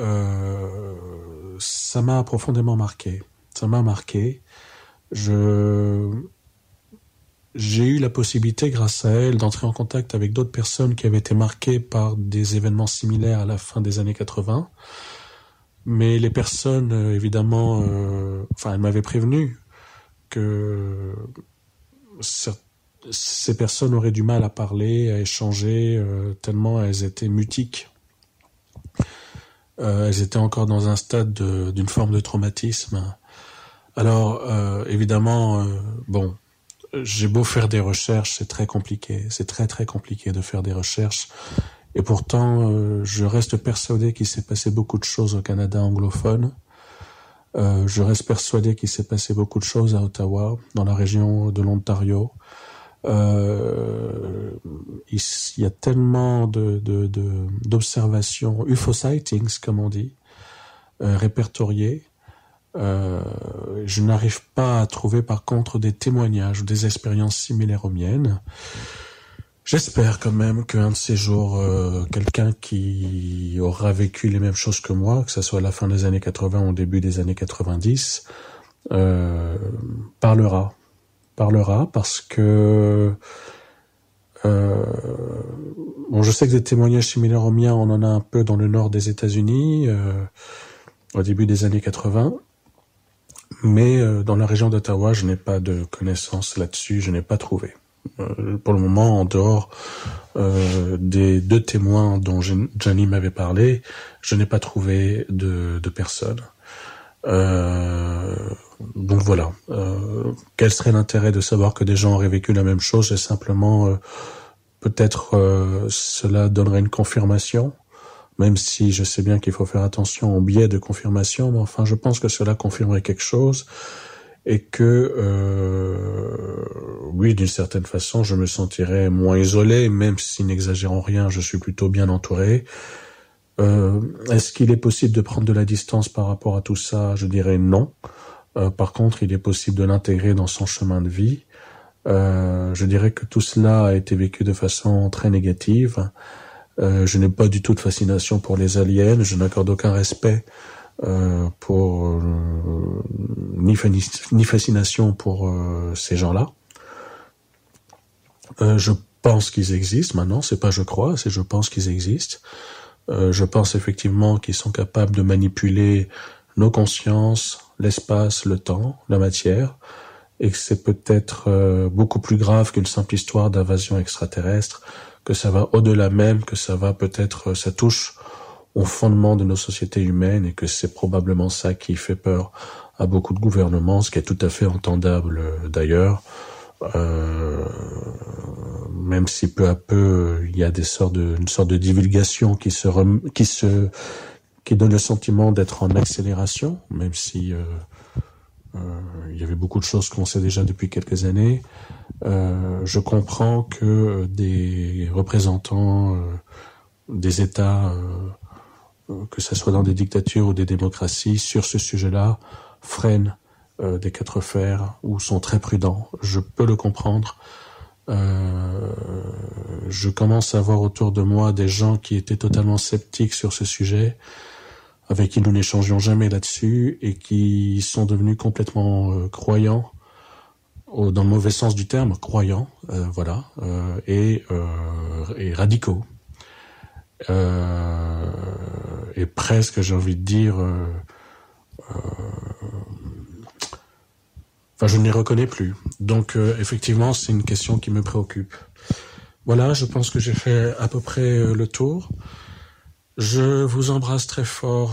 ça m'a profondément marqué. Ça m'a marqué. J'ai eu la possibilité, grâce à elle, d'entrer en contact avec d'autres personnes qui avaient été marquées par des événements similaires à la fin des années 80. Mais les personnes, évidemment, elle m'avait prévenu que ces personnes auraient du mal à parler, à échanger, tellement elles étaient mutiques. Elles étaient encore dans un stade d'une forme de traumatisme. Alors, évidemment, j'ai beau faire des recherches, c'est très compliqué. C'est très très compliqué de faire des recherches. Et pourtant, je reste persuadé qu'il s'est passé beaucoup de choses au Canada anglophone. Je reste persuadé qu'il s'est passé beaucoup de choses à Ottawa, dans la région de l'Ontario. Il y a tellement d'observations, UFO sightings, comme on dit, répertoriées. Je n'arrive pas à trouver par contre des témoignages ou des expériences similaires aux miennes. J'espère quand même qu'un de ces jours, quelqu'un qui aura vécu les mêmes choses que moi, que ce soit à la fin des années 80 ou au début des années 90, parlera parce que je sais que des témoignages similaires aux miens, on en a un peu dans le nord des États-Unis, au début des années 80. Mais dans la région d'Ottawa, je n'ai pas de connaissances là-dessus, je n'ai pas trouvé. Pour le moment, en dehors des 2 témoins dont Jenny m'avait parlé, je n'ai pas trouvé de personnes. Donc voilà. Quel serait l'intérêt de savoir que des gens auraient vécu la même chose? Et simplement, peut-être cela donnerait une confirmation, même si je sais bien qu'il faut faire attention au biais de confirmation, mais enfin je pense que cela confirmerait quelque chose et que oui, d'une certaine façon, je me sentirais moins isolé, même si, n'exagérons rien, je suis plutôt bien entouré. Est-ce qu'il est possible de prendre de la distance par rapport à tout ça? Je dirais non. Par contre, il est possible de l'intégrer dans son chemin de vie. Je dirais que tout cela a été vécu de façon très négative. Je n'ai pas du tout de fascination pour les aliens, je n'accorde aucun respect pour ni fascination pour ces gens-là. Je pense qu'ils existent maintenant, c'est pas je crois, c'est je pense qu'ils existent. Je pense effectivement qu'ils sont capables de manipuler nos consciences, l'espace, le temps, la matière, et que c'est peut-être beaucoup plus grave qu'une simple histoire d'invasion extraterrestre, que ça va au-delà même, que ça va peut-être, ça touche au fondement de nos sociétés humaines et que c'est probablement ça qui fait peur à beaucoup de gouvernements, ce qui est tout à fait entendable d'ailleurs, même si peu à peu il y a une sorte de divulgation qui donne le sentiment d'être en accélération, même si il y avait beaucoup de choses qu'on sait déjà depuis quelques années. Je comprends que des représentants des États, que ce soit dans des dictatures ou des démocraties, sur ce sujet-là, freinent des quatre fers ou sont très prudents. Je peux le comprendre. Je commence à voir autour de moi des gens qui étaient totalement sceptiques sur ce sujet, avec qui nous n'échangions jamais là-dessus, et qui sont devenus complètement croyants, dans le mauvais sens du terme, croyants, voilà, et radicaux. Et presque, j'ai envie de dire, je ne les reconnais plus. Donc, effectivement, c'est une question qui me préoccupe. Voilà, je pense que j'ai fait à peu près le tour. Je vous embrasse très fort,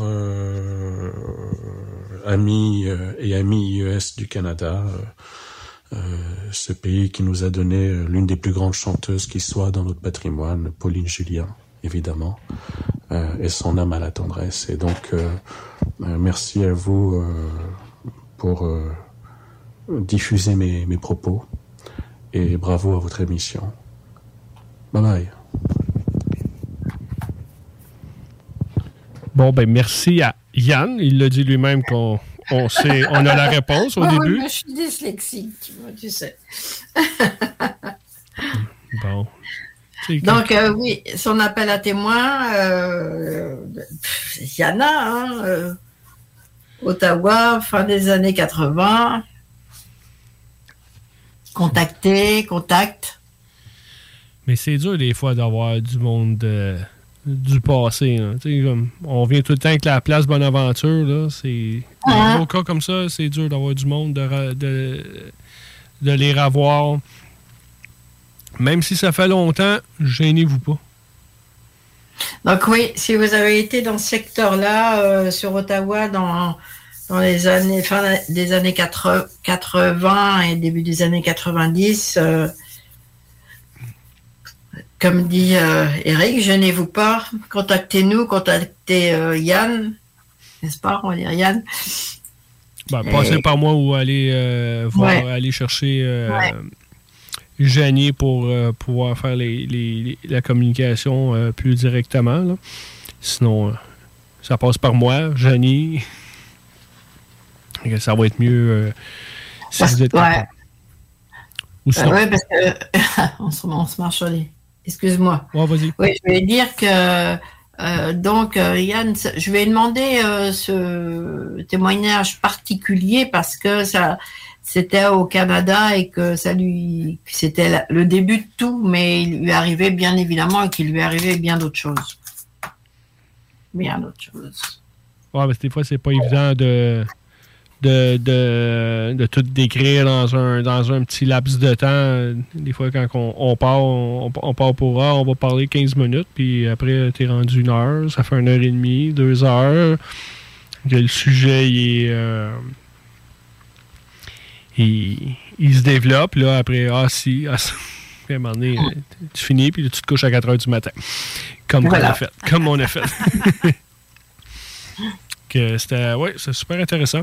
amis et amis IES du Canada, ce pays qui nous a donné l'une des plus grandes chanteuses qui soit dans notre patrimoine, Pauline Julien, évidemment, et son âme à la tendresse. Et donc, merci à vous pour diffuser mes propos, et bravo à votre émission. Bye bye. Bon, ben merci à Yann. Il l'a dit lui-même qu'on a la réponse au début. Je suis dyslexique, tu sais. Bon. Donc, oui, son appel à témoins, il y en a, Ottawa, fin des années 80. Contact. Mais c'est dur des fois d'avoir du monde du passé. Hein. Comme, on vient tout le temps avec la place Bonaventure. Là, dans nos cas comme ça, c'est dur d'avoir du monde, de les revoir. Même si ça fait longtemps, gênez-vous pas. Donc oui, si vous avez été dans ce secteur-là, sur Ottawa, dans les années, fin des années 80 et début des années 90, comme dit Eric, gênez-vous pas, contactez-nous, contactez Yann, n'est-ce pas, on va dire Yann. Passez par moi ou allez aller chercher Janie pour pouvoir faire la communication plus directement. Là. Sinon, ça passe par moi, Janie. Ça va être mieux si vous êtes capable. Oui, parce que on se marche sur les... Excuse-moi. Ouais, vas-y. Oui, je vais dire que Yann, je vais demander ce témoignage particulier parce que c'était au Canada et que c'était le début de tout, mais il lui arrivait bien évidemment et qu'il lui arrivait bien d'autres choses. Bien d'autres choses. Ouais, parce que des fois, c'est pas évident de tout décrire dans un petit laps de temps. Des fois, quand on part pour on va parler 15 minutes, puis après, t'es rendu 1 heure, ça fait 1h30, 2 heures. Le sujet, il se développe, là, après, puis à un moment donné, tu finis, puis là, tu te couches à 4 heures du matin. Comme on a fait. C'est super intéressant.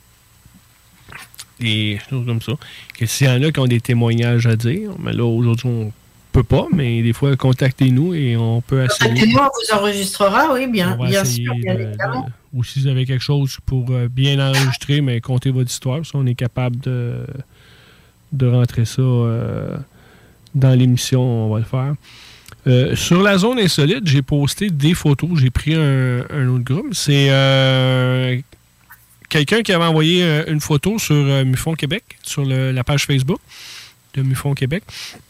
Des choses comme ça. Que s'il y en a qui ont des témoignages à dire, mais là, aujourd'hui, on peut pas, mais des fois, contactez-nous et on peut essayer. Contactez-nous, on vous enregistrera, oui, bien sûr, bien évidemment. Ou si vous avez quelque chose pour bien enregistrer, mais compter votre histoire, ça, on est capable de rentrer ça dans l'émission. On va le faire. Sur la zone insolite, j'ai posté des photos. J'ai pris un autre groupe. C'est quelqu'un qui avait envoyé une photo sur MUFON Québec, sur la page Facebook de MUFON Québec.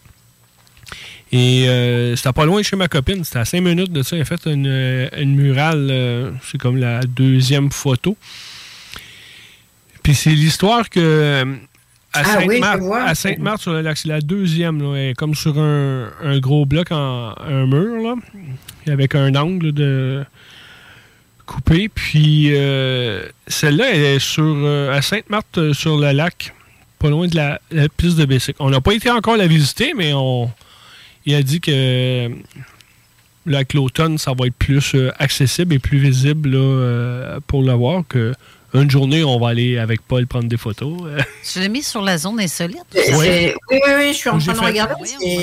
Et c'était pas loin de chez ma copine. C'était à 5 minutes de ça. Il a fait une murale. C'est comme la deuxième photo. Puis c'est l'histoire que... À Sainte-Marthe, sur le lac, c'est la deuxième. Là, elle est comme sur un gros bloc, un mur, là, avec un angle de coupé. Puis celle-là, elle est à Sainte-Marthe, sur le lac, pas loin de la piste de bicycle. On n'a pas été encore la visiter, mais il a dit que là, avec l'automne, ça va être plus accessible et plus visible là, pour le voir que... Une journée, on va aller avec Paul prendre des photos. Tu l'as mis sur la zone insolite? Oui, je suis en train de regarder.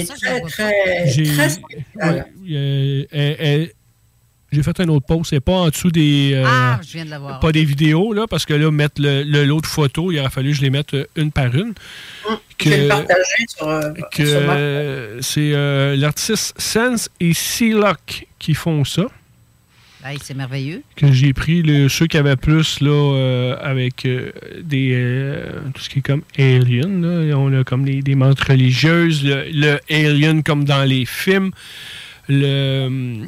J'ai fait un autre post. C'est pas en dessous des... je viens de l'avoir. Pas des vidéos, là, parce que là, mettre l'autre photo, il aurait fallu que je les mette une par une. Je vais le partager sur ma... C'est l'artiste Sense et Sealock qui font ça. Hey, c'est merveilleux. Que j'ai pris ceux qui avaient plus là, avec des tout ce qui est comme Alien. Là. On a comme des mantes religieuses, le Alien comme dans les films. La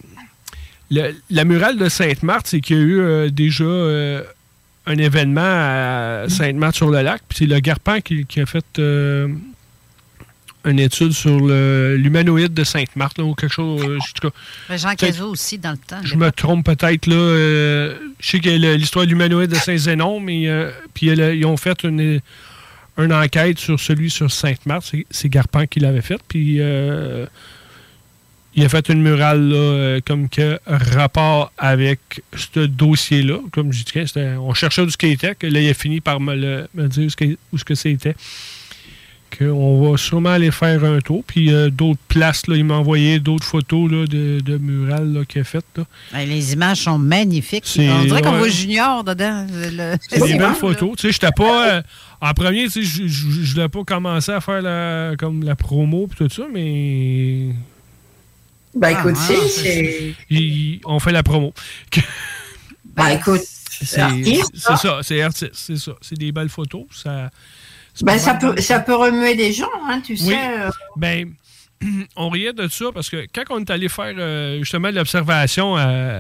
murale de Sainte-Marthe, c'est qu'il y a eu déjà un événement à Sainte-Marthe-sur-le-Lac. Puis c'est le Garpan qui a fait une étude sur l'humanoïde de Sainte-Marthe, là, ou quelque chose. En tout cas, Jean Cazot aussi, dans le temps. Je me trompe peut-être, là. Je sais qu'il y a l'histoire de l'humanoïde de Saint-Zénon, mais puis ils ont fait une enquête sur celui sur Sainte-Marthe. C'est Garpan qui l'avait fait. Puis il a fait une murale, là, comme que rapport avec ce dossier-là. Comme je disais, on cherchait du skater. Là, il a fini par me dire où ce que c'était. On va sûrement aller faire un tour. Puis d'autres places, là, il m'a envoyé d'autres photos là, de murales qu'il a faites. Là. Les images sont magnifiques. On dirait qu'on voit Junior dedans. C'est des belles photos. Tu sais, j'étais pas... en premier, tu sais, je voulais pas commencer à faire la promo et tout ça, mais... écoute, c'est... On fait la promo. Écoute, c'est ça, c'est artiste, c'est ça. C'est des belles photos, ça... ça peut remuer des gens, hein, tu sais. On riait de ça parce que quand on est allé faire justement l'observation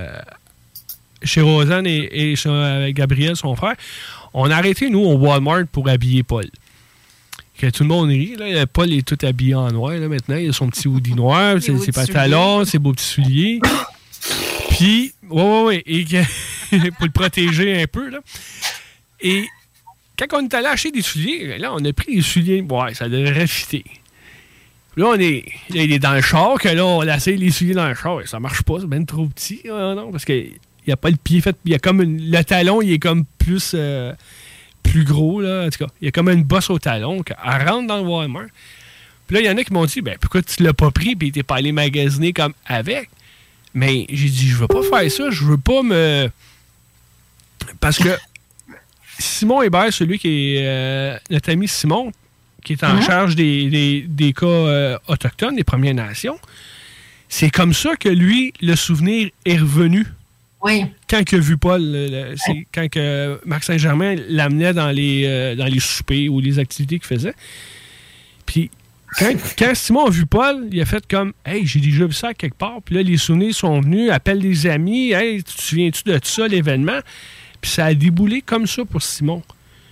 chez Rosanne et avec Gabriel, son frère, on a arrêté, nous, au Walmart pour habiller Paul. Que tout le monde rit. Là. Paul est tout habillé en noir là, maintenant. Il a son petit hoodie noir, ses pantalons, ses beaux petits souliers. Puis, et pour le protéger un peu. Là. Et quand on est allé acheter des souliers, là, on a pris des souliers. Ouais, ça devrait fitter. Là, il est dans le char, que là, on essaie les souliers dans le char. Ça marche pas, c'est bien trop petit. Non, parce qu'il n'y a pas le pied fait. Il y a comme le talon, il est comme plus gros, là. En tout cas, il y a comme une bosse au talon. Elle rentre dans le Walmart. Puis là, il y en a qui m'ont dit, pourquoi tu l'as pas pris et t'es pas allé magasiner comme avec? Mais j'ai dit, je veux pas faire ça. Je veux pas me... Parce que Simon Hébert, celui qui est notre ami Simon, qui est en charge des cas autochtones, des Premières Nations, c'est comme ça que lui, le souvenir est revenu. Oui. Quand il a vu Paul, c'est quand que Marc Saint-Germain l'amenait dans les soupers ou les activités qu'il faisait. Puis quand Simon a vu Paul, il a fait comme « Hey, j'ai déjà vu ça quelque part. » Puis là, les souvenirs sont venus, appelle des amis. « Hey, tu te souviens-tu de ça, l'événement? » Puis ça a déboulé comme ça pour Simon.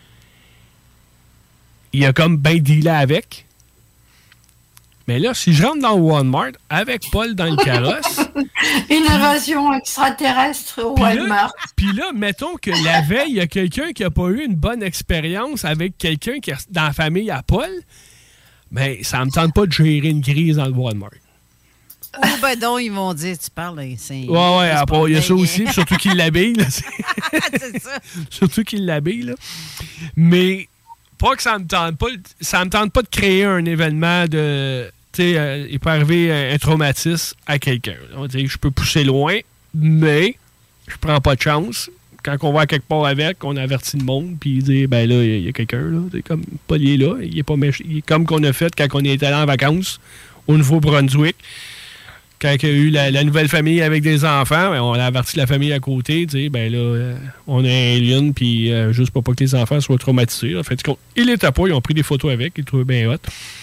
Il a comme bien dealé avec. Mais là, si je rentre dans Walmart avec Paul dans le carrosse... Innovation extraterrestre au Walmart. Puis là, mettons que la veille, il y a quelqu'un qui n'a pas eu une bonne expérience avec quelqu'un qui est dans la famille à Paul, mais ça ne me tente pas de gérer une crise dans le Walmart. Oh, ben donc, ils vont dire, tu parles, c'est... il y a ça aussi, surtout qu'il l'habille. C'est ça. Surtout qu'il l'habille, là. Mais pas que ça me tente pas de créer un événement de... Tu sais, il peut arriver un traumatisme à quelqu'un. On va dire, je peux pousser loin, mais je prends pas de chance quand on va à quelque part avec, on avertit le monde, puis il dit, ben là, il y a quelqu'un, là. C'est comme, pas lié là. Il est pas méchant. Il est comme qu'on a fait quand on est allé en vacances au Nouveau-Brunswick. Quand il y a eu la nouvelle famille avec des enfants, ben, on a averti la famille à côté, tu sais, ben là, on a un alien, puis juste pour pas que les enfants soient traumatisés. En fait, il était pas, ils ont pris des photos avec, ils le trouvaient bien hot.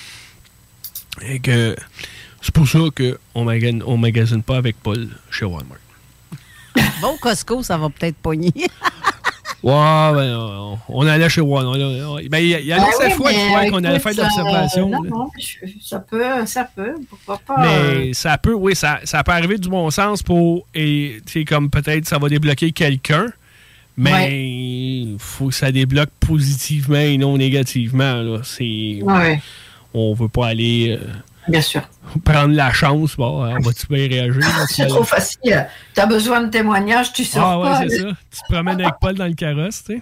Et que c'est pour ça qu'on magasine pas avec Paul chez Walmart. Va au Costco, ça va peut-être pogner. Ouais, ben, on allait chez Walmart. Ben, il y a cette fois qu'on allait faire de l'observation. Non, ça peut, pourquoi pas. Mais ça peut, oui, ça peut arriver du bon sens et c'est comme peut-être ça va débloquer quelqu'un, mais il faut que ça débloque positivement et non négativement. Là. On veut pas aller... Bien sûr. Prendre la chance, bon, on va-tu bien réagir? C'est trop facile. Tu as besoin de témoignages, tu sors pas. C'est ça. Tu te promènes avec Paul dans le carrosse, tu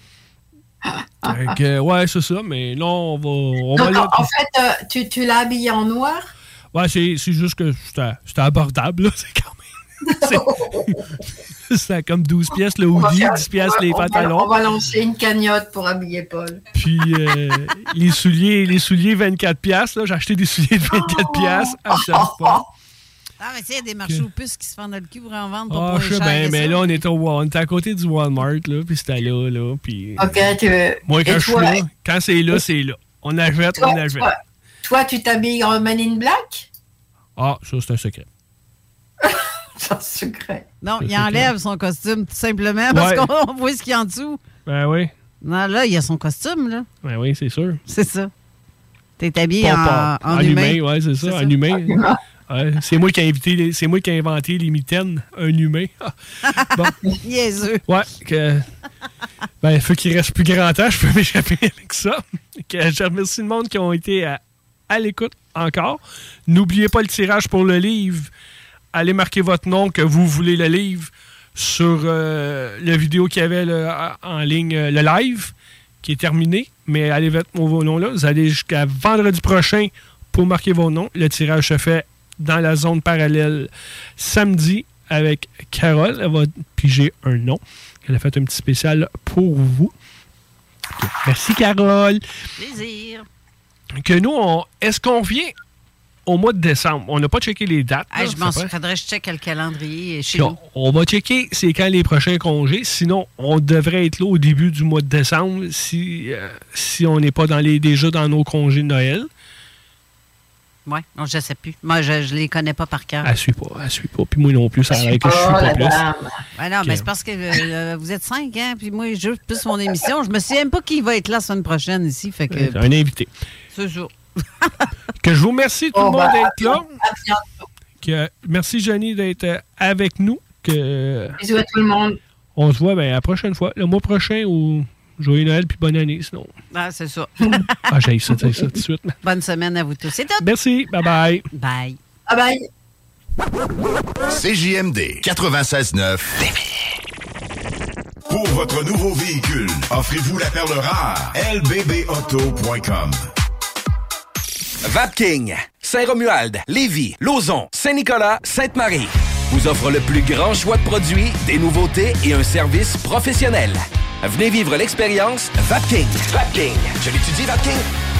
sais. Donc, c'est ça, mais non, on va là. En fait, tu l'as habillé en noir? Ouais, c'est juste que c'était abordable, là. C'est quand même... C'est comme 12 pièces le hoodie, 10 pièces les pantalons. On va lancer une cagnotte pour habiller Paul. Puis les souliers 24 pièces, là, j'ai acheté des souliers de 24 pièces à chaque fois. Ah, mais tu sais, il y a des marchés aux puces qui se font dans le cul pour en vendre pour pas cher. Mais là, on était à côté du Walmart, là, puis c'était là, puis... OK, moi, quand je suis là, quand c'est là, c'est là. On achète, on achète. Toi, tu t'habilles en Man in Black? Ah, ça, c'est un secret. C'est un secret. Non, il enlève son costume tout simplement parce qu'on voit ce qu'il y a en dessous. Ben oui. Non, là, il y a son costume, là. Ben oui, c'est sûr. C'est ça. T'es habillé en humain. Oui, c'est ça, en humain. C'est moi qui ai inventé les mitaines, un humain. Bon. Niaiseux. Ouais, il faut qu'il reste plus grand temps, je peux m'échapper avec ça. Je remercie le monde qui ont été à l'écoute encore. N'oubliez pas le tirage pour le livre. Allez marquer votre nom que vous voulez le livre sur la vidéo qu'il y avait en ligne, le live, qui est terminé. Mais allez mettre vos noms là. Vous allez jusqu'à vendredi prochain pour marquer vos noms. Le tirage se fait dans la zone parallèle samedi avec Carole. Elle va piger un nom. Elle a fait un petit spécial pour vous. Okay. Merci, Carole. Plaisir. Que nous, est-ce qu'on vient au mois de décembre? On n'a pas checké les dates. Hey, il faudrait que je check le calendrier chez nous. On va checker c'est quand les prochains congés. Sinon, on devrait être là au début du mois de décembre si on n'est pas déjà dans nos congés de Noël. Oui, non, je ne sais plus. Moi, je ne les connais pas par cœur. Elle suit pas. Puis moi non plus, ça a l'air que je ne suis pas plus. Ben non, mais c'est parce que vous êtes 5, hein? Puis moi, je plus mon émission. Je me souviens même pas qui va être là la semaine prochaine ici. Fait que... C'est un invité. C'est sûr. Que je vous remercie tout le monde d'être là. Merci, Johnny, d'être avec nous. Bisous à tout le monde. On se voit la prochaine fois. Le mois prochain ou... Joyeux Noël puis bonne année, sinon. Ah, c'est ça. J'ai ça tout de suite. Bonne semaine à vous tous. C'est tout. Merci. Bye-bye. Bye. Bye-bye. CJMD 96.9. Pour votre nouveau véhicule, offrez-vous la perle rare. lbbauto.com. Vapking, Saint-Romuald, Lévis, Lauson, Saint-Nicolas, Sainte-Marie vous offre le plus grand choix de produits, des nouveautés et un service professionnel. Venez vivre l'expérience Vapking. Vapking. Je l'étudie, Vapking.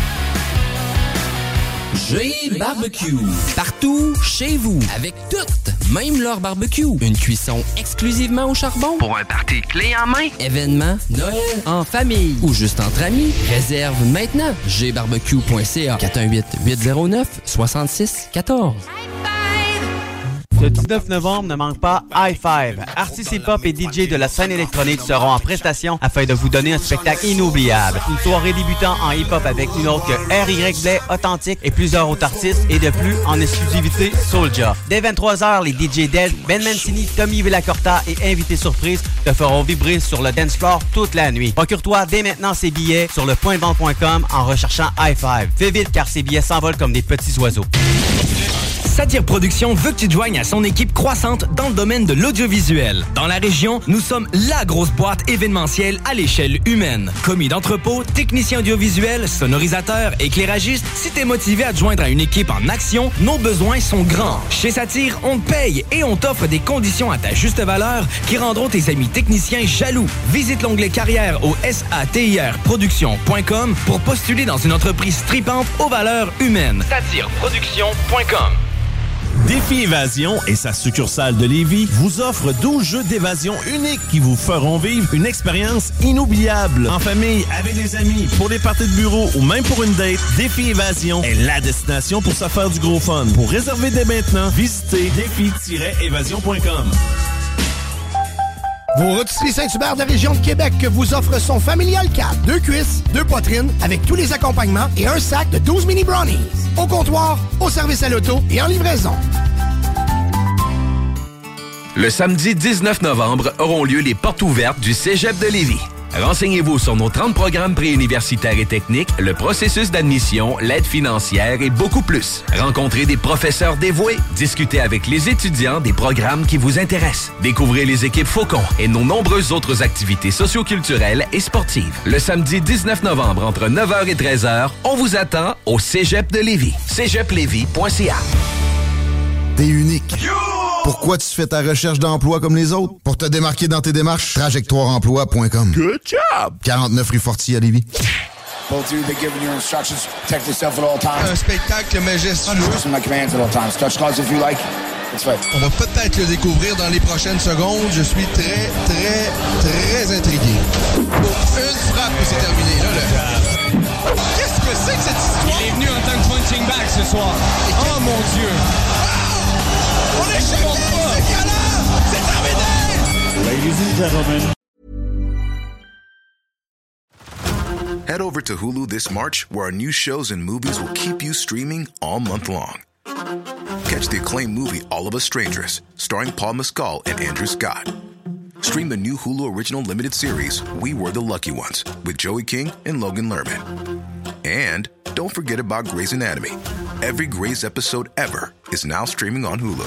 G-Barbecue. Partout, chez vous. Avec toutes, même leur barbecue. Une cuisson exclusivement au charbon. Pour un party clé en main. Événement, Noël, en famille ou juste entre amis. Réserve maintenant. gbarbecue.ca 418-809-6614. Le 19 novembre, ne manque pas High Five. Artistes hip-hop et DJ de la scène électronique seront en prestation afin de vous donner un spectacle inoubliable. Une soirée débutant en hip-hop avec une autre que R.Y. Blais, Authentique et plusieurs autres artistes et de plus en exclusivité Soulja. Dès 23h, les DJ Dead, Ben Mancini, Tommy Villacorta et invités surprises te feront vibrer sur le dance floor toute la nuit. Procure-toi dès maintenant ces billets sur lepointdevente.com en recherchant High Five. Fais vite car ces billets s'envolent comme des petits oiseaux. Satire Productions veut que tu te joignes à son équipe croissante dans le domaine de l'audiovisuel. Dans la région, nous sommes la grosse boîte événementielle à l'échelle humaine. Commis d'entrepôt, technicien audiovisuel, sonorisateur, éclairagiste, si t'es motivé à te joindre à une équipe en action, nos besoins sont grands. Chez Satire, on te paye et on t'offre des conditions à ta juste valeur qui rendront tes amis techniciens jaloux. Visite l'onglet carrière au satirproduction.com pour postuler dans une entreprise tripante aux valeurs humaines. Satireproduction.com. Défi Évasion et sa succursale de Lévis vous offre 12 jeux d'évasion uniques qui vous feront vivre une expérience inoubliable. En famille, avec des amis, pour les parties de bureau ou même pour une date, Défi Évasion est la destination pour se faire du gros fun. Pour réserver dès maintenant, visitez défi-évasion.com. Vos rôtisseries Saint-Hubert de la région de Québec vous offrent son familial 4, 2 cuisses, 2 poitrines, avec tous les accompagnements et un sac de 12 mini brownies. Au comptoir, au service à l'auto et en livraison. Le samedi 19 novembre auront lieu les portes ouvertes du Cégep de Lévis. Renseignez-vous sur nos 30 programmes préuniversitaires et techniques, le processus d'admission, l'aide financière et beaucoup plus. Rencontrez des professeurs dévoués, discutez avec les étudiants des programmes qui vous intéressent. Découvrez les équipes Faucon et nos nombreuses autres activités socioculturelles et sportives. Le samedi 19 novembre, entre 9h et 13h, on vous attend au Cégep de Lévis. cégeplévis.ca. T'es unique. Pourquoi tu fais ta recherche d'emploi comme les autres? Pour te démarquer dans tes démarches, trajectoireemploi.com. Good job! 49 rue Fortier à Lévis. Un spectacle majestueux. On va peut-être le découvrir dans les prochaines secondes. Je suis très, très, très intrigué. Une frappe et c'est terminé. Là, qu'est-ce que c'est que cette histoire? Il est venu en tant que punching bag ce soir. Oh mon Dieu! On est choqués, ce gars-là! C'est terminé! Ladies and gentlemen. Head over to Hulu this March, where our new shows and movies will keep you streaming all month long. Catch the acclaimed movie All of Us Strangers, starring Paul Mescal and Andrew Scott. Stream the new Hulu original limited series We Were the Lucky Ones with Joey King and Logan Lerman. And don't forget about Grey's Anatomy. Every Grey's episode ever is now streaming on Hulu.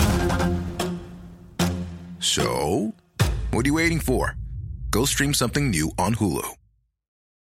So, what are you waiting for? Go stream something new on Hulu.